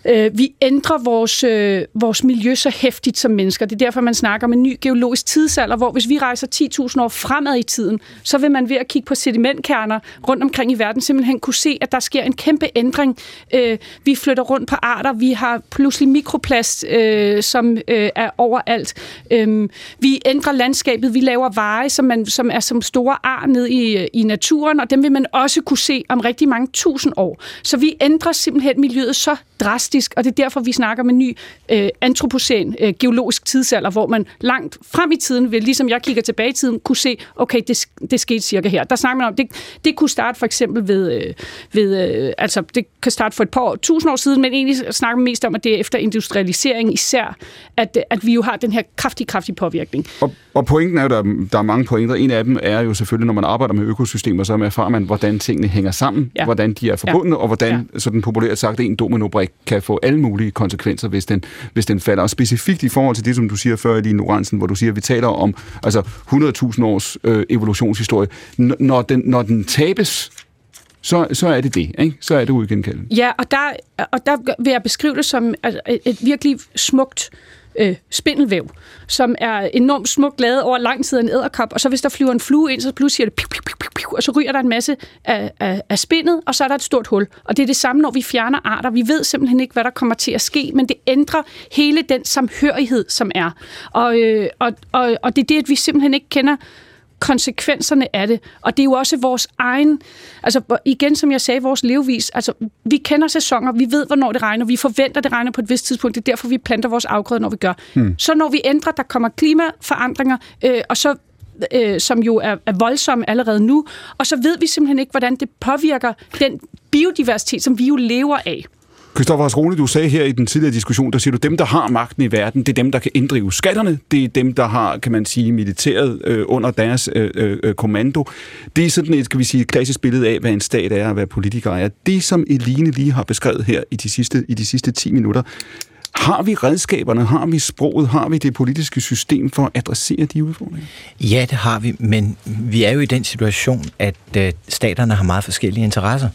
Øh, vi ændrer vores, øh, vores miljø så hæftigt som mennesker. Det er derfor, man snakker om en ny geologisk tidsalder, hvor hvis vi rejser ti tusind år fremad i tiden, så vil man ved at kigge på sedimentkerner rundt omkring i verden simpelthen kunne se, at der sker en kæmpe ændring. Øh, vi flytter rundt på arter, vi har pludselig mikroplast, øh, som øh, er overalt. Øh, vi ændrer landskabet, vi laver veje, som, man, som er som store ar ned i, i naturen, og dem vil man også kunne se om rigtig mange tusind år. Så vi ændrer simpelthen miljøet så drastisk, og det er derfor, vi snakker om en ny øh, antropocæn, øh, geologisk tidsalder, hvor man langt frem i tiden vil, ligesom jeg kigger tilbage i tiden, kunne se, okay, det, det skete cirka her. Der snakker man om, det, det kunne starte for eksempel ved, øh, ved øh, altså det kan starte for et par år, tusind år siden, men egentlig snakker man mest om, at det er efter industrialisering især, at, at vi jo har den her kraftig, kraftig påvirkning. Og, og pointen er jo, der, der er mange pointer. En af dem er jo selvfølgelig, når man arbejder med økosystemer, så erfarer man, hvordan tingene hænger sammen, ja. hvordan de er forbundet, ja. og hvordan, ja. sådan populært sagt, en dominobrik kan få alle mulige konsekvenser, hvis den, hvis den falder. Og specifikt i forhold til det, som du siger før, Eline Lorentzen, hvor du siger, at vi taler om altså hundrede tusind års øh, evolutionshistorie. N- når, den, når den tabes, så, så er det det, ikke? Så er det uigenkaldeligt. Ja, og der, og der vil jeg beskrive det som et, et virkelig smukt øh, spindelvæv, som er enormt smukt lavet over lang tid af en edderkop, og så hvis der flyver en flue ind, så pludselig siger det piu, piu, piu, piu, og så ryger der en masse af, af, af spindet, og så er der et stort hul. Og det er det samme, når vi fjerner arter. Vi ved simpelthen ikke, hvad der kommer til at ske, men det ændrer hele den samhørighed, som er. Og, øh, og, og, og det er det, at vi simpelthen ikke kender konsekvenserne af det. Og det er jo også vores egen, altså igen, som jeg sagde, vores levevis. Altså, vi kender sæsoner, vi ved, hvornår det regner, vi forventer, det regner på et vist tidspunkt. Det er derfor, vi planter vores afgrøder, når vi gør. Hmm. Så når vi ændrer, der kommer klimaforandringer, øh, og så øh, som jo er, er voldsomme allerede nu, og så ved vi simpelthen ikke, hvordan det påvirker den biodiversitet, som vi jo lever af. Christoffer Hasrone, du sagde her i den tidligere diskussion, der siger du, dem, der har magten i verden, det er dem, der kan inddrive skatterne, det er dem, der har, kan man sige, militæret øh, under deres øh, øh, kommando. Det er sådan et, skal vi sige, klassisk billede af, hvad en stat er og hvad politikere er. Det, som Eline lige har beskrevet her i de sidste, i de sidste ti minutter, har vi redskaberne, har vi sproget, har vi det politiske system for at adressere de udfordringer? Ja, det har vi, men vi er jo i den situation, at øh, staterne har meget forskellige interesser.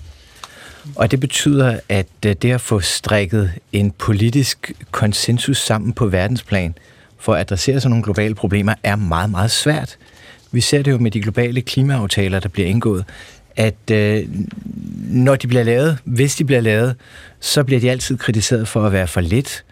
Og det betyder, at det at få strikket en politisk konsensus sammen på verdensplan for at adressere sådan nogle globale problemer er meget, meget svært. Vi ser det jo med de globale klimaaftaler, der bliver indgået, at øh, når de bliver lavet, hvis de bliver lavet, så bliver de altid kritiseret for at være for lidt.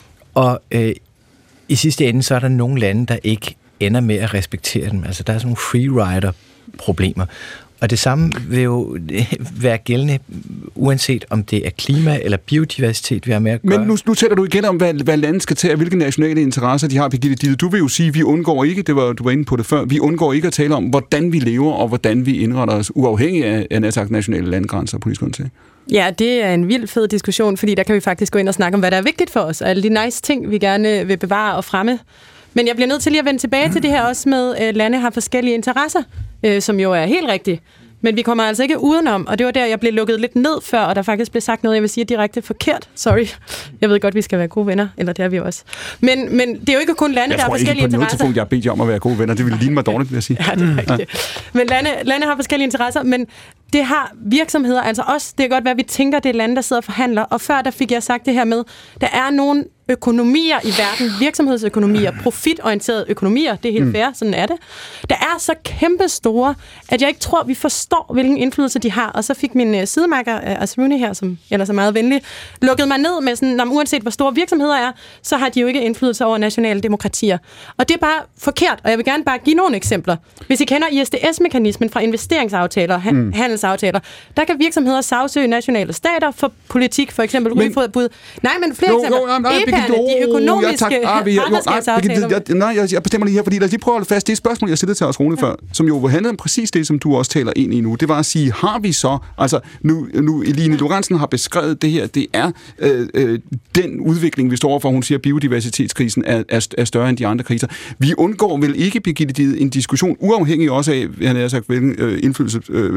Og øh, i sidste ende, så er der nogle lande, der ikke ender med at respektere dem. Altså der er sådan nogle freerider-problemer. Og det samme vil jo være gældende, uanset om det er klima eller biodiversitet, vi har med at gøre. Men nu, nu taler du igen om, hvad, hvad landet skal tage, og hvilke nationale interesser de har. Birgitte, du vil jo sige, at vi undgår ikke, det var, du var inde på det før, vi undgår ikke at tale om, hvordan vi lever, og hvordan vi indretter os, uafhængig af, af nært nationale landgrænser og politisk håndtering. Ja, det er en vild fed diskussion, fordi der kan vi faktisk gå ind og snakke om, hvad der er vigtigt for os, og alle de nice ting, vi gerne vil bevare og fremme. Men jeg bliver nødt til lige at vende tilbage til det her også med, at lande har forskellige interesser, øh, som jo er helt rigtigt. Men vi kommer altså ikke udenom, og det var der, jeg blev lukket lidt ned før, og der faktisk blev sagt noget, jeg vil sige direkte forkert. Sorry. Jeg ved godt, vi skal være gode venner, eller det er vi også. Men, men det er jo ikke kun lande, der har forskellige interesser. Jeg tror ikke på noget tidspunkt, jeg har bedt jer om at være gode venner. Det ville ligne mig dårligt, vil jeg sige. Ja, det er rigtigt. Men lande, lande har forskellige interesser, men det har virksomheder, altså også, det er godt være, at vi tænker, det er lande, der sidder og forhandler. Og før, der fik jeg sagt det her med, der er nogle økonomier i verden, virksomhedsøkonomier, profitorienterede økonomier, det er helt fair, sådan er det, der er så kæmpe store, at jeg ikke tror, vi forstår, hvilken indflydelse de har. Og så fik min uh, sidemarker, uh, Asruni her, som ellers er meget venlig, lukket mig ned med sådan, uanset hvor store virksomheder er, så har de jo ikke indflydelse over nationale demokratier. Og det er bare forkert, og jeg vil gerne bare give nogle eksempler. Hvis I kender I S D S-mekanismen fra investeringsaftaler, ha- mm. handelsaftaler, der kan virksomheder sagsøge nationale stater for politik, for eksempel udfodbud. Nej, men flere jo, eksempler. Jo, nej, nej, E P A'erne, de økonomiske partnerskabsaftaler. Nej, jeg, jeg bestemmer lige her, fordi lad os lige prøve at holde fast. Det er et spørgsmål, jeg stillede til os, Rune, ja. før, som jo handlede om præcis det, som du også taler ind i nu. Det var at sige, har vi så, altså nu, nu Eline Lorentzen har beskrevet det her, det er øh, øh, den udvikling, vi står overfor. Hun siger, at biodiversitetskrisen er, er, er større end de andre kriser. Vi undgår vel ikke, Birgitte, en diskussion, uafhængig også af, han har sagt, hvilken øh, indflydelse øh,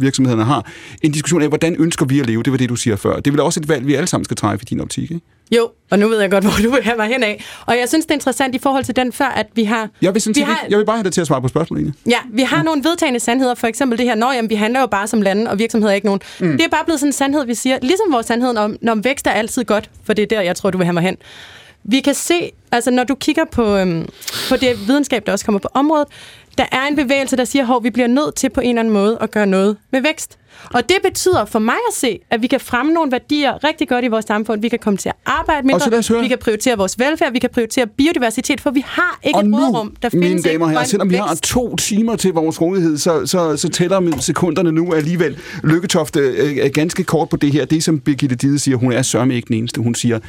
virksomhederne har. En diskussion af, hvordan ønsker vi at leve, det var det, du siger før. Det er vel også et valg, vi alle sammen skal træffe i din optik, ikke? Jo, og nu ved jeg godt, hvor du vil have mig hen af. Og jeg synes, det er interessant i forhold til den før, at vi har... Jeg vil, vi har ikke, jeg vil bare have dig til at svare på spørgsmålet. Ja, vi har mm. nogle vedtagende sandheder. For eksempel det her, når jamen, vi handler jo bare som lande, og virksomheder er ikke nogen. Mm. Det er bare blevet sådan en sandhed, vi siger. Ligesom vores sandhed om, når vækst er altid godt, for det er der, jeg tror, du vil have mig hen. Vi kan se, altså når du kigger på, øhm, på det videnskab, der også kommer på området, der er en bevægelse, der siger, at vi bliver nødt til på en eller anden måde at gøre noget med vækst. Og det betyder for mig at se, at vi kan fremme nogle værdier rigtig godt i vores samfund. Vi kan komme til at arbejde mindre, vi kan prioritere vores velfærd, vi kan prioritere biodiversitet, for vi har ikke og et nu, råderum, der findes mine damer og herrer, selvom vi har to timer til vores rådighed, så, så, så tæller sekunderne nu alligevel. Lykketoft er ganske kort på det her. Det, som Birgitte Dide siger, hun er sørme ikke den eneste. Hun siger,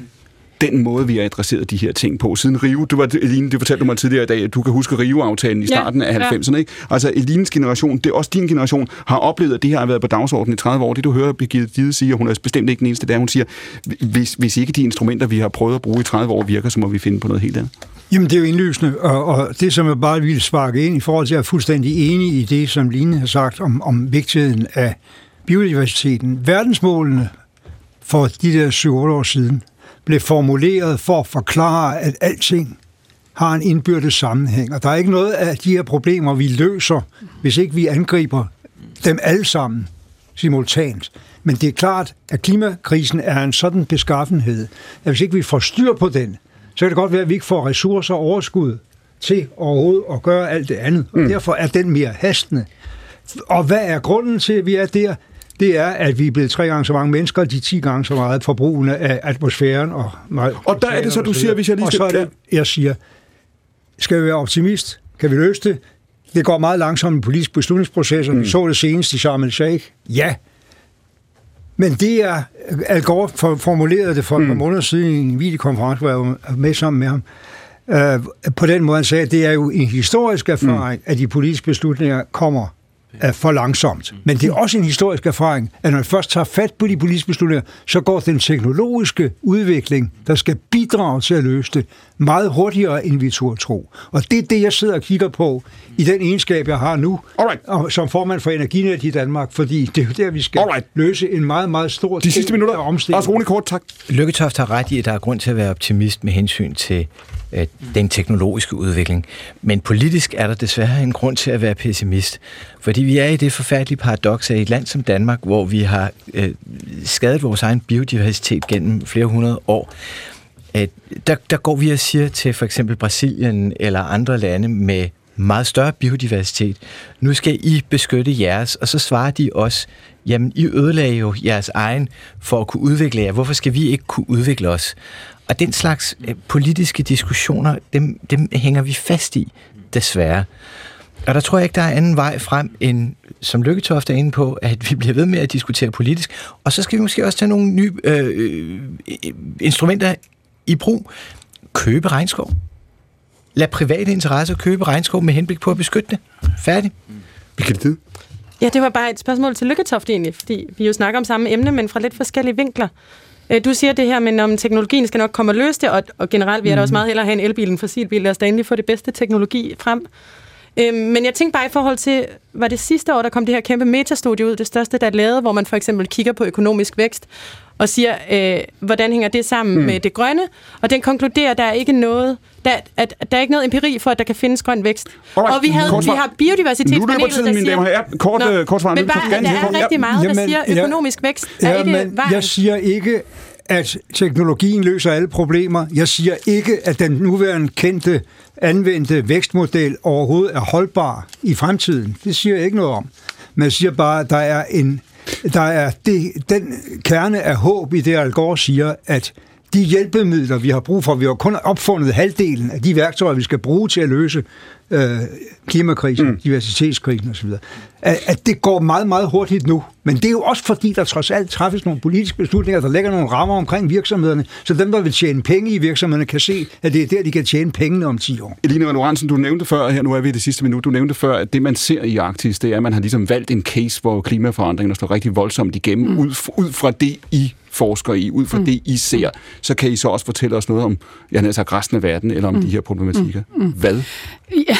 den måde, vi har adresseret de her ting på. Siden Rio, du var, Eline, det fortalte du mig tidligere i dag, at du kan huske Rio-aftalen i starten ja, af halvfemserne, ikke? Altså, Elines generation, det er også din generation, har oplevet, at det her har været på dagsordenen i tredive år. Det, du hører Birgitte Dide sige, og hun er bestemt ikke den eneste der, hun siger, hvis, hvis ikke de instrumenter, vi har prøvet at bruge i tredive år, virker, så må vi finde på noget helt andet. Jamen, det er jo indlysende, og, og det, som jeg bare vil sparke ind i forhold til, at jeg er fuldstændig enig i det, som Line har sagt om, om vigtigheden af biodiversiteten. Verdensmålene for de der syv otte år siden blev formuleret for at forklare, at alting har en indbyrdes sammenhæng. Og der er ikke noget af de her problemer, vi løser, hvis ikke vi angriber dem alle sammen simultant. Men det er klart, at klimakrisen er en sådan beskaffenhed, at hvis ikke vi får styr på den, så kan det godt være, at vi ikke får ressourcer og overskud til overhovedet at gøre alt det andet. Og mm. derfor er den mere hastende. Og hvad er grunden til, at vi er der? Det er, at vi er blevet tre gange så mange mennesker, de ti gange så meget forbrugende af atmosfæren. Og, og der er det så, du siger, hvis jeg lige skal... Og så er det, jeg siger, skal vi være optimist? Kan vi løse det? Det går meget langsomt i politiske beslutningsprocesser. Mm. Vi så det senest i Sharm el-Sheikh. Ja. Men det er, Al Gore formulerede det for et par mm. måneder siden i en videokonference, hvor jeg var med sammen med ham. Uh, på den måde, han sagde, at det er jo en historisk erfaring, mm. at de politiske beslutninger kommer er for langsomt. Men det er også en historisk erfaring, at når man først tager fat på de politiske beslutninger, så går den teknologiske udvikling, der skal bidrage til at løse det, meget hurtigere, end vi turde tro. Og det er det, jeg sidder og kigger på i den egenskab, jeg har nu, Alright. som formand for Energinet i Danmark, fordi det er jo der, vi skal Alright. løse en meget, meget stor de sidste minutter af omstilling. Lars Rune kort, tak. Lykketoft har ret i, at der er grund til at være optimist med hensyn til øh, den teknologiske udvikling. Men politisk er der desværre en grund til at være pessimist. Fordi vi er i det forfærdelige paradoks af et land som Danmark, hvor vi har øh, skadet vores egen biodiversitet gennem flere hundrede år. Øh, der, der går vi og siger til for eksempel Brasilien eller andre lande med meget større biodiversitet, nu skal I beskytte jeres, og så svarer de også, jamen I ødelagde jo jeres egen for at kunne udvikle jer. Hvorfor skal vi ikke kunne udvikle os? Og den slags øh, politiske diskussioner, dem, dem hænger vi fast i, desværre. Og der tror jeg ikke, der er anden vej frem, end som Lykketoft er inde på, at vi bliver ved med at diskutere politisk. Og så skal vi måske også tage nogle nye øh, instrumenter i brug. Købe regnskov. Lad private interesser købe regnskov med henblik på at beskytte det. Færdig. Vi kan det. Ja, det var bare et spørgsmål til Lykketoft egentlig, fordi vi jo snakker om samme emne, men fra lidt forskellige vinkler. Du siger det her, men om teknologien skal nok komme og løse det, og, og generelt vil jeg da også meget hellere have en elbil end en fossilbil. Lad os da endelig få det bedste teknologi frem. Øhm, men jeg tænkte bare i forhold til, var det sidste år, der kom det her kæmpe metastudie ud, det største, der er lavet, hvor man for eksempel kigger på økonomisk vækst, og siger, øh, hvordan hænger det sammen mm. med det grønne, og den konkluderer, at der er ikke noget, der, at, at der er ikke noget empiri for, at der kan findes grøn vækst. Alright. Og vi, havde, vi har biodiversitetspanelet, der siger... Mine damer, ja, kort, Nå, kort svar, men bare, der er rigtig meget, der siger, at økonomisk vækst ja, er ikke men vejen. Jeg siger ikke, at teknologien løser alle problemer. Jeg siger ikke, at den nuværende kendte anvendte vækstmodel overhovedet er holdbar i fremtiden. Det siger jeg ikke noget om. Men jeg siger bare, at der er, en, der er det, den kerne af håb i det, Al Gore siger, at de hjælpemidler, vi har brug for, vi har kun opfundet halvdelen af de værktøjer, vi skal bruge til at løse øh, klimakrisen, mm. diversitetskrisen osv., at, at det går meget, meget hurtigt nu. Men det er jo også fordi, der trods alt træffes nogle politiske beslutninger, der lægger nogle rammer omkring virksomhederne, så dem, der vil tjene penge i virksomhederne, kan se, at det er der, de kan tjene pengene om ti år. Eline Lorentzen, du nævnte før, her nu er vi i det sidste minut, du nævnte før, at det, man ser i Arktis, det er, at man har ligesom valgt en case, hvor klimaforandringerne står rigtig voldsomt igennem, mm. ud, ud fra det, I forsker i, ud fra mm. det, I ser, så kan I så også fortælle os noget om, jeg har sagt resten af verden, eller om mm. de her problematikker. Mm. Hvad? Ja,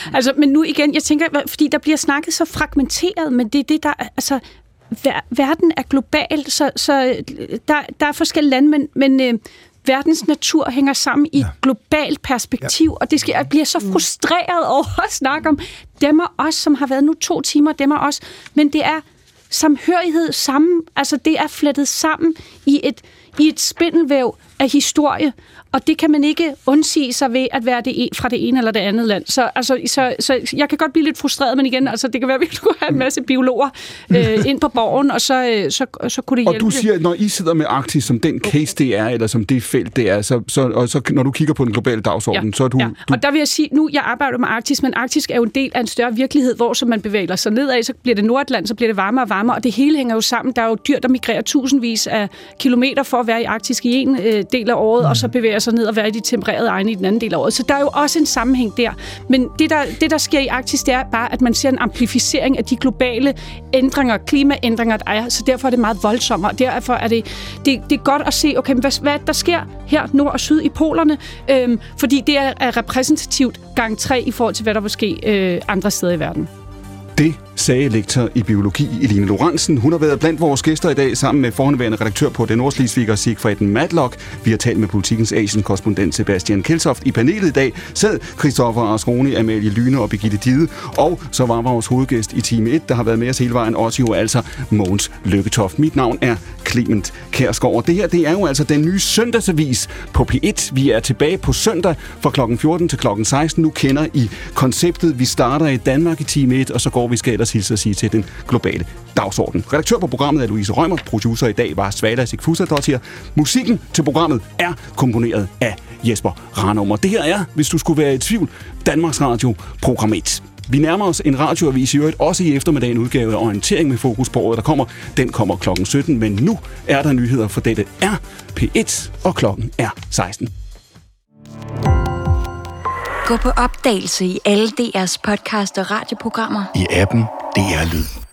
Altså, men nu igen, jeg tænker, fordi der bliver snakket så fragmenteret, men det er det, der... Altså, ver- verden er global, så, så der, der er forskellige lande, men... men øh, verdens natur hænger sammen i et globalt perspektiv, ja. Og det skal, jeg bliver så frustreret over at snakke om dem og os, som har været nu to timer, dem og os, men det er samhørighed sammen, altså det er flettet sammen i et, i et spindelvæv af historie, og det kan man ikke undsige sig ved at være det fra det ene eller det andet land. Så, altså, så, så jeg kan godt blive lidt frustreret, men igen, altså, det kan være, at vi skulle have en masse biologer øh, ind på borgen, og så, så, så kunne det hjælpe. Og du siger, at når I sidder med Arktis som den case det er, eller som det felt det er, så, så, og så når du kigger på den globale dagsorden, ja, så er du, ja. du... Og der vil jeg sige, nu jeg arbejder med Arktis, men Arktis er jo en del af en større virkelighed, hvor så man bevæger sig nedad, så bliver det Nordatlant, så bliver det varmere og varmere, og det hele hænger jo sammen. Der er jo dyr, der migrerer tusindvis af kilometer for at være i Arktis i en øh, del af året, mm. og så bevæger sig ned og være i de tempererede egne i den anden del af året. Så der er jo også en sammenhæng der. Men det der, det, der sker i Arktis, det er bare, at man ser en amplificering af de globale ændringer, klimaændringer, der er. Så derfor er det meget voldsomt, og derfor er det, det, det er godt at se, okay, hvad, hvad der sker her nord og syd i polerne, øhm, fordi det er, er repræsentativt gang tre i forhold til, hvad der måske øh, andre steder i verden. Det sagde lektor i biologi Eline Lorentzen. Hun har været blandt vores gæster i dag sammen med forhenværende redaktør på Den Nordslesviger Sigfred Matlock. Vi har talt med Politikens Asien-korrespondent Sebastian Keltoft. I panelet i dag sad Christoffer Asroni, Amalie Lyne og Birgitte Dide. Og så var vores hovedgæst i time et, der har været med os hele vejen, også jo altså Mogens Lykketoft. Mit navn er Clement Kjærsgaard. Og det her, det er jo altså den nye søndagsavis på P et. Vi er tilbage på søndag fra klokken fjorten til klokken seksten. Nu kender I konceptet. Vi starter i Danmark i time et, og så går vi skal hilse at sige til den globale dagsorden. Redaktør på programmet er Louise Rømer. Producer i dag var Svala Sigfusadottir. Musikken til programmet er komponeret af Jesper Ranum. Og det her er, hvis du skulle være i tvivl, Danmarks Radio Program et. Vi nærmer os en radioavis i øvrigt, også i eftermiddagen udgave af Orientering med fokus på året, der kommer. Den kommer klokken sytten, men nu er der nyheder, for dette er P et, og klokken er seksten. Gå på opdagelse i alle D R's podcast og radioprogrammer. I appen D R Lyd.